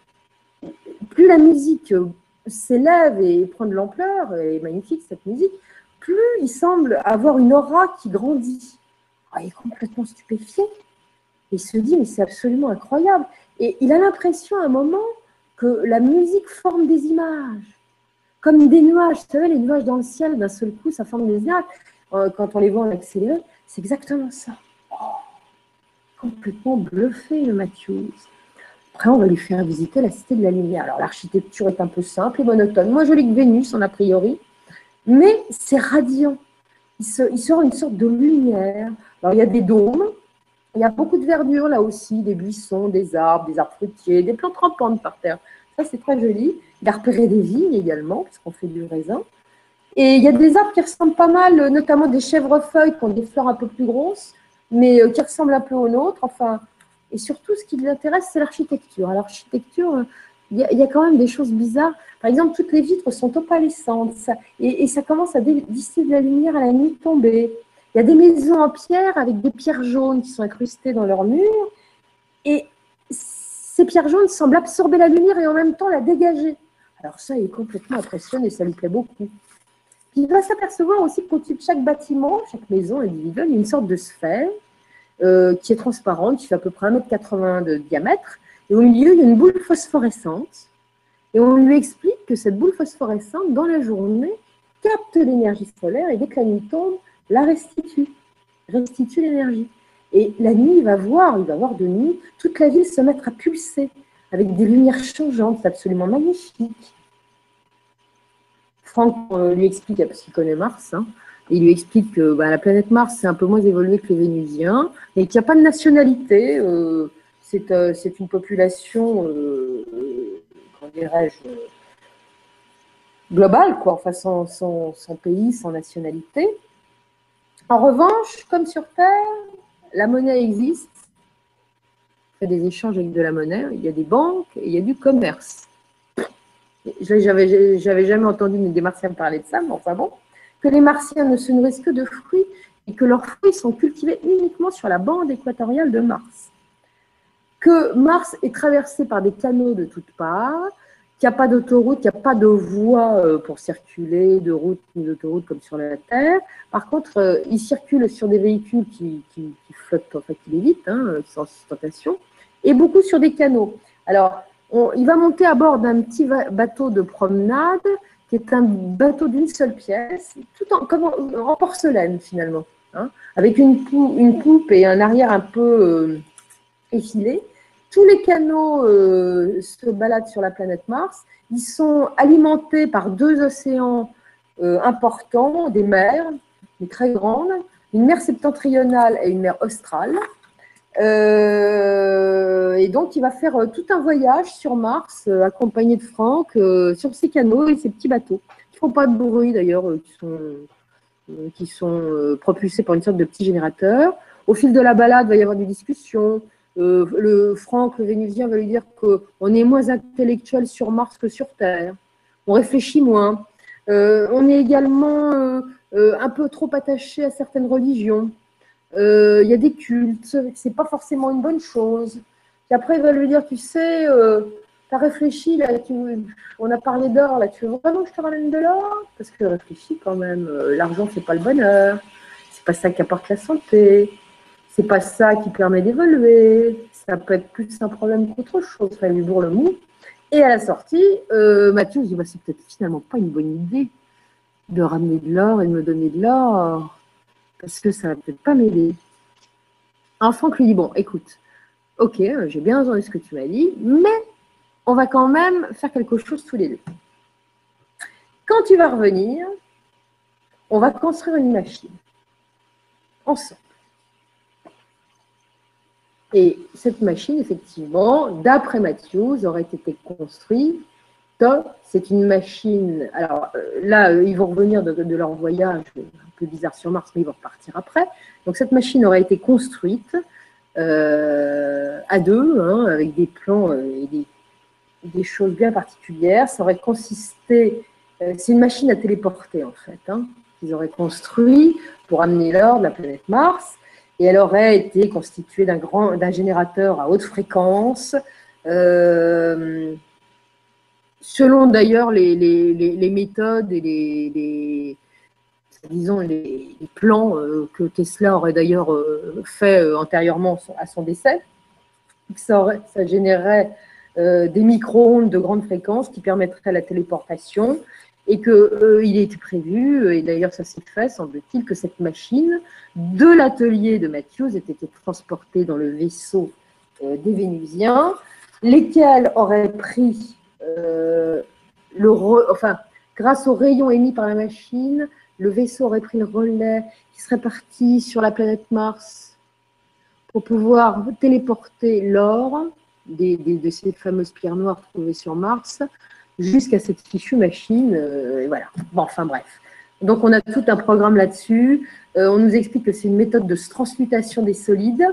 plus la musique s'élève et prend de l'ampleur, et magnifique cette musique, plus il semble avoir une aura qui grandit. Il est complètement stupéfié. Il se dit, mais c'est absolument incroyable. Et il a l'impression à un moment que la musique forme des images, comme des nuages. Vous savez, les nuages dans le ciel, d'un seul coup, ça forme des images. Quand on les voit en accéléré, c'est exactement ça. Oh, complètement bluffé, le Matthews. Après, on va lui faire visiter la Cité de la Lumière. Alors, l'architecture est un peu simple et monotone. Moins jolie que Vénus, en a priori. Mais c'est radiant. il, se, il sort une sorte de lumière. Alors, il y a des dômes, il y a beaucoup de verdure là aussi, des buissons, des arbres, des arbres fruitiers, des plantes rampantes par terre. Ça, c'est très joli. Il a repéré des vignes également, parce qu'on fait du raisin. Et il y a des arbres qui ressemblent pas mal, notamment des chèvrefeuilles qui ont des fleurs un peu plus grosses, mais qui ressemblent un peu aux nôtres. Enfin, et surtout, ce qui l'intéresse, c'est l'architecture. Alors, l'architecture, il y, a, il y a quand même des choses bizarres. Par exemple, toutes les vitres sont opalescentes, ça, et, et ça commence à distiller de la lumière à la nuit tombée. Il y a des maisons en pierre avec des pierres jaunes qui sont incrustées dans leurs murs, et ces pierres jaunes semblent absorber la lumière et en même temps la dégager. Alors ça, il est complètement impressionné, ça lui plaît beaucoup. Il va s'apercevoir aussi qu'au-dessus de chaque bâtiment, chaque maison individuelle, il y a une sorte de sphère euh, qui est transparente, qui fait à peu près un mètre quatre-vingts de diamètre, et au milieu, il y a une boule phosphorescente, et on lui explique que cette boule phosphorescente, dans la journée, capte l'énergie solaire, et dès que la nuit tombe, la restitue, restitue l'énergie. Et la nuit, il va voir, il va voir de nuit, toute la ville se mettre à pulser, avec des lumières changeantes, c'est absolument magnifique. Franck euh, lui explique, parce qu'il connaît Mars, hein, il lui explique que bah, la planète Mars, c'est un peu moins évolué que les Vénusiens, et qu'il n'y a pas de nationalité, euh, c'est euh, une population, euh, euh, comment dirais-je, euh, globale, quoi, enfin, sans, sans, sans pays, sans nationalité. En revanche, comme sur Terre, la monnaie existe, on fait des échanges avec de la monnaie, il y a des banques et il y a du commerce. J'avais jamais entendu des Martiens parler de ça, mais enfin bon, que les Martiens ne se nourrissent que de fruits et que leurs fruits sont cultivés uniquement sur la bande équatoriale de Mars. Que Mars est traversé par des canaux de toutes parts, qu'il n'y a pas d'autoroute, qu'il n'y a pas de voie pour circuler, de route ni d'autoroute comme sur la Terre. Par contre, euh, il circule sur des véhicules qui, qui, qui flottent, enfin qui lévitent, hein, sans sustentation, et beaucoup sur des canaux. Alors, on, il va monter à bord d'un petit bateau de promenade, qui est un bateau d'une seule pièce, tout en, comme en, en porcelaine finalement, hein, avec une, pou, une poupe et un arrière un peu euh, effilé. Tous les canaux euh, se baladent sur la planète Mars. Ils sont alimentés par deux océans euh, importants, des mers, des très grandes, une mer septentrionale et une mer australe. Euh, et donc, il va faire euh, tout un voyage sur Mars, euh, accompagné de Franck, euh, sur ces canaux et ces petits bateaux, qui ne font pas de bruit d'ailleurs, euh, qui sont, euh, qui sont euh, propulsés par une sorte de petit générateur. Au fil de la balade, il va y avoir des discussions. Euh, le Franck, le Vénusien, va lui dire qu'on est moins intellectuel sur Mars que sur Terre. On réfléchit moins. Euh, on est également euh, euh, un peu trop attaché à certaines religions. Il euh, y a des cultes, c'est pas forcément une bonne chose. Puis après, il va lui dire, tu sais, euh, tu as réfléchi, là, tu, on a parlé d'or, là, tu veux vraiment que je te ramène de l'or? Parce que réfléchis quand même, euh, l'argent, c'est pas le bonheur, c'est pas ça qui apporte la santé. C'est pas ça qui permet d'évoluer. Ça peut être plus un problème qu'autre chose. Enfin, il lui bourre le mou. Et à la sortie, euh, Mathieu se dit bah, c'est peut-être finalement pas une bonne idée de ramener de l'or et de me donner de l'or parce que ça va peut-être pas m'aider. Alors Franck lui dit bon, écoute, ok, j'ai bien entendu ce que tu m'as dit, mais on va quand même faire quelque chose tous les deux. Quand tu vas revenir, on va construire une machine ensemble. Et cette machine, effectivement, d'après Matthews, aurait été construite. C'est une machine. Alors là, ils vont revenir de, de leur voyage, un peu bizarre sur Mars, mais ils vont repartir après. Donc cette machine aurait été construite euh, à deux, hein, avec des plans et des, des choses bien particulières. Ça aurait consisté. Euh, c'est une machine à téléporter, en fait, hein, qu'ils auraient construit pour amener l'or de la planète Mars. Et elle aurait été constituée d'un grand, d'un générateur à haute fréquence, euh, selon d'ailleurs les, les, les, les méthodes et les, les, disons les, les plans euh, que Tesla aurait d'ailleurs euh, fait euh, antérieurement à son décès. Ça, aurait, ça générerait euh, des micro-ondes de grande fréquence qui permettraient la téléportation. Et qu'il euh, était prévu, et d'ailleurs ça s'est fait, semble-t-il, que cette machine de l'atelier de Matthews ait été transportée dans le vaisseau euh, des Vénusiens, lesquels auraient pris, euh, le re, enfin, grâce aux rayons émis par la machine, le vaisseau aurait pris le relais, qui serait parti sur la planète Mars pour pouvoir téléporter l'or des, des, de ces fameuses pierres noires trouvées sur Mars jusqu'à cette fichue machine. Euh, et voilà. Bon, enfin bref. Donc on a tout un programme là-dessus. Euh, on nous explique que c'est une méthode de transmutation des solides.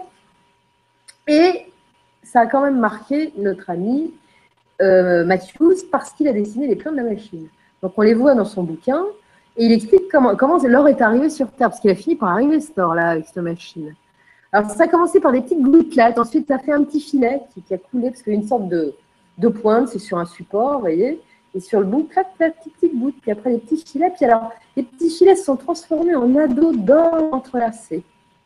Et ça a quand même marqué notre ami euh, Matthews parce qu'il a dessiné les plans de la machine. Donc on les voit dans son bouquin et il explique comment, comment l'or est arrivé sur Terre, parce qu'il a fini par arriver ce or-là avec cette machine. Alors ça a commencé par des petites gouttelettes, ensuite ça fait un petit filet qui, qui a coulé, parce qu'il y a une sorte de, de pointe, c'est sur un support, vous voyez, et sur le bout, clac, clac, petite, petite goutte, puis après les petits filets, puis alors les petits filets se sont transformés en ados d'or entrelacés.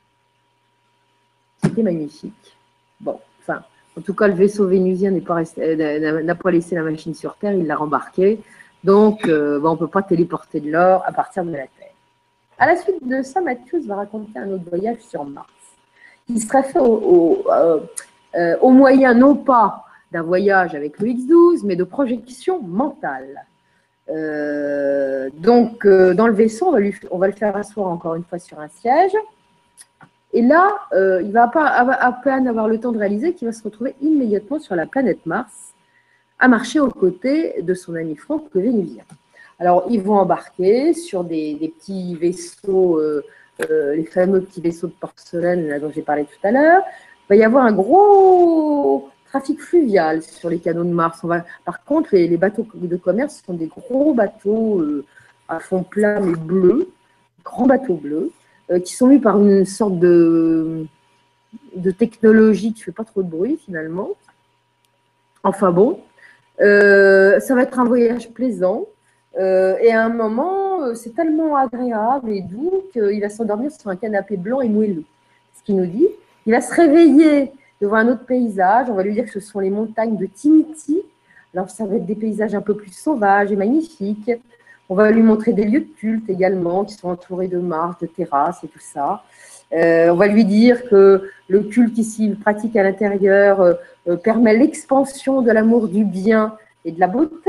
C'était magnifique. Bon, enfin, en tout cas, le vaisseau vénusien n'a pas, euh, pas laissé la machine sur Terre, il l'a rembarqué. Donc, euh, bon, on ne peut pas téléporter de l'or à partir de la Terre. À la suite de ça, Matthews va raconter un autre voyage sur Mars, qui serait fait au, au, euh, euh, au moyen, non pas d'un voyage avec le X douze, mais de projection mentale. Euh, donc, euh, dans le vaisseau, on va, lui, on va le faire asseoir encore une fois sur un siège. Et là, euh, il va pas, à peine avoir le temps de réaliser qu'il va se retrouver immédiatement sur la planète Mars, à marcher aux côtés de son ami Franck, le Vénusien. Alors, ils vont embarquer sur des, des petits vaisseaux, euh, euh, les fameux petits vaisseaux de porcelaine là, dont j'ai parlé tout à l'heure. Il va y avoir un gros trafic fluvial sur les canaux de Mars. On va, par contre, les, les bateaux de commerce sont des gros bateaux euh, à fond plat mais bleus, grands bateaux bleus, euh, qui sont mus par une sorte de, de technologie qui ne fait pas trop de bruit finalement. Enfin bon, euh, ça va être un voyage plaisant. Euh, et à un moment, c'est tellement agréable et doux qu'il va s'endormir sur un canapé blanc et moelleux. Ce qu'il nous dit, il va se réveiller devant un autre paysage. On va lui dire que ce sont les montagnes de Timiti. Alors, ça va être des paysages un peu plus sauvages et magnifiques. On va lui montrer des lieux de culte également, qui sont entourés de marches, de terrasses et tout ça. Euh, on va lui dire que le culte ici, il pratique à l'intérieur, euh, euh, permet l'expansion de l'amour du bien et de la beauté.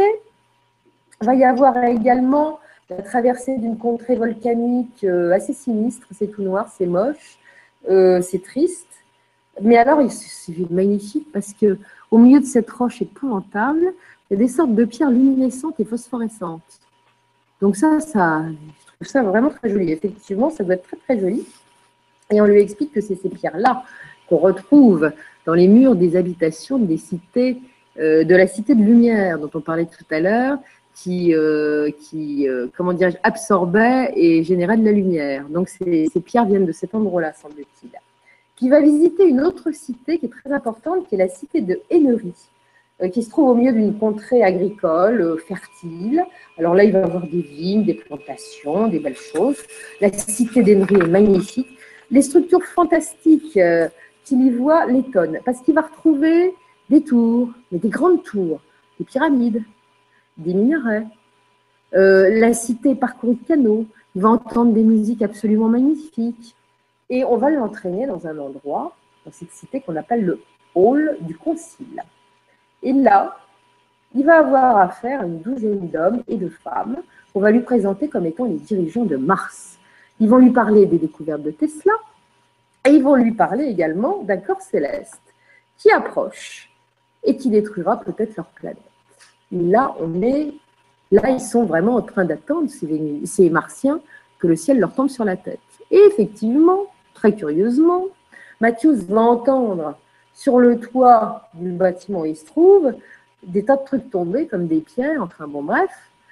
Il va y avoir également la traversée d'une contrée volcanique euh, assez sinistre. C'est tout noir, c'est moche, euh, c'est triste. Mais alors, c'est magnifique parce qu'au milieu de cette roche épouvantable, il y a des sortes de pierres luminescentes et phosphorescentes. Donc ça, ça, je trouve ça vraiment très joli. Effectivement, ça doit être très, très joli. Et on lui explique que c'est ces pierres-là qu'on retrouve dans les murs des habitations des cités, euh, de la cité de lumière dont on parlait tout à l'heure, qui, euh, qui euh, comment dirais-je, absorbait et générait de la lumière. Donc ces, ces pierres viennent de cet endroit-là, semble-t-il. Qui va visiter une autre cité qui est très importante, qui est la cité de Hennery, euh, qui se trouve au milieu d'une contrée agricole euh, fertile. Alors là, il va y avoir des vignes, des plantations, des belles choses. La cité d'Hennery est magnifique. Les structures fantastiques euh, qu'il y voit l'étonnent, parce qu'il va retrouver des tours, mais des grandes tours, des pyramides, des minarets. Euh, la cité est parcourue de canaux. Il va entendre des musiques absolument magnifiques. Et on va l'entraîner dans un endroit, dans cette cité qu'on appelle le hall du concile. Et là, il va avoir affaire à une douzaine d'hommes et de femmes qu'on va lui présenter comme étant les dirigeants de Mars. Ils vont lui parler des découvertes de Tesla et ils vont lui parler également d'un corps céleste qui approche et qui détruira peut-être leur planète. Là, on est, là, ils sont vraiment en train d'attendre, ces, ces Martiens, que le ciel leur tombe sur la tête. Et effectivement, très curieusement, Matthews va entendre sur le toit du bâtiment où il se trouve des tas de trucs tombés comme des pierres, enfin bon bref.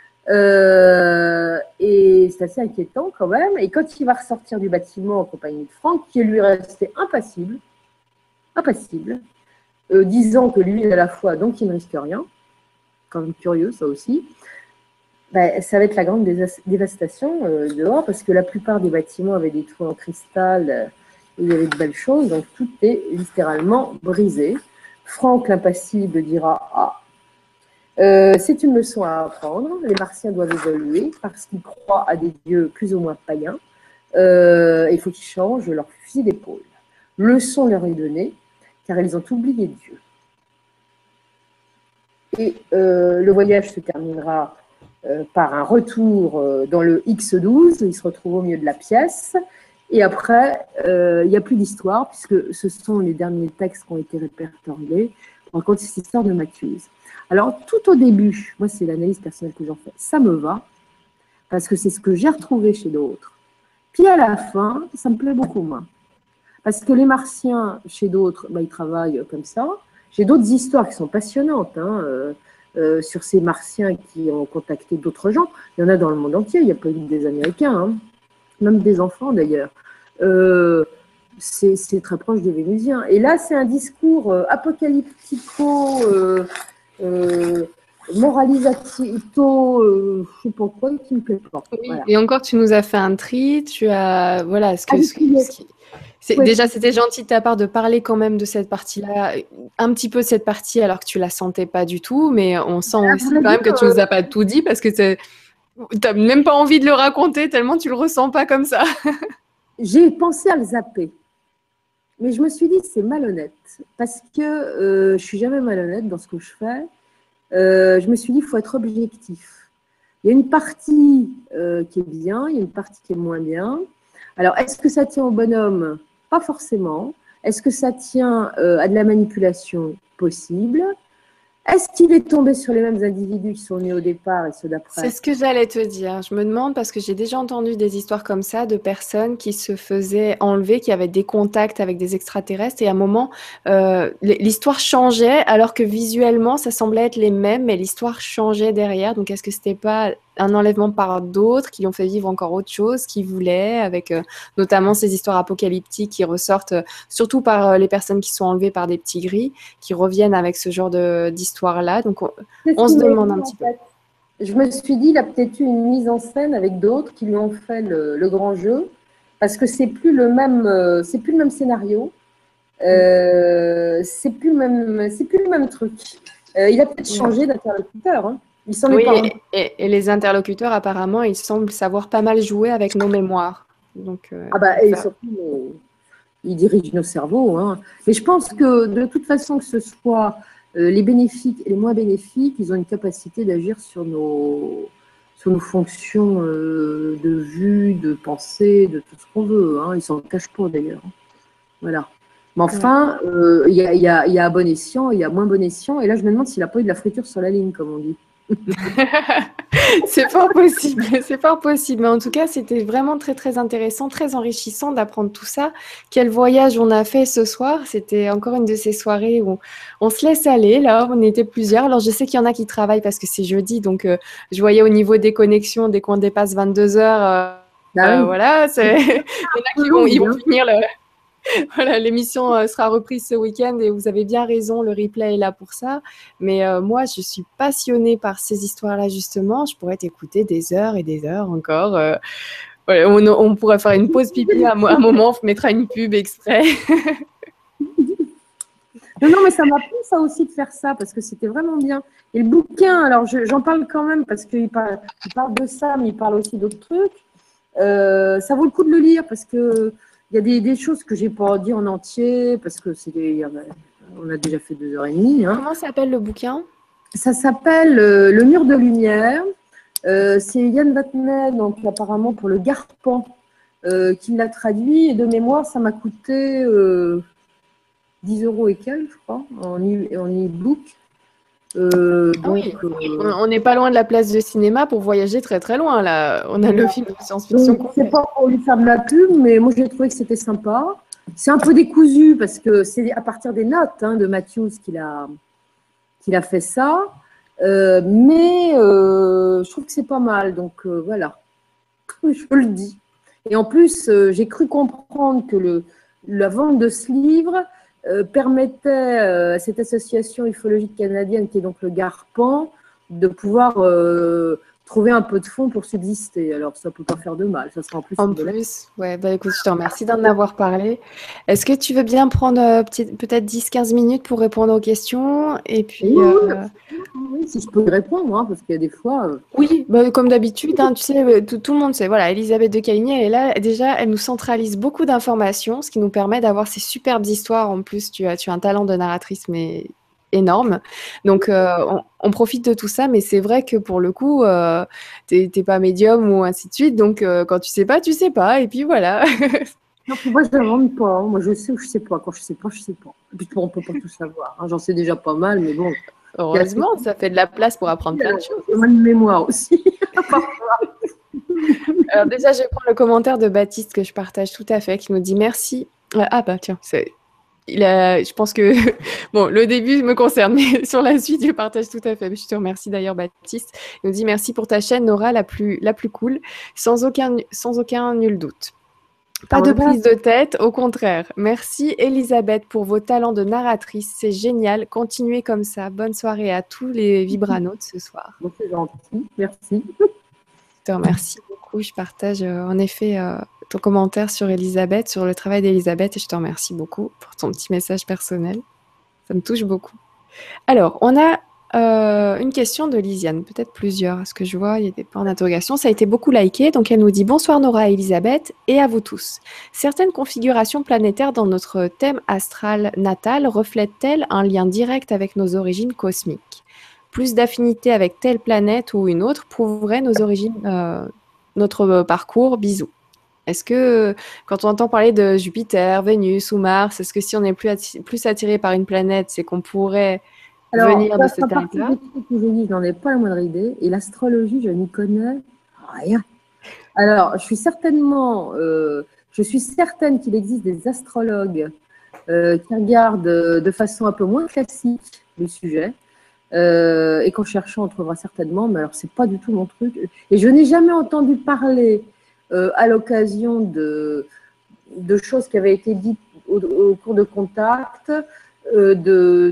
Euh, et c'est assez inquiétant quand même. Et quand il va ressortir du bâtiment en compagnie de Franck, qui lui est resté impassible, impassible, euh, disant que lui, il a la foi, donc il ne risque rien. Quand même curieux, ça aussi. Ben, ça va être la grande dévastation euh, dehors, parce que la plupart des bâtiments avaient des toits en cristal, euh, et il y avait de belles choses, donc tout est littéralement brisé. Franck, l'impassible, dira « Ah, euh, c'est une leçon à apprendre, les Martiens doivent évoluer, parce qu'ils croient à des dieux plus ou moins païens, euh, il faut qu'ils changent leur fusil d'épaule. Leçon leur est donnée, car ils ont oublié Dieu. » Et euh, le voyage se terminera euh, par un retour euh, dans le X douze, il se retrouve au milieu de la pièce, et après, euh, il n'y a plus d'histoire, puisque ce sont les derniers textes qui ont été répertoriés. On raconte cette histoire de Matthews. Alors, tout au début, moi, c'est l'analyse personnelle que j'en fais, ça me va, parce que c'est ce que j'ai retrouvé chez d'autres. Puis à la fin, ça me plaît beaucoup moins. Parce que les Martiens, chez d'autres, bah, ils travaillent comme ça. J'ai d'autres histoires qui sont passionnantes, hein, euh, euh, sur ces Martiens qui ont contacté d'autres gens. Il y en a dans le monde entier, il n'y a pas que des Américains, hein, même des enfants d'ailleurs. Euh, c'est très proche des Vénusiens. Et là, c'est un discours euh, apocalyptico, euh, euh, moralisatico, euh, je ne sais pas quoi, qui me plaît pas. Oui, Voilà. et encore, tu nous as fait un tri, tu as, voilà, ce que, Ah, ce, qui- ce qui- c'est, ouais. déjà, c'était gentil de ta part de parler quand même de cette partie-là, un petit peu de cette partie, alors que tu la sentais pas du tout, mais on sent À aussi vrai quand même dire, que tu nous as pas tout dit, parce que tu n'as même pas envie de le raconter, tellement tu le ressens pas comme ça. J'ai pensé à le zapper. Mais je me suis dit, c'est malhonnête, parce que euh, je suis jamais malhonnête dans ce que je fais. Euh, je me suis dit, il faut être objectif. Il y a une partie euh, qui est bien, il y a une partie qui est moins bien. Alors, est-ce que ça tient au bonhomme? Pas forcément. Est-ce que ça tient euh, à de la manipulation? Possible. Est-ce qu'il est tombé sur les mêmes individus qui sont nés au départ et ceux C'est d'après? ce que j'allais te dire. Je me demande parce que j'ai déjà entendu des histoires comme ça de personnes qui se faisaient enlever, qui avaient des contacts avec des extraterrestres et à un moment, euh, l- l'histoire changeait alors que visuellement, ça semblait être les mêmes, mais l'histoire changeait derrière. Donc, est-ce que c'était pas un enlèvement par d'autres qui lui ont fait vivre encore autre chose qu'ils voulaient, avec euh, notamment ces histoires apocalyptiques qui ressortent euh, surtout par euh, les personnes qui sont enlevées par des petits gris, qui reviennent avec ce genre de d'histoire-là. Donc, on, C'est ce on qui se m'a demande un étonné, en petit peu. fait. Je me suis dit, il a peut-être eu une mise en scène avec d'autres qui lui ont fait le, le grand jeu, parce que c'est plus le même, euh, c'est plus le même scénario, euh, c'est plus le même, c'est plus le même truc. Euh, il a peut-être changé d'interlocuteur, hein. Il s'en est Oui, pas rendu. et, et- et les interlocuteurs, apparemment, ils semblent savoir pas mal jouer avec nos mémoires. Donc, euh, Ah bah, et ça- surtout, euh, il dirige nos cerveaux, hein. Mais je pense que de toute façon, que ce soit euh, les bénéfiques et les moins bénéfiques, ils ont une capacité d'agir sur nos, sur nos fonctions euh, de vue, de pensée, de tout ce qu'on veut, hein. Ils s'en cachent pas d'ailleurs, hein. Voilà. Mais enfin, euh, il y, a, il y, a, il y a bon escient, il y a moins bon escient. Et là, je me demande s'il n'a pas eu de la friture sur la ligne, comme on dit. c'est fort possible, c'est fort possible. Mais en tout cas, c'était vraiment très, très intéressant, très enrichissant d'apprendre tout ça. Quel voyage on a fait ce soir. C'était encore une de ces soirées où on se laisse aller. Là, on était plusieurs. Alors, je sais qu'il y en a qui travaillent parce que c'est jeudi. Donc, euh, je voyais au niveau des connexions, dès qu'on dépasse vingt-deux heures, euh, Ah euh, oui, voilà, c'est... il y en a qui vont, ils vont hein. finir le, voilà, l'émission euh, sera reprise ce week-end et vous avez bien raison, le replay est là pour ça. Mais euh, moi, je suis passionnée par ces histoires-là, justement. Je pourrais t'écouter des heures et des heures encore. Euh, ouais, on, on pourrait faire une pause pipi à un un moment, on mettra une pub exprès. Non, non, mais ça m'a plu, ça aussi, de faire ça, parce que c'était vraiment bien. Et le bouquin, alors je- j'en parle quand même, parce qu'il parle, il parle de ça, mais il parle aussi d'autres trucs. Euh, ça vaut le coup de le lire, parce que il y a des, des choses que j'ai pas dit en entier, parce que c'est des- il y en a- on a déjà fait deux heures et demie, hein. Comment s'appelle le bouquin? Ça s'appelle euh, Le mur de lumière. Euh, c'est Yann Vatnet, donc apparemment pour le Garpan, euh, qui l'a traduit. Et de mémoire, ça m'a coûté euh, dix euros et quelques, je crois, en e- en e-book. Euh, Ah donc, oui, euh, on n'est pas loin de la place de cinéma pour voyager très très loin, là. On a le film de science-fiction donc c'est complet. pas pour lui faire de la pub, mais moi j'ai trouvé que c'était sympa. C'est un peu décousu parce que c'est à partir des notes, hein, de Matthews qu'il a, qu'il a fait ça. Euh, mais euh, je trouve que c'est pas mal. Donc euh, voilà, je le dis. Et en plus, euh, j'ai cru comprendre que le, la vente de ce livre euh, permettait euh, à cette association ufologique canadienne, qui est donc le Garpan, de pouvoir euh, trouver un peu de fonds pour subsister. Alors, ça ne peut pas faire de mal. Ça sera en plus En une belle. plus, ouais, bah écoute, je te remercie d'en avoir parlé. Est-ce que tu veux bien prendre euh, petit- peut-être dix quinze minutes pour répondre aux questions? Et Oui, puis, oui, euh, absolument, oui, si je peux y répondre, hein, parce qu'il y a des fois. euh, oui, bah, comme d'habitude, hein, tu sais, euh, tout, tout le monde sait, voilà, Elisabeth de Caligny, elle est là, déjà, elle nous centralise beaucoup d'informations, ce qui nous permet d'avoir ces superbes histoires. En plus, tu as, tu as un talent de narratrice, mais énorme. Donc, euh, on, on profite de tout ça, mais c'est vrai que pour le coup, euh, t'es t'es pas médium ou ainsi de suite. Donc, euh, quand tu sais pas, tu sais pas. Et puis voilà. Non, puis moi, je n'invente pas. Hein. Moi, je sais ou je sais pas. Quand je sais pas, je sais pas. Et puis, on peut pas tout savoir. Hein. J'en sais déjà pas mal, mais bon. C'est assez Heureusement, ça fait de la place pour apprendre plein de compliqué. choses. J'ai moins de mémoire aussi. Alors déjà, je prends le commentaire de Baptiste que je partage tout à fait, qui nous dit merci. Euh, Ah bah tiens, c'est, il a, je pense que bon, le début me concerne, mais sur la suite, je partage tout à fait. Je te remercie d'ailleurs, Baptiste. Il nous dit merci pour ta chaîne, Nora, la plus, la plus cool, sans aucun, sans aucun nul doute. Pas de prise de tête, au contraire. Merci Elisabeth pour vos talents de narratrice, c'est génial. Continuez comme ça. Bonne soirée à tous les vibranautes ce soir. Bon, c'est gentil, merci. Je te remercie beaucoup. Je partage euh, en effet euh, ton commentaire sur Elisabeth, sur le travail d'Elisabeth, et je te remercie beaucoup pour ton petit message personnel. Ça me touche beaucoup. Alors, on a euh, une question de Lisiane, peut-être plusieurs, à ce que je vois, il y a des points d'interrogation. Ça a été beaucoup liké, donc elle nous dit « Bonsoir Nora et Elisabeth, et à vous tous. Certaines configurations planétaires dans notre thème astral natal reflètent-elles un lien direct avec nos origines cosmiques ? Plus d'affinité avec telle planète ou une autre prouverait nos origines, euh, notre parcours, bisous. » Est-ce que, quand on entend parler de Jupiter, Vénus ou Mars, est-ce que si on est plus, atti- plus attiré par une planète, c'est qu'on pourrait Alors, venir de ça cette fait partie planète-là? des trucs que j'ai dit, je n'en ai pas la moindre idée. Et l'astrologie, je n'y connais rien. Alors, je suis certainement, euh, je suis certaine qu'il existe des astrologues euh, qui regardent euh, de façon un peu moins classique le sujet. Euh, et qu'en cherchant, on trouvera certainement, mais alors c'est pas du tout mon truc. Et je n'ai jamais entendu parler euh, à l'occasion de, de choses qui avaient été dites au, au cours de contact, euh, de,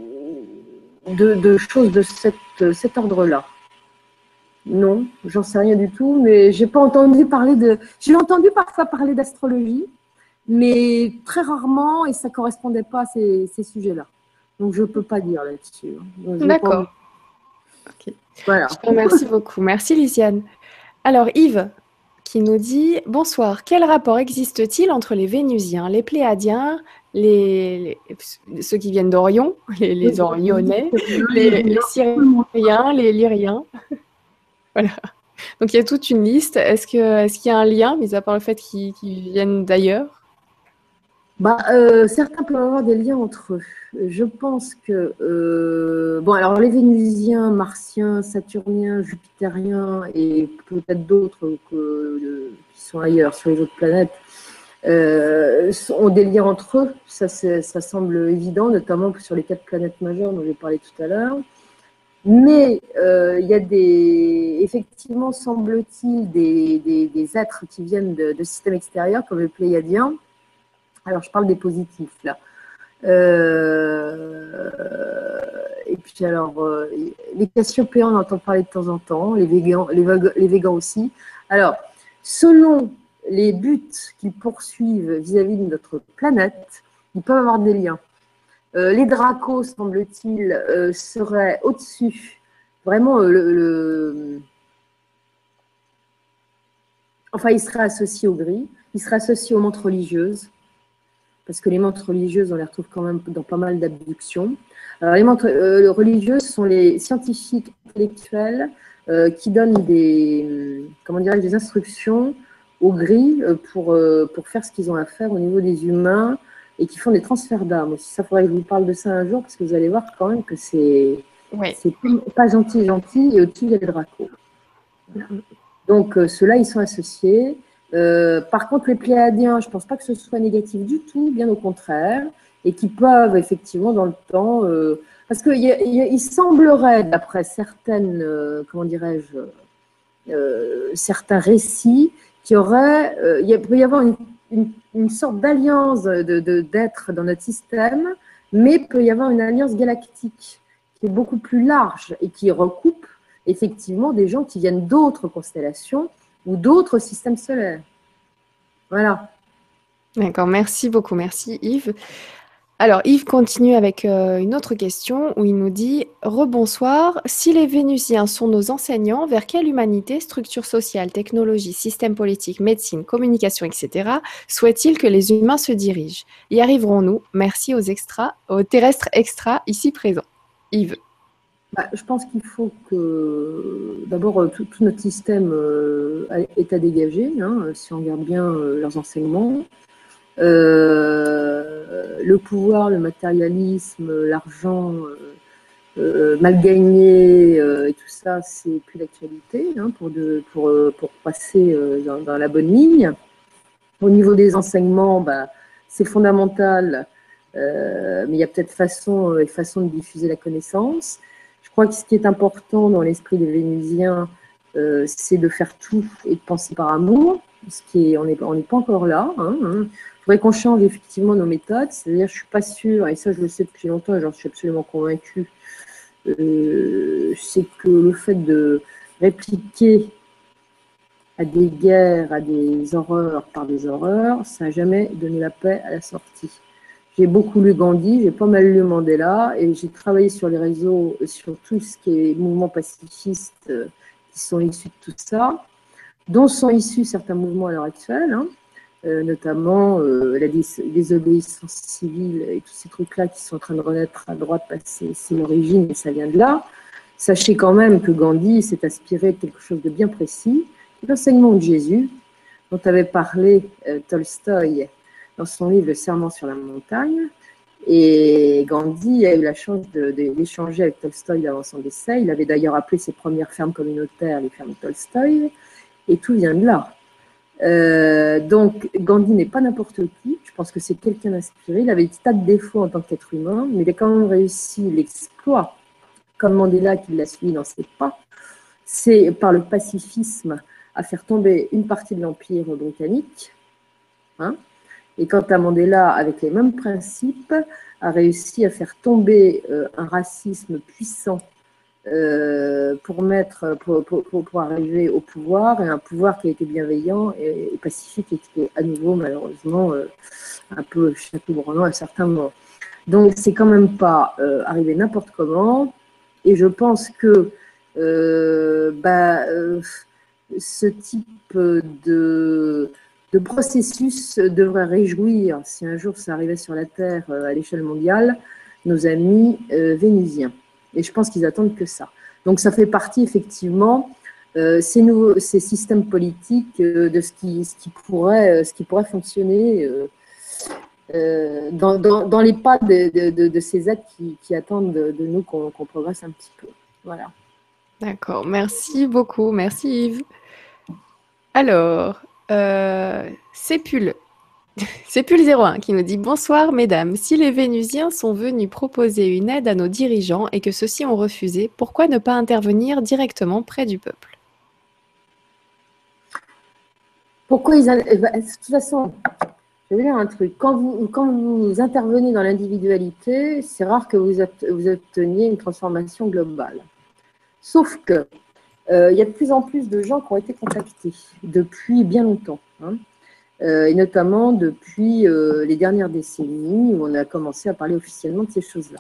de, de choses de cette, cet ordre-là. Non, j'en sais rien du tout, mais j'ai pas entendu parler de. J'ai entendu parfois parler d'astrologie, mais très rarement, et ça correspondait pas à ces, ces sujets-là. Donc je peux pas dire là-dessus. D'accord. Okay. Voilà. Je te remercie beaucoup. Merci Lisiane. Alors Yves, qui nous dit « Bonsoir, quel rapport existe-t-il entre les Vénusiens, les Pléiadiens, les, les, ceux qui viennent d'Orion, les, les Orionnais, les, les Syriens, les Lyriens ?» Voilà. Donc il y a toute une liste. Est-ce que, est-ce qu'il y a un lien, mis à part le fait qu'ils, qu'ils viennent d'ailleurs? Bah, euh, certains peuvent avoir des liens entre eux. Je pense que, euh, bon, alors les Vénusiens, Martiens, Saturniens, Jupitériens et peut-être d'autres que, euh, qui sont ailleurs, sur les autres planètes, euh, ont des liens entre eux. Ça, ça semble évident, notamment sur les quatre planètes majeures dont j'ai parlé tout à l'heure. Mais euh, il y a des, effectivement, semble-t-il, des, des, des êtres qui viennent de, de systèmes extérieurs, comme les Pléiadiens. Alors, je parle des positifs, là. Euh, et puis, alors, euh, les Cassiopéens, on entend parler de temps en temps, les végans, les, les végans aussi. Alors, selon les buts qu'ils poursuivent vis-à-vis de notre planète, ils peuvent avoir des liens. Euh, les dracos, semble-t-il, euh, seraient au-dessus. Vraiment, euh, le, le... Enfin, ils seraient associés au gris. Ils seraient associés aux montres religieuses. Parce que les montres religieuses, on les retrouve quand même dans pas mal d'abductions. Alors, les montres euh, religieuses sont les scientifiques intellectuels euh, qui donnent des, comment dirais-je, des instructions au gris euh, pour, euh, pour faire ce qu'ils ont à faire au niveau des humains et qui font des transferts d'âmes aussi. Ça faudrait que je vous parle de ça un jour parce que vous allez voir quand même que c'est oui. pas gentil, gentil et au-dessus, il y a les dracos. Voilà. Donc, euh, ceux-là, ils sont associés. Euh, par contre, les Pléiadiens, je ne pense pas que ce soit négatif du tout, bien au contraire, et qui peuvent effectivement dans le temps, euh, parce qu'il il semblerait, d'après certaines, euh, comment dirais-je, euh, certains récits, qu'il y aurait, euh, il peut y avoir une, une, une sorte d'alliance de, de, d'êtres dans notre système, mais il peut y avoir une alliance galactique qui est beaucoup plus large et qui recoupe effectivement des gens qui viennent d'autres constellations ou d'autres systèmes solaires. Voilà. D'accord, merci beaucoup, merci Yves. Alors Yves continue avec euh, une autre question où il nous dit « Rebonsoir, si les Vénusiens sont nos enseignants, vers quelle humanité, structure sociale, technologie, système politique, médecine, communication, et cetera souhaitent-ils que les humains se dirigent? Y arriverons-nous? Merci aux extras, aux terrestres extras ici présents. » Yves? Bah, je pense qu'il faut que, d'abord, tout, tout notre système euh, est à dégager, hein, si on regarde bien euh, leurs enseignements. Euh, le pouvoir, le matérialisme, l'argent euh, euh, mal gagné euh, et tout ça, c'est plus d'actualité hein, pour, de, pour, pour passer euh, dans, dans la bonne ligne. Au niveau des enseignements, bah, c'est fondamental, euh, mais il y a peut-être façon et façon de diffuser la connaissance. Je crois que ce qui est important dans l'esprit des Vénusiens, euh, c'est de faire tout et de penser par amour. Ce qui est, on n'est on n'est pas encore là. Hein, hein. Il faudrait qu'on change effectivement nos méthodes. C'est-à-dire, je suis pas sûre, et ça je le sais depuis longtemps, et j'en suis absolument convaincue, euh, c'est que le fait de répliquer à des guerres, à des horreurs par des horreurs, ça n'a jamais donné la paix à la sortie. J'ai beaucoup lu Gandhi, j'ai pas mal lu Mandela, et j'ai travaillé sur les réseaux, sur tout ce qui est mouvements pacifistes euh, qui sont issus de tout ça, dont sont issus certains mouvements à l'heure actuelle, hein, euh, notamment euh, la dés désobéissance civile et tous ces trucs-là qui sont en train de renaître à droite, c'est l'origine et ça vient de là. Sachez quand même que Gandhi s'est inspiré de quelque chose de bien précis, l'enseignement de Jésus, dont avait parlé euh, Tolstoï dans son livre Le Serment sur la montagne. Et Gandhi a eu la chance d'échanger avec Tolstoï avant son décès. Il avait d'ailleurs appelé ses premières fermes communautaires les fermes Tolstoï. Et tout vient de là. Euh, donc, Gandhi n'est pas n'importe qui. Je pense que c'est quelqu'un d'inspiré. Il avait des tas de défauts en tant qu'être humain, mais il a quand même réussi l'exploit, comme Mandela qui l'a suivi dans ses pas. C'est par le pacifisme à faire tomber une partie de l'Empire britannique. Hein, et quant à Mandela, avec les mêmes principes, a réussi à faire tomber euh, un racisme puissant euh, pour, mettre, pour, pour, pour arriver au pouvoir, et un pouvoir qui a été bienveillant et, et pacifique, et qui est à nouveau, malheureusement, euh, un peu château-branlant à certains moments. Donc, c'est quand même pas euh, arrivé n'importe comment, et je pense que euh, bah, euh, ce type de, de processus devrait réjouir, si un jour ça arrivait sur la Terre à l'échelle mondiale, nos amis euh, vénusiens. Et je pense qu'ils attendent que ça. Donc ça fait partie effectivement, euh, ces, nouveaux, ces systèmes politiques, euh, de ce qui, ce, qui pourrait, ce qui pourrait fonctionner euh, euh, dans, dans, dans les pas de, de, de ces êtres qui, qui attendent de, de nous qu'on qu'on progresse un petit peu. Voilà. D'accord, merci beaucoup, merci Yves. Alors, euh, Sépule, Sépule zéro un qui nous dit « Bonsoir mesdames, si les Vénusiens sont venus proposer une aide à nos dirigeants et que ceux-ci ont refusé, pourquoi ne pas intervenir directement près du peuple ?» Pourquoi ils... De toute façon, je vais dire un truc. Quand vous, quand vous intervenez dans l'individualité, c'est rare que vous, vous obteniez une transformation globale. Sauf que euh, il y a de plus en plus de gens qui ont été contactés depuis bien longtemps, hein, euh, et notamment depuis euh, les dernières décennies où on a commencé à parler officiellement de ces choses-là.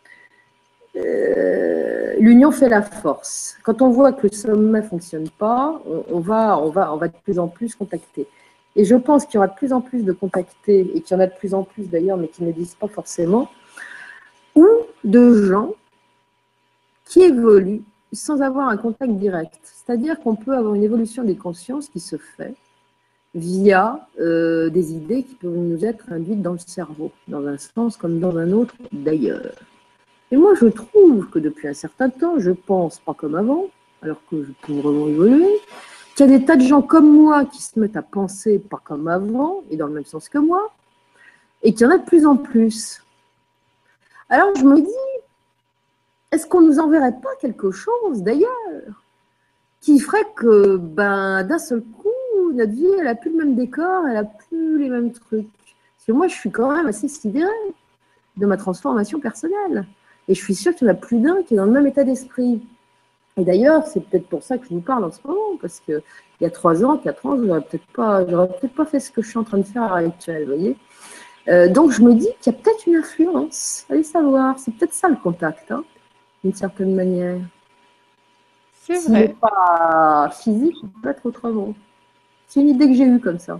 Euh, L'union fait la force. Quand on voit que le sommet ne fonctionne pas, on, on, va, on, va, on va de plus en plus contacter. Et je pense qu'il y aura de plus en plus de contactés, et qu'il y en a de plus en plus d'ailleurs, mais qui ne le disent pas forcément, ou de gens qui évoluent sans avoir un contact direct. C'est-à-dire qu'on peut avoir une évolution des consciences qui se fait via euh, des idées qui peuvent nous être induites dans le cerveau, dans un sens comme dans un autre d'ailleurs. Et moi, je trouve que depuis un certain temps, je pense pas comme avant, alors que je peux vraiment évoluer, qu'il y a des tas de gens comme moi qui se mettent à penser pas comme avant, et dans le même sens que moi, et qu'il y en a de plus en plus. Alors je me dis, est-ce qu'on ne nous enverrait pas quelque chose, d'ailleurs, qui ferait que, ben, d'un seul coup, notre vie, elle n'a plus le même décor, elle n'a plus les mêmes trucs. Parce que moi, je suis quand même assez sidérée de ma transformation personnelle. Et je suis sûre qu'il y en a plus d'un qui est dans le même état d'esprit. Et d'ailleurs, c'est peut-être pour ça que je vous parle en ce moment, parce qu'il y a trois ans, quatre ans, je n'aurais peut-être pas, peut-être pas fait ce que je suis en train de faire à l'heure actuelle, vous voyez. Euh, donc, je me dis qu'il y a peut-être une influence. Allez savoir, c'est peut-être ça le contact, hein, d'une certaine manière. C'est S'il vrai. n'est pas physique, il peut être autrement. C'est une idée que j'ai eue comme ça.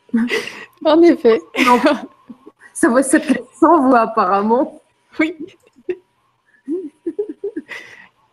En effet. Non. Ça vaut sept cents voix apparemment. Oui.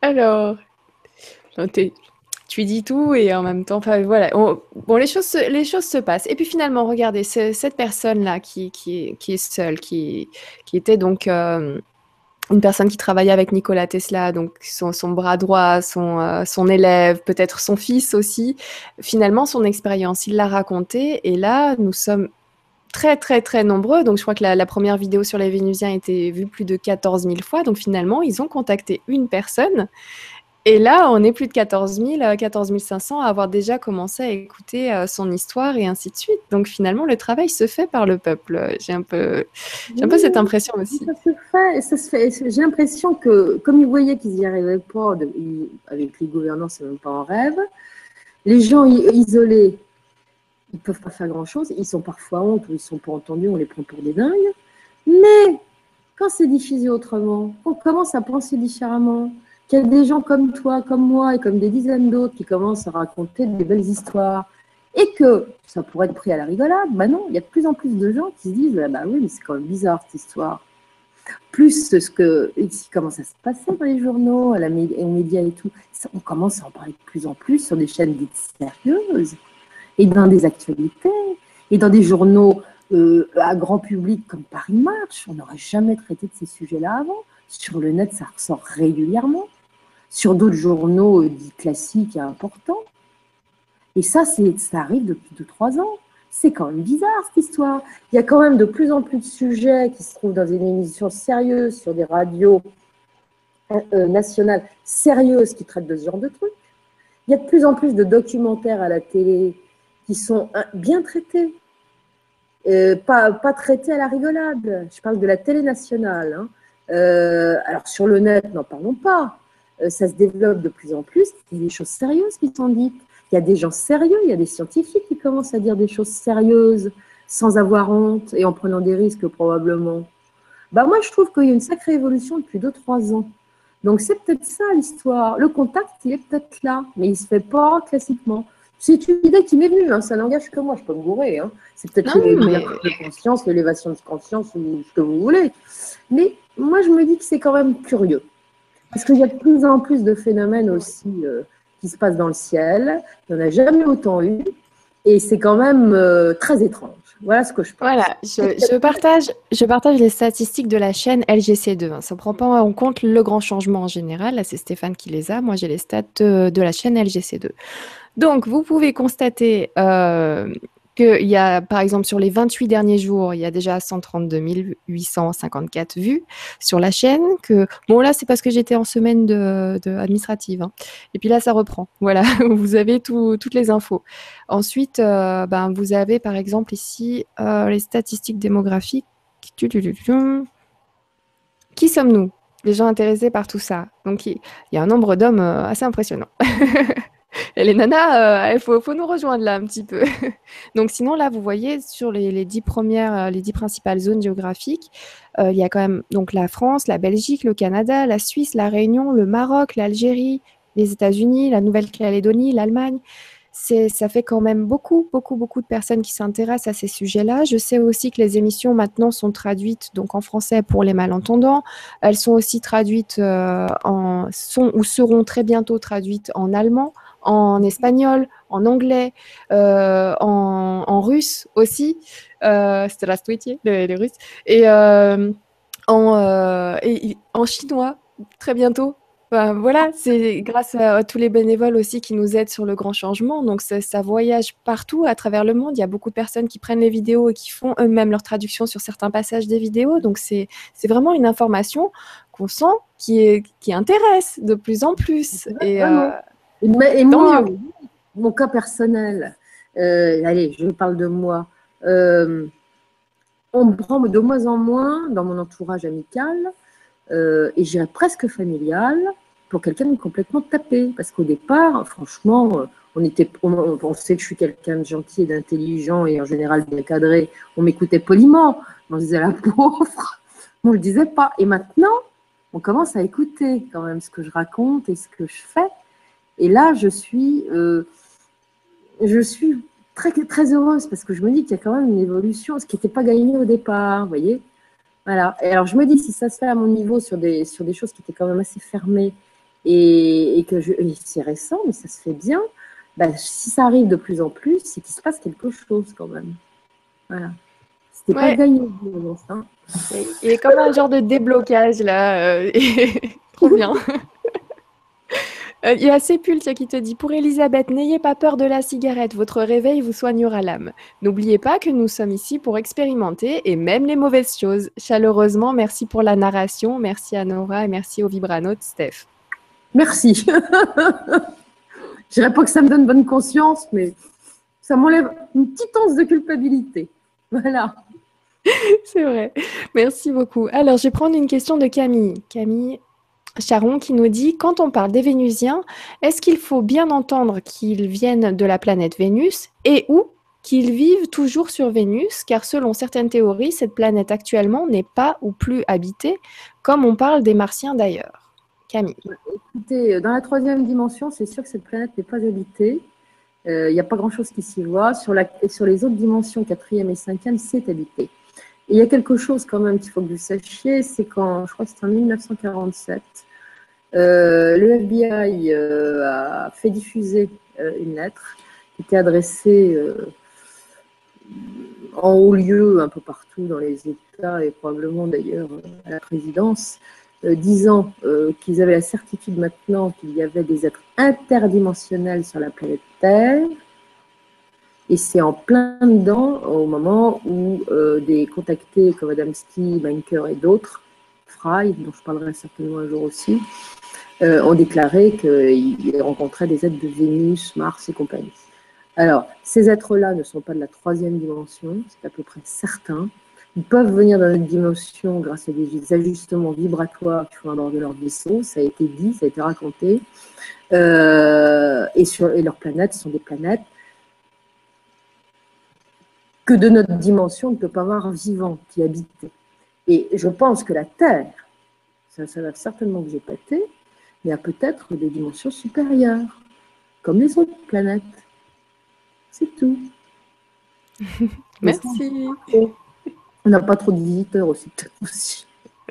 Alors, non, t'es- tu dis tout et en même temps, enfin voilà. On- bon, les choses, se- les choses se passent. Et puis finalement, regardez, ce- cette personne-là qui, qui, est- qui est seule, qui, qui était donc euh, une personne qui travaillait avec Nikola Tesla, donc son, son bras droit, son, euh, son élève, peut-être son fils aussi. Finalement, son expérience, il l'a racontée. Et là, nous sommes très, très, très nombreux. Donc, je crois que la, la première vidéo sur les Vénusiens a été vue plus de quatorze mille fois. Donc, finalement, ils ont contacté une personne. Et là, on est plus de quatorze mille, euh, quatorze mille cinq cents à avoir déjà commencé à écouter euh, son histoire et ainsi de suite. Donc, finalement, le travail se fait par le peuple. J'ai un peu, j'ai un peu Oui, cette impression oui, aussi. ça se fait, ça se fait. J'ai l'impression que, comme ils voyaient qu'ils n'y arrivaient pas, de- ils- avec les gouvernants, c'est même pas un rêve. Les gens i- isolés, ils peuvent pas faire grand-chose. Ils sont parfois honte ou ils sont pas entendus, on les prend pour des dingues. Mais quand c'est diffusé autrement, on commence à penser différemment, qu'il y a des gens comme toi, comme moi et comme des dizaines d'autres qui commencent à raconter des belles histoires et que ça pourrait être pris à la rigolade, bah non, il y a de plus en plus de gens qui se disent ah bah oui, mais c'est quand même bizarre cette histoire. Plus ce que ce qui commence à se passer dans les journaux, à la, aux médias et tout, on commence à en parler de plus en plus sur des chaînes dites sérieuses et dans des actualités et dans des journaux euh, à grand public comme Paris Match. On n'aurait jamais traité de ces sujets-là avant. Sur le net, ça ressort régulièrement. Sur d'autres journaux euh, dits classiques et importants. Et ça, ça arrive depuis deux, trois ans. C'est quand même bizarre, cette histoire. Il y a quand même de plus en plus de sujets qui se trouvent dans une émission sérieuse sur des radios euh, nationales sérieuses qui traitent de ce genre de trucs. Il y a de plus en plus de documentaires à la télé qui sont bien traités. Euh, pas, pas traités à la rigolade. Je parle de la télé nationale. Hein. Euh, alors, sur le net, n'en parlons pas. Euh, ça se développe de plus en plus. Il y a des choses sérieuses qui sont dites. Il y a des gens sérieux, il y a des scientifiques qui commencent à dire des choses sérieuses sans avoir honte et en prenant des risques probablement. Bah, moi, je trouve qu'il y a une sacrée évolution depuis deux trois ans. Donc, c'est peut-être ça l'histoire. Le contact, il est peut-être là, mais il ne se fait pas classiquement. C'est une idée qui m'est venue, hein. Ça n'engage que moi, je peux me gourer. Hein. C'est peut-être Non, mais de conscience, l'élévation de conscience ou ce que vous voulez. Mais moi, je me dis que c'est quand même curieux. Parce qu'il y a de plus en plus de phénomènes aussi euh, qui se passent dans le ciel. Il n'y en a jamais autant eu. Et c'est quand même euh, très étrange. Voilà ce que je pense. voilà, je, je partage, je partage les statistiques de la chaîne L G C deux. Hein. Ça ne prend pas en compte le grand changement en général. Là, c'est Stéphane qui les a. Moi, j'ai les stats de, de la chaîne L G C deux. Donc, vous pouvez constater euh, qu'il y a, par exemple, sur les vingt-huit derniers jours, il y a déjà cent trente-deux mille huit cent cinquante-quatre vues sur la chaîne. Que, bon, là, c'est parce que j'étais en semaine de, de administrative. Hein. Et puis là, ça reprend. Voilà, vous avez tout, toutes les infos. Ensuite, euh, ben, vous avez, par exemple, ici, euh, les statistiques démographiques. Qui sommes-nous? Les gens intéressés par tout ça. Donc, il y a un nombre d'hommes euh, assez impressionnant. Et les nanas, il euh, faut, faut nous rejoindre là un petit peu. Donc sinon, là, vous voyez, sur les, les dix premières, euh, les dix principales zones géographiques, euh, il y a quand même donc la France, la Belgique, le Canada, la Suisse, la Réunion, le Maroc, l'Algérie, les États-Unis, la Nouvelle-Calédonie, l'Allemagne. C'est, ça fait quand même beaucoup, beaucoup, beaucoup de personnes qui s'intéressent à ces sujets-là. Je sais aussi que les émissions maintenant sont traduites donc en français pour les malentendants. Elles sont aussi traduites euh, en sont ou seront très bientôt traduites en allemand, en espagnol, en anglais, euh, en, en russe aussi. Euh, Здравствуйте, les, les Russes. Et, euh, en, euh, et en chinois, très bientôt. Enfin, voilà, c'est grâce à, à tous les bénévoles aussi qui nous aident sur le grand changement. Donc, ça, ça voyage partout à travers le monde. Il y a beaucoup de personnes qui prennent les vidéos et qui font eux-mêmes leur traduction sur certains passages des vidéos. Donc, c'est c'est vraiment une information qu'on sent qui, est, qui intéresse de plus en plus. Et, euh, Et, et tant moi, mieux. mon cas personnel, euh, allez, je parle de moi. Euh, on me prend de moins en moins dans mon entourage amical euh, et j'irais presque familial pour quelqu'un de complètement tapé. Parce qu'au départ, franchement, on, était, on, on sait que je suis quelqu'un de gentil et d'intelligent et en général bien cadré. On m'écoutait poliment. On disait la pauvre. On ne le disait pas. Et maintenant, on commence à écouter quand même ce que je raconte et ce que je fais. Et là, je suis, euh, je suis très, très heureuse parce que je me dis qu'il y a quand même une évolution, ce qui n'était pas gagné au départ, vous voyez. Voilà. Et alors, je me dis, si ça se fait à mon niveau sur des, sur des choses qui étaient quand même assez fermées et, et que c'est récent, mais ça se fait bien. Ben, si ça arrive de plus en plus, c'est qu'il se passe quelque chose quand même. Voilà. C'était Ouais. pas gagné. Hein. Il y a comme un genre de déblocage là. Euh, trop bien. Il y a Sépulture qui te dit « Pour Elisabeth, n'ayez pas peur de la cigarette, votre réveil vous soignera l'âme. N'oubliez pas que nous sommes ici pour expérimenter et même les mauvaises choses. Chaleureusement, merci pour la narration, merci à Nora et merci au Vibranote, Steph. » Merci. Je dirais pas que ça me donne bonne conscience, mais ça m'enlève une petite once de culpabilité. Voilà. C'est vrai. Merci beaucoup. Alors, je vais prendre une question de Camille. Camille Charon qui nous dit « Quand on parle des Vénusiens, est-ce qu'il faut bien entendre qu'ils viennent de la planète Vénus et ou qu'ils vivent toujours sur Vénus, car selon certaines théories, cette planète actuellement n'est pas ou plus habitée, comme on parle des Martiens d'ailleurs. » Camille. Écoutez, dans la troisième dimension, c'est sûr que cette planète n'est pas habitée. Il euh, n'y a pas grand-chose qui s'y voit. Sur, la, sur les autres dimensions, quatrième et cinquième, c'est habité. Et il y a quelque chose quand même qu'il faut que vous sachiez, c'est qu'en, je crois que c'est en mille neuf cent quarante-sept, euh, le F B I euh, a fait diffuser euh, une lettre qui était adressée euh, en haut lieu un peu partout dans les États et probablement d'ailleurs à la présidence, euh, disant euh, qu'ils avaient la certitude maintenant qu'il y avait des êtres interdimensionnels sur la planète Terre. Et c'est en plein dedans, au moment où euh, des contactés comme Adamski, Menker et d'autres, Fry, dont je parlerai certainement un jour aussi, euh, ont déclaré qu'ils rencontraient des êtres de Vénus, Mars et compagnie. Alors, ces êtres-là ne sont pas de la troisième dimension, c'est à peu près certain. Ils peuvent venir dans notre dimension grâce à des ajustements vibratoires qui font aborder leur vaisseau, ça a été dit, ça a été raconté. Euh, et, sur, et leurs planètes sont des planètes que de notre dimension, on ne peut pas avoir vivant qui habitait. Et je pense que la Terre, ça, ça va certainement vous épater, mais il y a peut-être des dimensions supérieures, comme les autres planètes. C'est tout. Merci. On n'a pas trop de visiteurs aussi, peut-être aussi.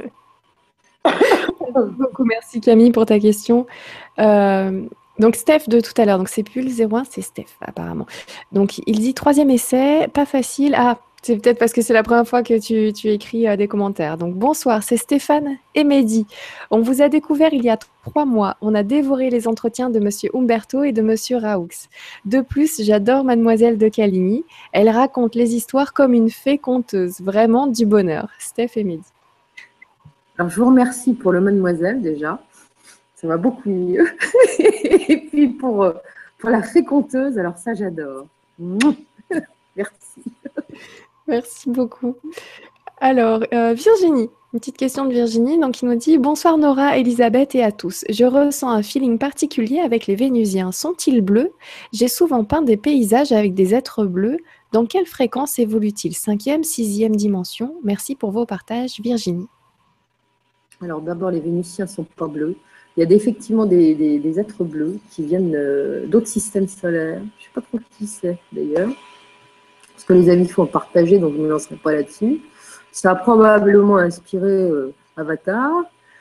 Beaucoup merci Camille pour ta question. Euh, donc Steph de tout à l'heure, donc c'est plus le zéro un, c'est Steph apparemment. Donc il dit troisième essai, pas facile. Ah, c'est peut-être parce que c'est la première fois que tu, tu écris euh, des commentaires. Donc bonsoir, c'est Stéphane et Mehdi. On vous a découvert il y a trois mois. On a dévoré les entretiens de Monsieur Umberto et de Monsieur Raoux. De plus, j'adore Mademoiselle de Caligny. Elle raconte les histoires comme une fée conteuse. Vraiment du bonheur. Steph et Mehdi. Alors, je vous remercie pour le Mademoiselle, déjà. Ça va beaucoup mieux. Et puis, pour, pour la féconteuse, alors ça, j'adore. Merci. Merci beaucoup. Alors, euh, Virginie, une petite question de Virginie, donc qui nous dit « Bonsoir Nora, Elisabeth et à tous. Je ressens un feeling particulier avec les Vénusiens. Sont-ils bleus? J'ai souvent peint des paysages avec des êtres bleus. Dans quelle fréquence évoluent-ils? Cinquième, sixième dimension? Merci pour vos partages, Virginie. » Alors d'abord, les Vénusiens ne sont pas bleus. Il y a effectivement des, des, des êtres bleus qui viennent euh, d'autres systèmes solaires. Je ne sais pas trop qui c'est d'ailleurs, parce que les avis sont partagés, donc je ne me lancerai pas là-dessus. Ça a probablement inspiré euh, Avatar.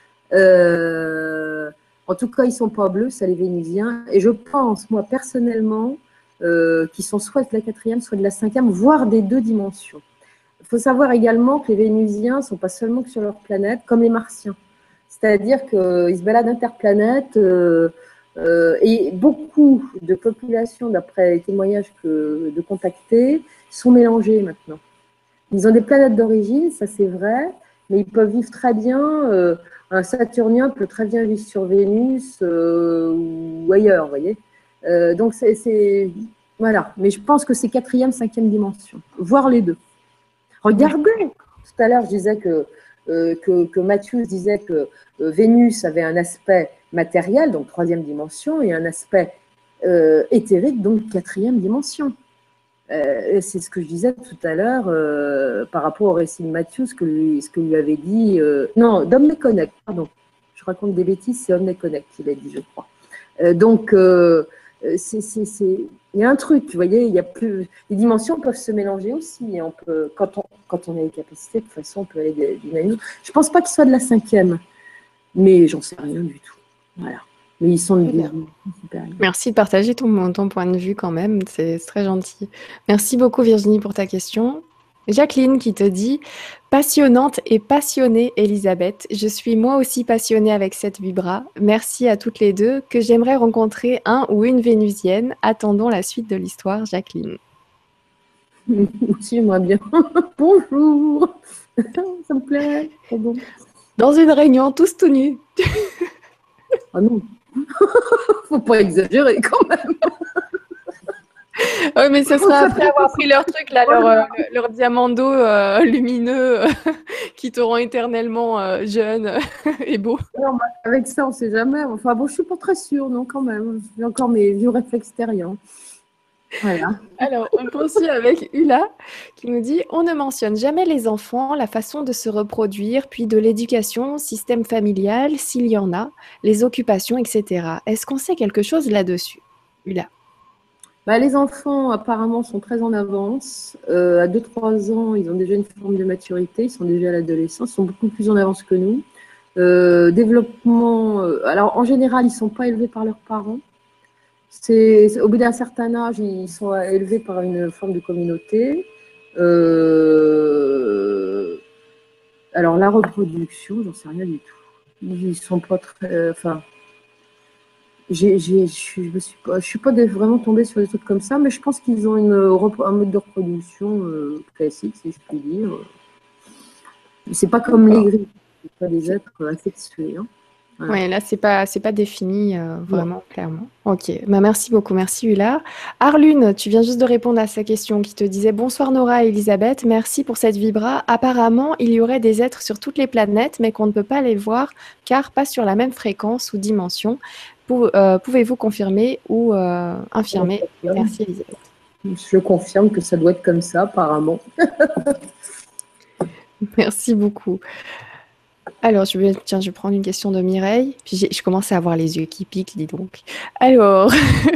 Euh, en tout cas, ils ne sont pas bleus, ça les Vénusiens. Et je pense, moi personnellement, euh, qu'ils sont soit de la quatrième, soit de la cinquième, voire des deux dimensions. Il faut savoir également que les Vénusiens ne sont pas seulement que sur leur planète, comme les Martiens. C'est-à-dire qu'ils se baladent interplanètes euh, euh, et beaucoup de populations, d'après les témoignages que, de contactés, sont mélangées maintenant. Ils ont des planètes d'origine, ça c'est vrai, mais ils peuvent vivre très bien, euh, un Saturnien peut très bien vivre sur Vénus euh, ou ailleurs, vous voyez. Euh, donc c'est, voilà, mais je pense que c'est quatrième, cinquième dimension, voire les deux. Regardez, tout à l'heure, je disais que, euh, que, que Matthews disait que euh, Vénus avait un aspect matériel, donc troisième dimension, et un aspect euh, éthérique, donc quatrième dimension. Euh, c'est ce que je disais tout à l'heure euh, par rapport au récit de Matthews, ce que lui, ce que lui avait dit. Euh, non, Domne Connect, pardon. Je raconte des bêtises, c'est Domne Connect qu'il a dit, je crois. Euh, donc, euh, c'est, c'est, c'est, il y a un truc, vous voyez, il y a plus, les dimensions peuvent se mélanger aussi. Et on peut, quand, on, quand on a les capacités, de toute façon, on peut aller d'une à une autre. Je ne pense pas qu'il soit de la cinquième, mais j'en sais rien du tout. Voilà. Mais ils sont Très des bien. supérieurs. Merci de partager ton, ton point de vue quand même, c'est c'est très gentil. Merci beaucoup Virginie pour ta question. Jacqueline qui te dit passionnante et passionnée Elisabeth. Je suis moi aussi passionnée avec cette vibra. Merci à toutes les deux que j'aimerais rencontrer un ou une vénusienne. Attendons la suite de l'histoire, Jacqueline. Aussi, j'aimerais bien. Bonjour. Ça me plairait. Oh bon. Dans une réunion, tous tout nus. Ah non. Faut pas exagérer quand même. Oui, mais ce sera après avoir pris leur truc, là, leur, euh, leur diamant d'eau euh, lumineux qui te rend éternellement euh, jeune et beau. Non, mais avec ça, on sait jamais. Enfin bon, je suis pas très sûre, non, quand même. J'ai encore mes vieux réflexes terriens. Voilà. Alors, on poursuit avec Ula qui nous dit on ne mentionne jamais les enfants, la façon de se reproduire, puis de l'éducation, système familial, s'il y en a, les occupations, et cetera. Est-ce qu'on sait quelque chose là-dessus, Ula? Bah, les enfants, apparemment, sont très en avance. Euh, à deux trois ans, ils ont déjà une forme de maturité. Ils sont déjà à l'adolescence. Ils sont beaucoup plus en avance que nous. Euh, développement. euh, alors, en général, ils ne sont pas élevés par leurs parents. C'est, au bout d'un certain âge, ils sont élevés par une forme de communauté. Euh, alors, la reproduction, j'en sais rien du tout. Ils sont pas très. Enfin, j'ai, j'ai, je suis, je me suis pas, je suis pas vraiment tombée sur des trucs comme ça, mais je pense qu'ils ont une, un mode de reproduction euh, classique, si je puis dire. C'est pas comme les grilles, c'est pas des êtres asexués. Hein. Voilà. Oui, là, c'est pas, c'est pas défini euh, Non. vraiment clairement. Ok, bah, merci beaucoup, merci Ula. Arlune, tu viens juste de répondre à sa question qui te disait bonsoir Nora et Elisabeth, merci pour cette vibra. Apparemment, il y aurait des êtres sur toutes les planètes, mais qu'on ne peut pas les voir car pas sur la même fréquence ou dimension. Pou- euh, pouvez-vous confirmer ou euh, infirmer? Merci Elisabeth. Je confirme que ça doit être comme ça, apparemment. Merci beaucoup. Alors, je vais, tiens, je vais prendre une question de Mireille. Puis j'ai- je commence à avoir les yeux qui piquent, dis donc. Alors,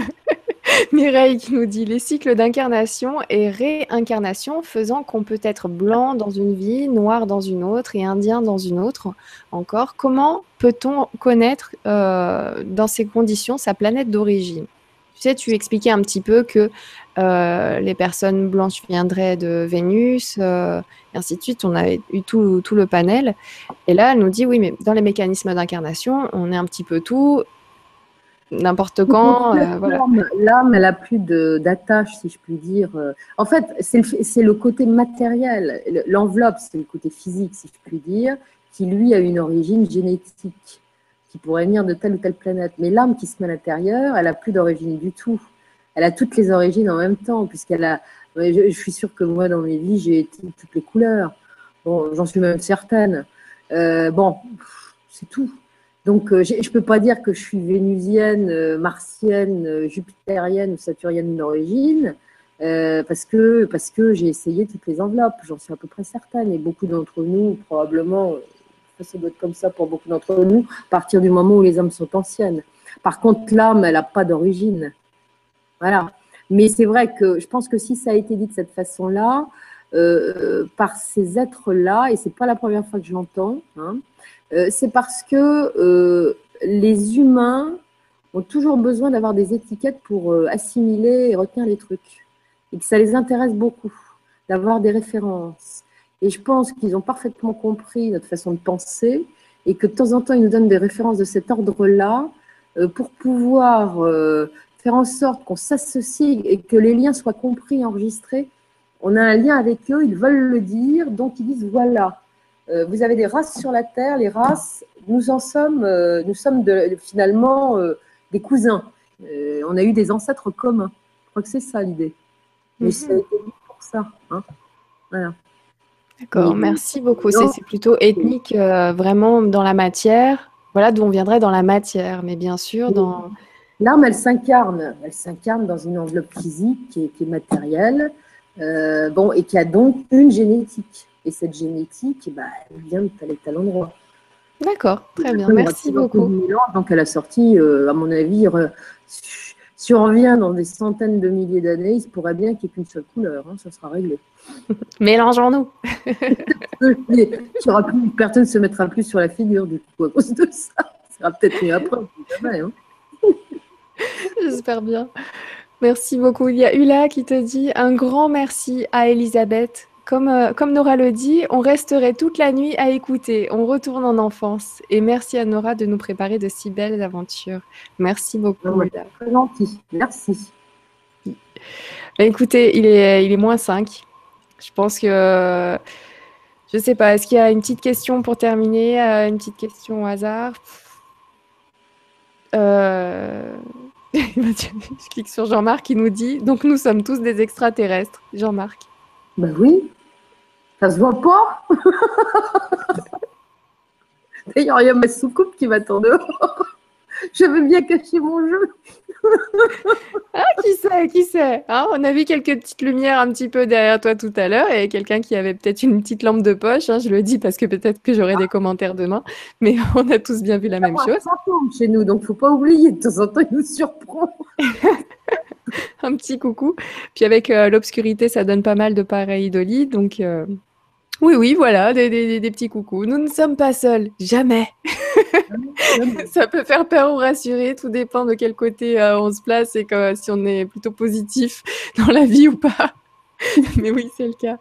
Mireille qui nous dit les cycles d'incarnation et réincarnation faisant qu'on peut être blanc dans une vie, noir dans une autre et indien dans une autre encore. Comment peut-on connaître euh, dans ces conditions sa planète d'origine? Tu sais, tu expliquais un petit peu que euh, les personnes blanches viendraient de Vénus, euh, et ainsi de suite. On avait eu tout, tout le panel. Et là, elle nous dit oui, mais dans les mécanismes d'incarnation, on est un petit peu tout, n'importe quand. Euh, voilà. L'âme, elle n'a plus d'attache, si je puis dire. En fait, c'est le, le côté matériel. L'enveloppe, c'est le côté physique, si je puis dire, qui, lui, a une origine génétique, qui pourrait venir de telle ou telle planète. Mais l'âme qui se met à l'intérieur, elle n'a plus d'origine du tout. Elle a toutes les origines en même temps, puisqu'elle a... Je, je suis sûre que moi, dans mes vies, j'ai été toutes les couleurs. Bon, j'en suis même certaine. Euh, bon, c'est tout. Donc, euh, je ne peux pas dire que je suis vénusienne, euh, martienne, euh, jupitérienne ou saturnienne d'origine, euh, parce que, parce que j'ai essayé toutes les enveloppes, j'en suis à peu près certaine. Et beaucoup d'entre nous, probablement, euh, ça doit être comme ça pour beaucoup d'entre nous, à partir du moment où les âmes sont anciennes. Par contre, l'âme, elle n'a pas d'origine. Voilà. Mais c'est vrai que je pense que si ça a été dit de cette façon-là, euh, par ces êtres-là, et ce n'est pas la première fois que je l'entends, hein, euh, c'est parce que euh, les humains ont toujours besoin d'avoir des étiquettes pour euh, assimiler et retenir les trucs. Et que ça les intéresse beaucoup, d'avoir des références. Et je pense qu'ils ont parfaitement compris notre façon de penser et que de temps en temps, ils nous donnent des références de cet ordre-là euh, pour pouvoir euh, faire en sorte qu'on s'associe et que les liens soient compris, enregistrés. On a un lien avec eux, ils veulent le dire, donc ils disent voilà. Euh, vous avez des races sur la Terre, les races, nous en sommes, euh, nous sommes de, finalement euh, des cousins. Euh, on a eu des ancêtres communs. Je crois que c'est ça l'idée. Mais Mm-hmm. c'est pour ça. Hein. Voilà. D'accord, merci beaucoup. C'est plutôt ethnique, euh, vraiment dans la matière. Voilà d'où on viendrait dans la matière, mais bien sûr dans... L'âme, elle s'incarne. Elle s'incarne dans une enveloppe physique qui est, qui est matérielle, euh, bon, et qui a donc une génétique. Et cette génétique, bah, elle vient de tel et tel endroit. D'accord, très bien, merci beaucoup. Donc elle a sorti, euh, à mon avis, euh, si on revient dans des centaines de milliers d'années, il se pourrait bien qu'il n'y ait qu'une seule couleur, hein, ça sera réglé. Mélangeons-nous. Personne ne se mettra plus sur la figure du coup à cause de ça. Ça sera peut-être mieux après. Jamais, hein. J'espère bien. Merci beaucoup. Il y a Ula qui te dit un grand merci à Elisabeth. Comme, euh, comme Nora le dit, on resterait toute la nuit à écouter. On retourne en enfance. Et merci à Nora de nous préparer de si belles aventures. Merci Donc, beaucoup, ouais, Ula. très gentil. Merci. Bah, écoutez, il est, il est moins cinq. Je pense que, je sais pas, est-ce qu'il y a une petite question pour terminer? euh, Une petite question au hasard? Euh, Je clique sur Jean-Marc qui nous dit, donc nous sommes tous des extraterrestres. Jean-Marc. Ben oui, ça se voit pas. D'ailleurs, il y a ma soucoupe qui m'attend dehors. Je veux bien cacher mon jeu. Ah, qui sait, qui sait, hein, on a vu quelques petites lumières un petit peu derrière toi tout à l'heure et quelqu'un qui avait peut-être une petite lampe de poche, hein, je le dis parce que peut-être que j'aurai des commentaires demain, mais on a tous bien vu la même Un chose. fantôme chez nous, donc faut pas oublier, de temps en temps, il nous surprend. Un petit coucou. Puis avec euh, l'obscurité, ça donne pas mal de pareidolie, donc euh, oui, oui, voilà, des, des- des petits coucous. Nous ne sommes pas seuls, jamais. Ça peut faire peur ou rassurer, tout dépend de quel côté euh, on se place et que, si on est plutôt positif dans la vie ou pas. Mais oui, c'est le cas.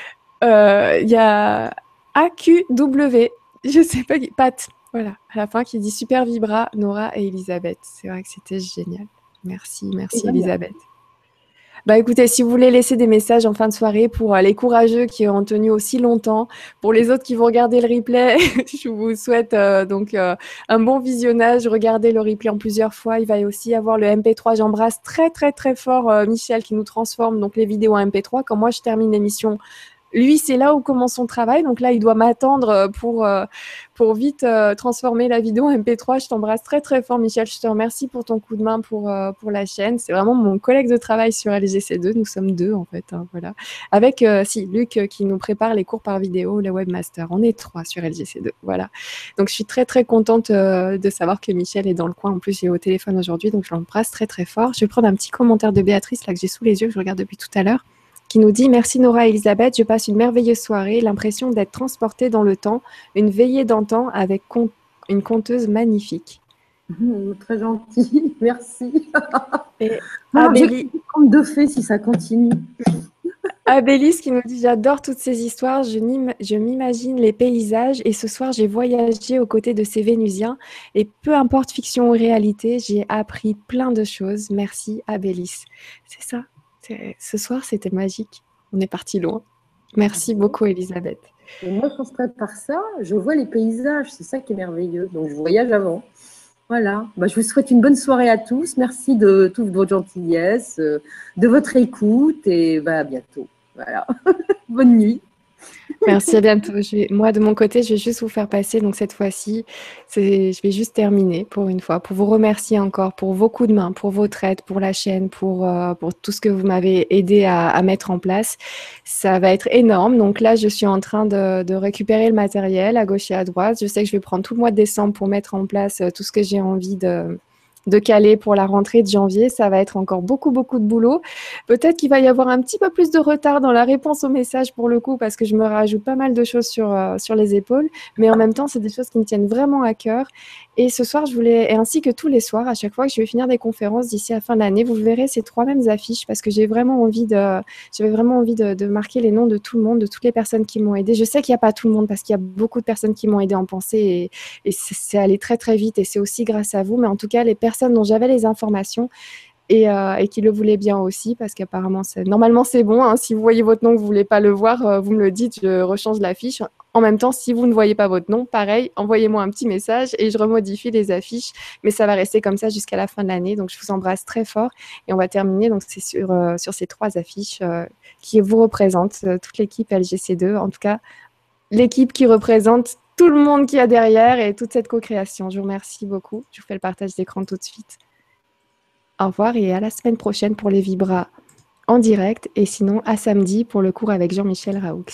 Euh, Il y a A Q W, je sais pas, qui- Pat, voilà, à la fin, qui dit super vibra, Nora et Elisabeth. C'est vrai que c'était génial. Merci, merci Elisabeth. Bah écoutez, si vous voulez laisser des messages en fin de soirée pour euh, les courageux qui ont tenu aussi longtemps, pour les autres qui vont regarder le replay, je vous souhaite euh, donc euh, un bon visionnage. Regardez le replay en plusieurs fois. Il va y aussi avoir le M P trois. J'embrasse très très très fort euh, Michel qui nous transforme donc les vidéos en M P trois. Quand moi je termine l'émission, lui, c'est là où commence son travail. Donc là, il doit m'attendre euh, pour, euh, pour vite euh, transformer la vidéo en M P trois. Je t'embrasse très, très fort, Michel. Je te remercie pour ton coup de main pour, euh, pour la chaîne. C'est vraiment mon collègue de travail sur L G C deux. Nous sommes deux, en fait. Hein, voilà. Avec, euh, si, Luc euh, qui nous prépare les cours par vidéo, le webmaster. On est trois sur L G C deux. Voilà. Donc, je suis très, très contente euh, de savoir que Michel est dans le coin. En plus, j'ai au téléphone aujourd'hui. Donc, je l'embrasse très, très fort. Je vais prendre un petit commentaire de Béatrice, là, que j'ai sous les yeux, que je regarde depuis tout à l'heure, qui nous dit merci Nora et Elisabeth, je passe une merveilleuse soirée, l'impression d'être transportée dans le temps, une veillée d'antan avec con une conteuse magnifique. Mmh, très gentil, merci. Et Bon, j'ai Abélie, compris comme de fait si ça continue. Abélis qui nous dit j'adore toutes ces histoires, je, je m'imagine les paysages et ce soir j'ai voyagé aux côtés de ces Vénusiens et peu importe fiction ou réalité, j'ai appris plein de choses. Merci Abélis. C'est ça, ce soir c'était magique. On est parti loin. Merci beaucoup Elisabeth. Et moi, quand je prépare ça, je vois les paysages. C'est ça qui est merveilleux. Donc, je voyage avant. Voilà. Bah, je vous souhaite une bonne soirée à tous. Merci de toute votre gentillesse, euh, de votre écoute et bah, à bientôt. Voilà. Bonne nuit. Merci, à bientôt. Je vais- moi, de mon côté, je vais juste vous faire passer. Donc, cette fois-ci, c'est- je vais juste terminer pour une fois, pour vous remercier encore pour vos coups de main, pour votre aide, pour la chaîne, pour, euh, pour tout ce que vous m'avez aidé à, à mettre en place. Ça va être énorme. Donc là, je suis en train de, de récupérer le matériel à gauche et à droite. Je sais que je vais prendre tout le mois de décembre pour mettre en place euh, tout ce que j'ai envie de de caler pour la rentrée de janvier. Ça va être encore beaucoup, beaucoup de boulot. Peut-être qu'il va y avoir un petit peu plus de retard dans la réponse aux messages pour le coup, parce que je me rajoute pas mal de choses sur, euh, sur les épaules. Mais en même temps, c'est des choses qui me tiennent vraiment à cœur. Et ce soir, je voulais, et ainsi que tous les soirs, à chaque fois que je vais finir des conférences d'ici à la fin de l'année, vous verrez ces trois mêmes affiches parce que j'ai vraiment envie de, j'avais vraiment envie de, de marquer les noms de tout le monde, de toutes les personnes qui m'ont aidé. Je sais qu'il n'y a pas tout le monde parce qu'il y a beaucoup de personnes qui m'ont aidé en pensée et, et c'est allé très très vite et c'est aussi grâce à vous. Mais en tout cas, les personnes dont j'avais les informations, et, euh, et qui le voulait bien aussi, parce qu'apparemment, c'est... normalement, c'est bon. Hein. Si vous voyez votre nom, que vous ne voulez pas le voir, euh, vous me le dites, je rechange la fiche. En même temps, si vous ne voyez pas votre nom, pareil, envoyez-moi un petit message et je remodifie les affiches. Mais ça va rester comme ça jusqu'à la fin de l'année. Donc, je vous embrasse très fort. Et on va terminer. Donc, c'est sur, euh, sur ces trois affiches euh, qui vous représentent, euh, toute l'équipe L G C deux. En tout cas, l'équipe qui représente tout le monde qui y a derrière et toute cette co-création. Je vous remercie beaucoup. Je vous fais le partage d'écran tout de suite. Au revoir et à la semaine prochaine pour les Vibras en direct et sinon à samedi pour le cours avec Jean-Michel Raoux.